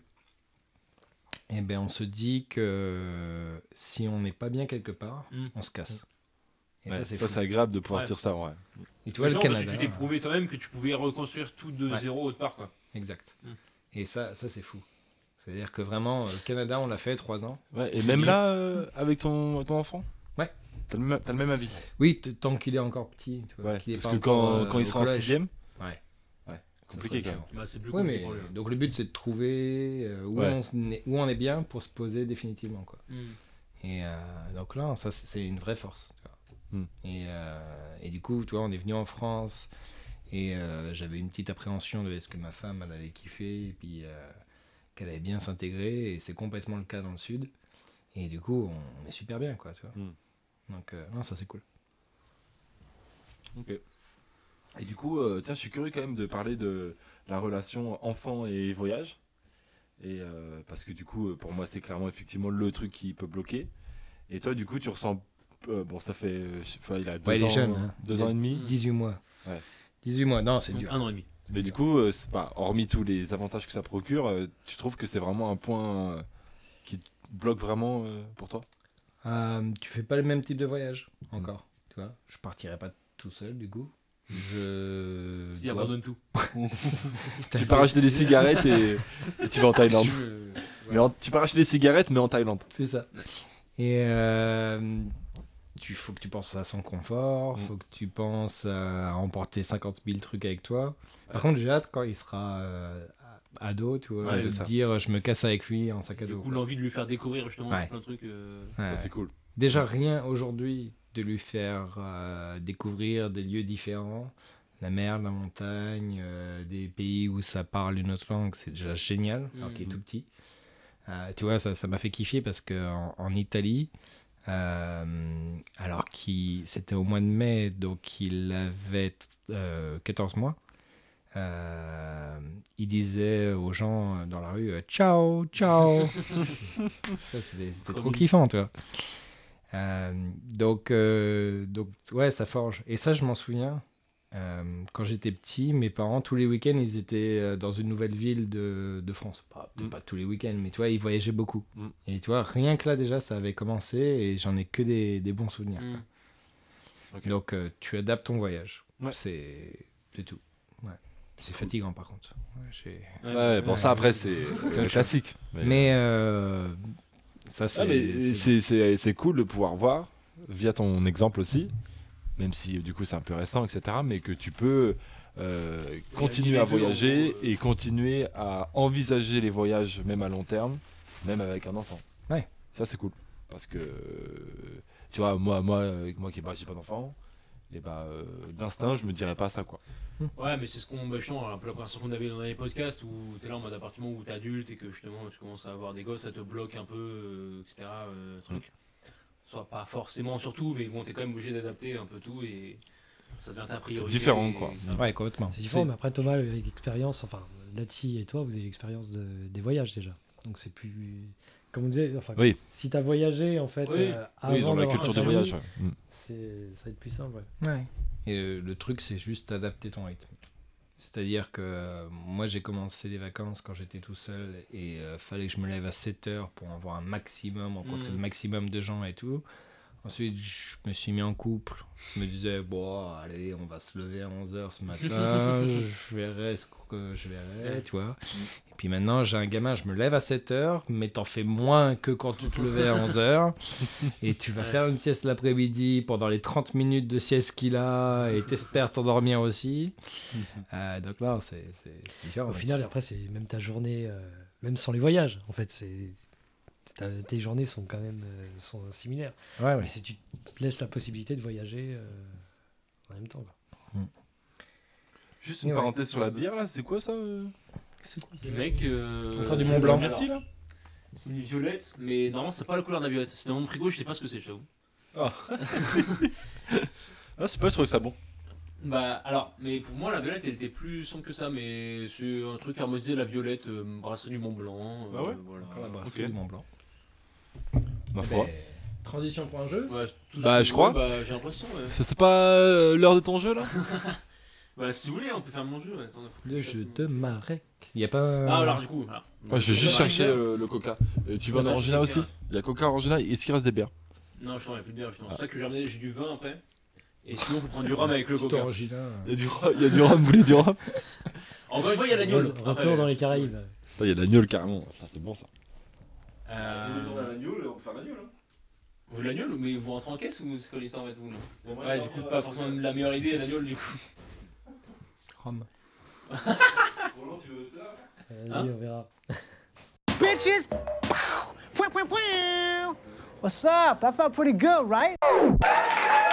eh ben on se dit que si on n'est pas bien quelque part, Mm. on se casse. Et Ouais, ça c'est ça, fou. c'est agréable de pouvoir Ouais. se dire ça, ouais. Et tu vois le Genre, parce Canada. que tu t'es prouvé toi-même que tu pouvais reconstruire tout de Ouais. zéro autre part, quoi. Exact. Mm. Et ça, ça c'est fou. C'est-à-dire que vraiment, le Canada, on l'a fait trois ans. Ouais, et C'est même bien. là, euh, avec ton, ton enfant Ouais. T'as le, même- t'as le même avis. Oui, t- tant qu'il est encore petit. Tu vois, Ouais, qu'il est parce pas que quand, encore, euh, quand il au sera en collège. sixième, Ouais. Ouais, Ça compliqué serait quand même. Bah, c'est plus Oui, compliqué mais pour lui. donc le but c'est de trouver euh, où, Ouais. on, s- est- où on est bien pour se poser définitivement quoi. Mm. Et euh, donc là, ça c'est c'est une vraie force. Tu vois. Mm. Et, euh, et du coup, tu vois, on est venu en France et euh, j'avais une petite appréhension de est-ce que ma femme elle allait kiffer et puis euh, qu'elle allait bien s'intégrer et c'est complètement le cas dans le sud. Et du coup, on, on est super bien quoi, tu vois. Mm. Donc euh, non, ça c'est cool. Ok. Et du coup, euh, tiens, je suis curieux quand même de parler de la relation enfant et voyage. Et euh, parce que du coup, euh, pour moi, c'est clairement effectivement le truc qui peut bloquer. Et toi, du coup, tu ressens. euh, bon, ça fait. euh, je sais pas, il a deux Ouais, il ans, est jeune, hein. deux Il a ans et demi. dix-huit mois. Ouais. dix-huit mois, non, c'est Donc, dur. un an et demi. Mais du coup, euh, c'est pas, hormis tous les avantages que ça procure, euh, tu trouves que c'est vraiment un point euh, qui te bloque vraiment euh, pour toi? Euh, tu fais pas le même type de voyage encore, tu vois. Je partirai pas tout seul du coup. Je. Si, dois- abandonne tout. Tu pars acheter des cigarettes et, et tu vas en Thaïlande. Je- Mais en- tu pars acheter des cigarettes, mais en Thaïlande. C'est ça. Et euh, tu faut que tu penses à son confort, Mm. faut que tu penses à emporter cinquante mille trucs avec toi. Par Ouais. contre, j'ai hâte quand il sera euh, ado, tu vois, Ouais, de c'est ça. dire je me casse avec lui en sac à Du dos. coup, quoi. l'envie de lui faire découvrir justement Ouais. plein de trucs. euh, Ouais. Ça, c'est cool. Déjà, rien aujourd'hui de lui faire euh, découvrir des lieux différents, la mer, la montagne, euh, des pays où ça parle une autre langue, c'est déjà génial, alors qu'il est Mhm. tout petit. Euh, tu vois, ça ça m'a fait kiffer parce qu'en en Italie, euh, alors qu'il c'était au mois de mai, donc il avait euh, quatorze mois, euh, il disait aux gens dans la rue euh, ciao, ciao. Ça, c'était c'était Trop trop mignon. kiffant, tu vois. Euh, donc, euh, donc, ouais, ça forge. Et ça, je m'en souviens. euh, quand j'étais petit, mes parents, tous les week-ends, ils étaient euh, dans une nouvelle ville de, de France. Pas, peut-être Mm. pas tous les week-ends, mais tu vois, ils voyageaient beaucoup. Mm. Et tu vois, rien que là, déjà, ça avait commencé et j'en ai que des, des bons souvenirs. Mm. quoi. Ok. Donc, euh, tu adaptes ton voyage. Ouais. C'est c'est tout. Ouais. C'est fatigant, par contre. Ouais, j'ai- Ouais, bon, ouais. ça après, c'est C'est c'est autre classique. Mais euh, ça, c'est. Ah, mais c'est- c'est- c'est c'est cool de pouvoir voir, via ton exemple aussi, même si du coup c'est un peu récent, et cetera, mais que tu peux euh, continuer à les deux, en voyager gros, euh. et continuer à envisager les voyages, même à long terme, même avec un enfant. Ouais. Ça, c'est cool. Parce que euh, Tu vois, moi, moi, euh, moi qui bah, j'ai pas d'enfant, et bah, euh, d'instinct, je me dirais pas ça, quoi. Ouais, mais c'est ce qu'on. Bah, justement, un peu la conversation qu'on avait dans les podcasts où t'es là en mode appartement où t'es adulte et que justement tu commences à avoir des gosses, ça te bloque un peu, euh, et cetera. Euh, truc. Soit pas forcément sur tout, mais bon, t'es quand même obligé d'adapter un peu tout et ça devient ta priorité. C'est différent, et- quoi. et- Ouais, complètement. C'est différent, mais après Thomas, avec l'expérience, enfin, Lati et toi, vous avez l'expérience de, des voyages déjà. Donc c'est plus. Comme on disait, enfin, Oui. si t'as voyagé en fait, Oui. euh, Oui, ils ont avant la d'avoir culture ta du famille, voyage. ouais. Mm. c'est, ça va être plus simple. Ouais. Ouais. Et le, le truc, c'est juste adapter ton rythme. C'est-à-dire que euh, moi, j'ai commencé les vacances quand j'étais tout seul et euh, fallait que je me lève à sept heures pour en voir un maximum, rencontrer Mm. le maximum de gens et tout. Ensuite, je me suis mis en couple. Je me disais, bon, allez, on va se lever à onze heures ce matin, je verrai ce que je verrai, tu vois. Et puis maintenant, j'ai un gamin, je me lève à sept heures, mais t'en fais moins que quand tu te levais à onze heures. Et tu vas Ouais. faire une sieste l'après-midi pendant les trente minutes de sieste qu'il a, et t'espères t'endormir aussi. Euh, donc là, c'est c'est- c'est différent. Au final, après, c'est même ta journée, euh, même sans les voyages, en fait, c'est. ta- Tes journées sont quand même euh, sont similaires. ouais, ouais. Mais si tu te laisses la possibilité de voyager euh, en même temps. Quoi. Juste Et une ouais. parenthèse sur la bière, là, c'est quoi ça euh Le mec. euh, Encore du je Mont sais Blanc. pas. Merci, là C'est une violette, mais normalement c'est pas la couleur de la violette. C'était dans mon frigo, je sais pas ce que c'est, je t'avoue. Ah, c'est pas, je trouve ça bon. Bah alors, mais pour moi la violette elle était plus sombre que ça, mais c'est un truc harmonisé, la violette, euh, brasserie du Mont Blanc. euh, Ah ouais voilà. Encore la brasserie ok. du Mont Blanc. Ma Eh foi. ben, transition pour un jeu. Ouais, tout ce Bah, que je je crois. vois, Bah, j'ai l'impression. Ouais. Ça, c'est pas euh, l'heure de ton jeu, là Bah si vous voulez, on peut faire mon jeu. Attends, faut que Le je- jeu de Marek. Il y a pas. Ah alors du coup. Alors, Ouais, je vais juste Marek, chercher bière. le, le coca. Euh, tu veux un Attends, orangina je aussi vais Il y a coca orangina, est-ce qu'il reste des bières Non, je t'en ai plus de bière, justement. Ah. C'est ça que j'ai ramené, j'ai du vin après. Et sinon, faut prendre du rhum avec le Petit coca. orangina. Il y a du, rhum- il y a du rhum, vous voulez du rhum Encore une fois, il y a l'agneau. Re- Retour dans les Caraïbes. Il y a de l'agneau carrément, ça c'est bon ça. Euh... l'agneau, on peut faire l'agneau là. Vous voulez l'agneau, mais vous rentrez en caisse ou c'est quoi l'histoire en fait vous non Ouais, du coup, pas forcément la meilleure idée, l'agneau du coup. Rhum. Roland, tu veux rester là Vas-y, Hein on verra. Bitches! Pow! Pow, pow, pow. What's up? That felt pretty good, right?